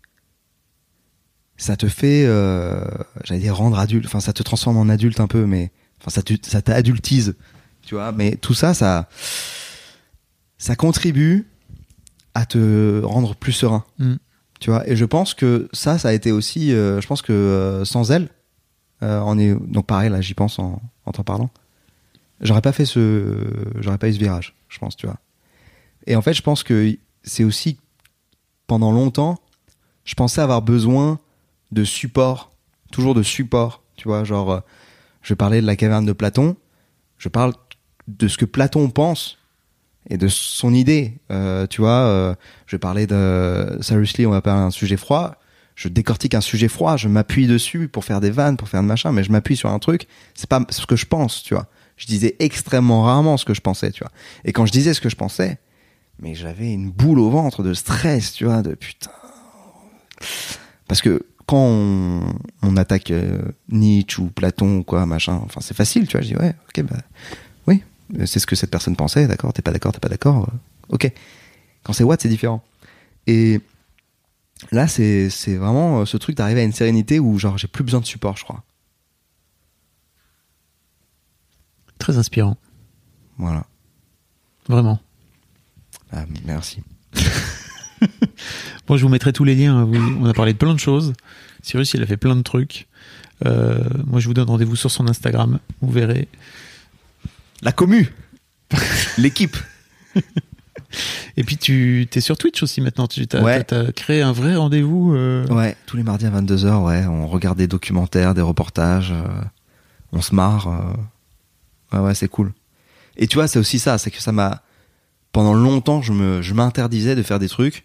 fait, j'allais dire rendre adulte, enfin ça te transforme en adulte un peu, mais enfin ça t'adultise, tu vois. Mais tout ça, ça contribue à te rendre plus serein, tu vois. Et je pense que ça a été aussi, je pense que sans elle, donc pareil là, j'y pense en t'en parlant, j'aurais pas eu ce virage, je pense, tu vois. Et en fait, je pense que c'est aussi pendant longtemps, je pensais avoir besoin de support, toujours de support, tu vois, genre je parlais de la caverne de Platon, je parle de ce que Platon pense et de son idée, tu vois, je parlais de seriously, on va parler d'un sujet froid, je décortique un sujet froid, je m'appuie dessus pour faire des vannes, pour faire de machin, mais je m'appuie sur un truc, c'est pas ce que je pense, tu vois. Je disais extrêmement rarement ce que je pensais, tu vois. Et quand je disais ce que je pensais, mais j'avais une boule au ventre de stress, tu vois, de putain. Parce que quand on attaque Nietzsche ou Platon ou quoi, machin, enfin c'est facile, tu vois, je dis ouais, ok, bah oui, c'est ce que cette personne pensait, d'accord, t'es pas d'accord, ok. Quand c'est what, c'est différent. Et là, c'est vraiment ce truc d'arriver à une sérénité où genre j'ai plus besoin de support, je crois. Très inspirant. Voilà. Vraiment. Ah, merci. Bon, je vous mettrai tous les liens. On a parlé de plein de choses. Cyrus, il a fait plein de trucs. Moi, je vous donne rendez-vous sur son Instagram. Vous verrez. La commu. L'équipe. Et puis tu es sur Twitch aussi maintenant. Ouais. T'as créé un vrai rendez-vous. Ouais, tous les mardis à 22h, ouais, on regarde des documentaires, des reportages, on se marre. Ouais, c'est cool. Et tu vois, c'est aussi ça, c'est que ça m'a... Pendant longtemps, je m'interdisais de faire des trucs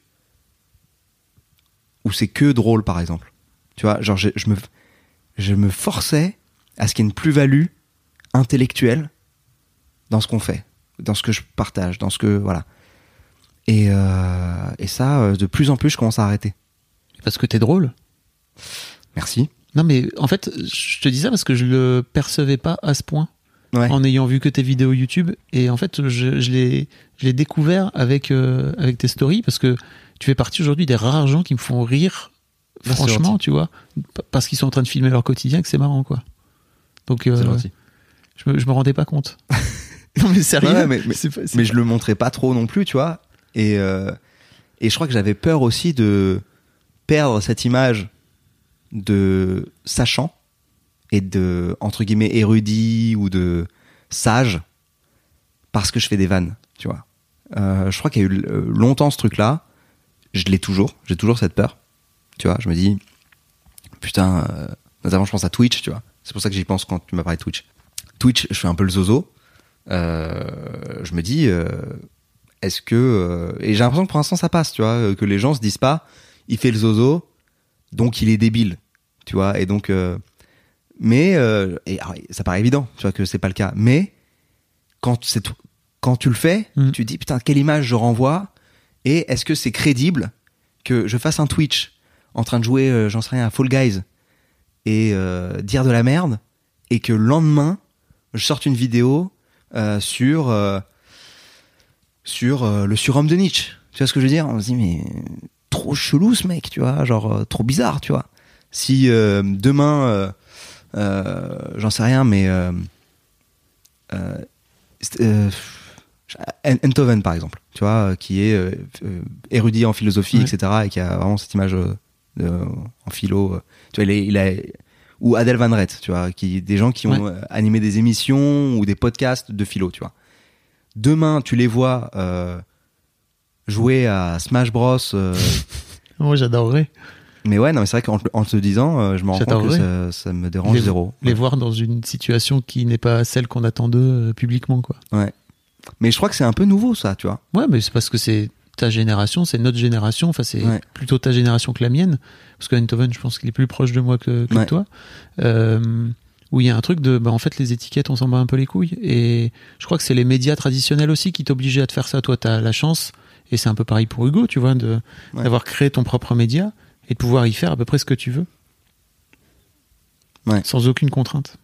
où c'est que drôle, par exemple. Tu vois, genre je me forçais à ce qu'il y ait une plus-value intellectuelle dans ce qu'on fait, dans ce que je partage, dans ce que... Voilà. Et ça, de plus en plus, je commence à arrêter. Parce que t'es drôle. Merci. Non, mais en fait, je te dis ça parce que je le percevais pas à ce point. Ouais. En ayant vu que tes vidéos YouTube. Et en fait, je l'ai découvert avec tes stories parce que tu fais partie aujourd'hui des rares gens qui me font rire, franchement, tu vois, parce qu'ils sont en train de filmer leur quotidien et que c'est marrant, quoi. Donc, C'est gentil. je me rendais pas compte. Non, mais sérieux. Ouais, mais je le montrais pas trop non plus, tu vois. Et je crois que j'avais peur aussi de perdre cette image de sachant et de, entre guillemets, érudit ou de sage parce que je fais des vannes, tu vois. Je crois qu'il y a eu longtemps ce truc-là. Je l'ai toujours. J'ai toujours cette peur. Tu vois, je me dis, putain, notamment je pense à Twitch, tu vois. C'est pour ça que j'y pense quand tu m'as parlé de Twitch. Twitch, je fais un peu le zozo. Je me dis, est-ce que... et j'ai l'impression que pour l'instant ça passe, tu vois, que les gens se disent pas, il fait le zozo, donc il est débile, tu vois, et donc... mais et alors, ça paraît évident, tu vois, que c'est pas le cas, mais quand tu le fais, tu te dis putain, quelle image je renvoie, et est-ce que c'est crédible que je fasse un Twitch en train de jouer, j'en sais rien, à Fall Guys et dire de la merde, et que le lendemain je sorte une vidéo sur le surhomme de Nietzsche, tu vois ce que je veux dire? On se dit mais trop chelou ce mec, tu vois, genre trop bizarre, tu vois. Si demain j'en sais rien, mais Enthoven par exemple, tu vois, qui est érudit en philosophie, ouais. etc., et qui a vraiment cette image en philo, tu vois, il a ou Adèle Van Rett, tu vois, des gens qui ont animé des émissions ou des podcasts de philo, tu vois. Demain, tu les vois jouer à Smash Bros. Moi, j'adorerais. Mais ouais, non, mais c'est vrai qu'en te disant, je me rends compte que ça me dérange zéro. Les voir dans une situation qui n'est pas celle qu'on attend d'eux publiquement, quoi. Ouais. Mais je crois que c'est un peu nouveau, ça, tu vois. Ouais, mais c'est parce que c'est ta génération, c'est notre génération, enfin, c'est plutôt ta génération que la mienne. Parce que Enthoven, je pense qu'il est plus proche de moi que toi. Où il y a un truc de, en fait, les étiquettes, on s'en bat un peu les couilles. Et je crois que c'est les médias traditionnels aussi qui t'obligeaient à te faire ça. Toi, t'as la chance, et c'est un peu pareil pour Hugo, tu vois, d'avoir créé ton propre média et de pouvoir y faire à peu près ce que tu veux. Ouais. Sans aucune contrainte.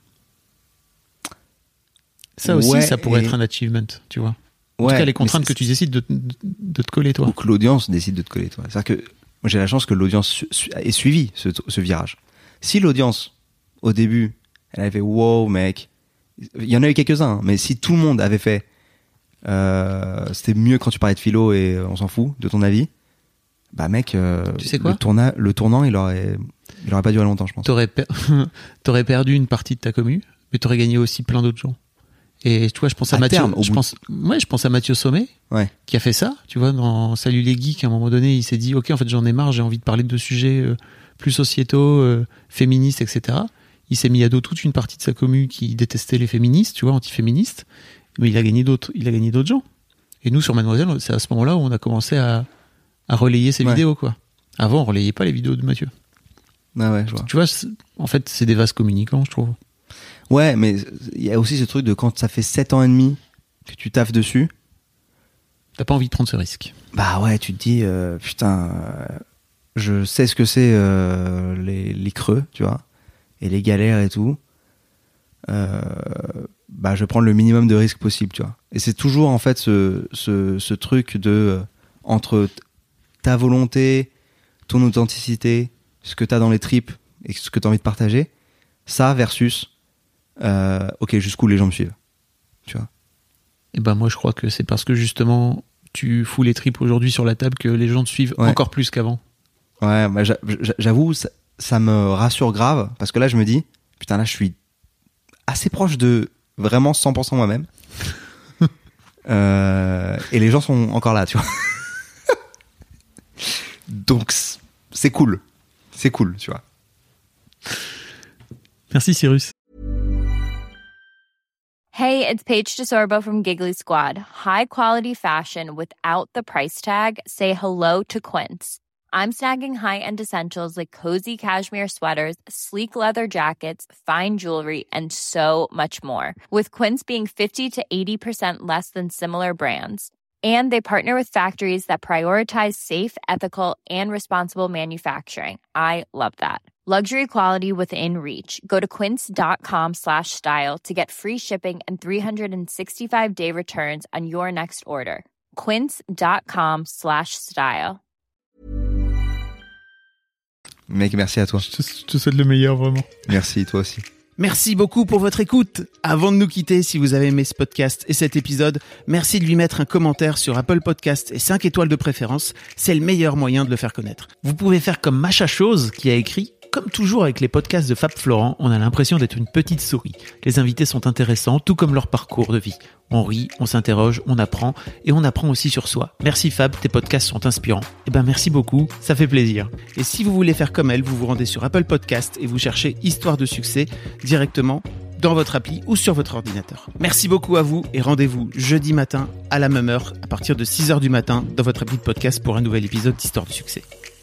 Ça aussi, ça pourrait être un achievement, tu vois. En tout cas, les contraintes que tu décides de te coller, toi. Ou que l'audience décide de te coller, toi. C'est-à-dire que moi, j'ai la chance que l'audience ait suivi ce virage. Si l'audience, au début, elle avait fait wow, mec, il y en a eu quelques-uns, hein, mais si tout le monde avait fait c'était mieux quand tu parlais de philo et on s'en fout de ton avis, bah mec, tu sais quoi, le tournant il aurait pas duré longtemps, je pense. T'aurais perdu une partie de ta commu, mais t'aurais gagné aussi plein d'autres gens. Et tu vois, je pense à Mathieu, je pense à Mathieu Sommet, qui a fait ça, tu vois, dans Salut les geeks, à un moment donné, il s'est dit, ok, en fait, j'en ai marre, j'ai envie de parler de sujets plus sociétaux, féministes, etc. Il s'est mis à dos toute une partie de sa commu qui détestait les féministes, tu vois, anti-féministes, mais il a gagné d'autres gens. Et nous, sur Mademoiselle, c'est à ce moment-là où on a commencé à relayer ses vidéos, quoi. Avant, on relayait pas les vidéos de Mathieu. Ah ouais, je vois. Tu vois, en fait, c'est des vases communicants, je trouve. Ouais, mais il y a aussi ce truc de quand ça fait 7 ans et demi que tu taffes dessus. T'as pas envie de prendre ce risque. Bah ouais, tu te dis, putain, je sais ce que c'est les creux, tu vois, et les galères et tout. Bah je vais prendre le minimum de risques possible, tu vois. Et c'est toujours en fait ce truc de entre ta volonté, ton authenticité, ce que t'as dans les tripes et ce que t'as envie de partager, ça versus ok, jusqu'où les gens me suivent, tu vois. Et ben moi je crois que c'est parce que justement tu fous les tripes aujourd'hui sur la table que les gens te suivent encore plus qu'avant. Ouais, bah j'avoue, ça me rassure grave, parce que là je me dis, putain là je suis assez proche de vraiment 100% moi-même. Et les gens sont encore là, tu vois. Donc c'est cool, tu vois. Merci Cyrus. Hey, it's Paige DeSorbo from Giggly Squad. High quality fashion without the price tag. Say hello to Quince. I'm snagging high-end essentials like cozy cashmere sweaters, sleek leather jackets, fine jewelry, and so much more. With Quince being 50 to 80% less than similar brands. And they partner with factories that prioritize safe, ethical, and responsible manufacturing. I love that. Luxury quality within reach. Go to quince.com/style to get free shipping and 365-day returns on your next order. Quince.com/style. Mec, merci à toi. Je te souhaite le meilleur, vraiment. Merci, toi aussi. Merci beaucoup pour votre écoute. Avant de nous quitter, si vous avez aimé ce podcast et cet épisode, merci de lui mettre un commentaire sur Apple Podcast et 5 étoiles de préférence. C'est le meilleur moyen de le faire connaître. Vous pouvez faire comme Macha Chose qui a écrit: comme toujours avec les podcasts de Fab Florent, on a l'impression d'être une petite souris. Les invités sont intéressants, tout comme leur parcours de vie. On rit, on s'interroge, on apprend, et on apprend aussi sur soi. Merci Fab, tes podcasts sont inspirants. Eh ben merci beaucoup, ça fait plaisir. Et si vous voulez faire comme elle, vous vous rendez sur Apple Podcast et vous cherchez Histoire de succès directement dans votre appli ou sur votre ordinateur. Merci beaucoup à vous et rendez-vous jeudi matin à la même heure, à partir de 6h du matin, dans votre appli de podcast pour un nouvel épisode d'Histoire de succès.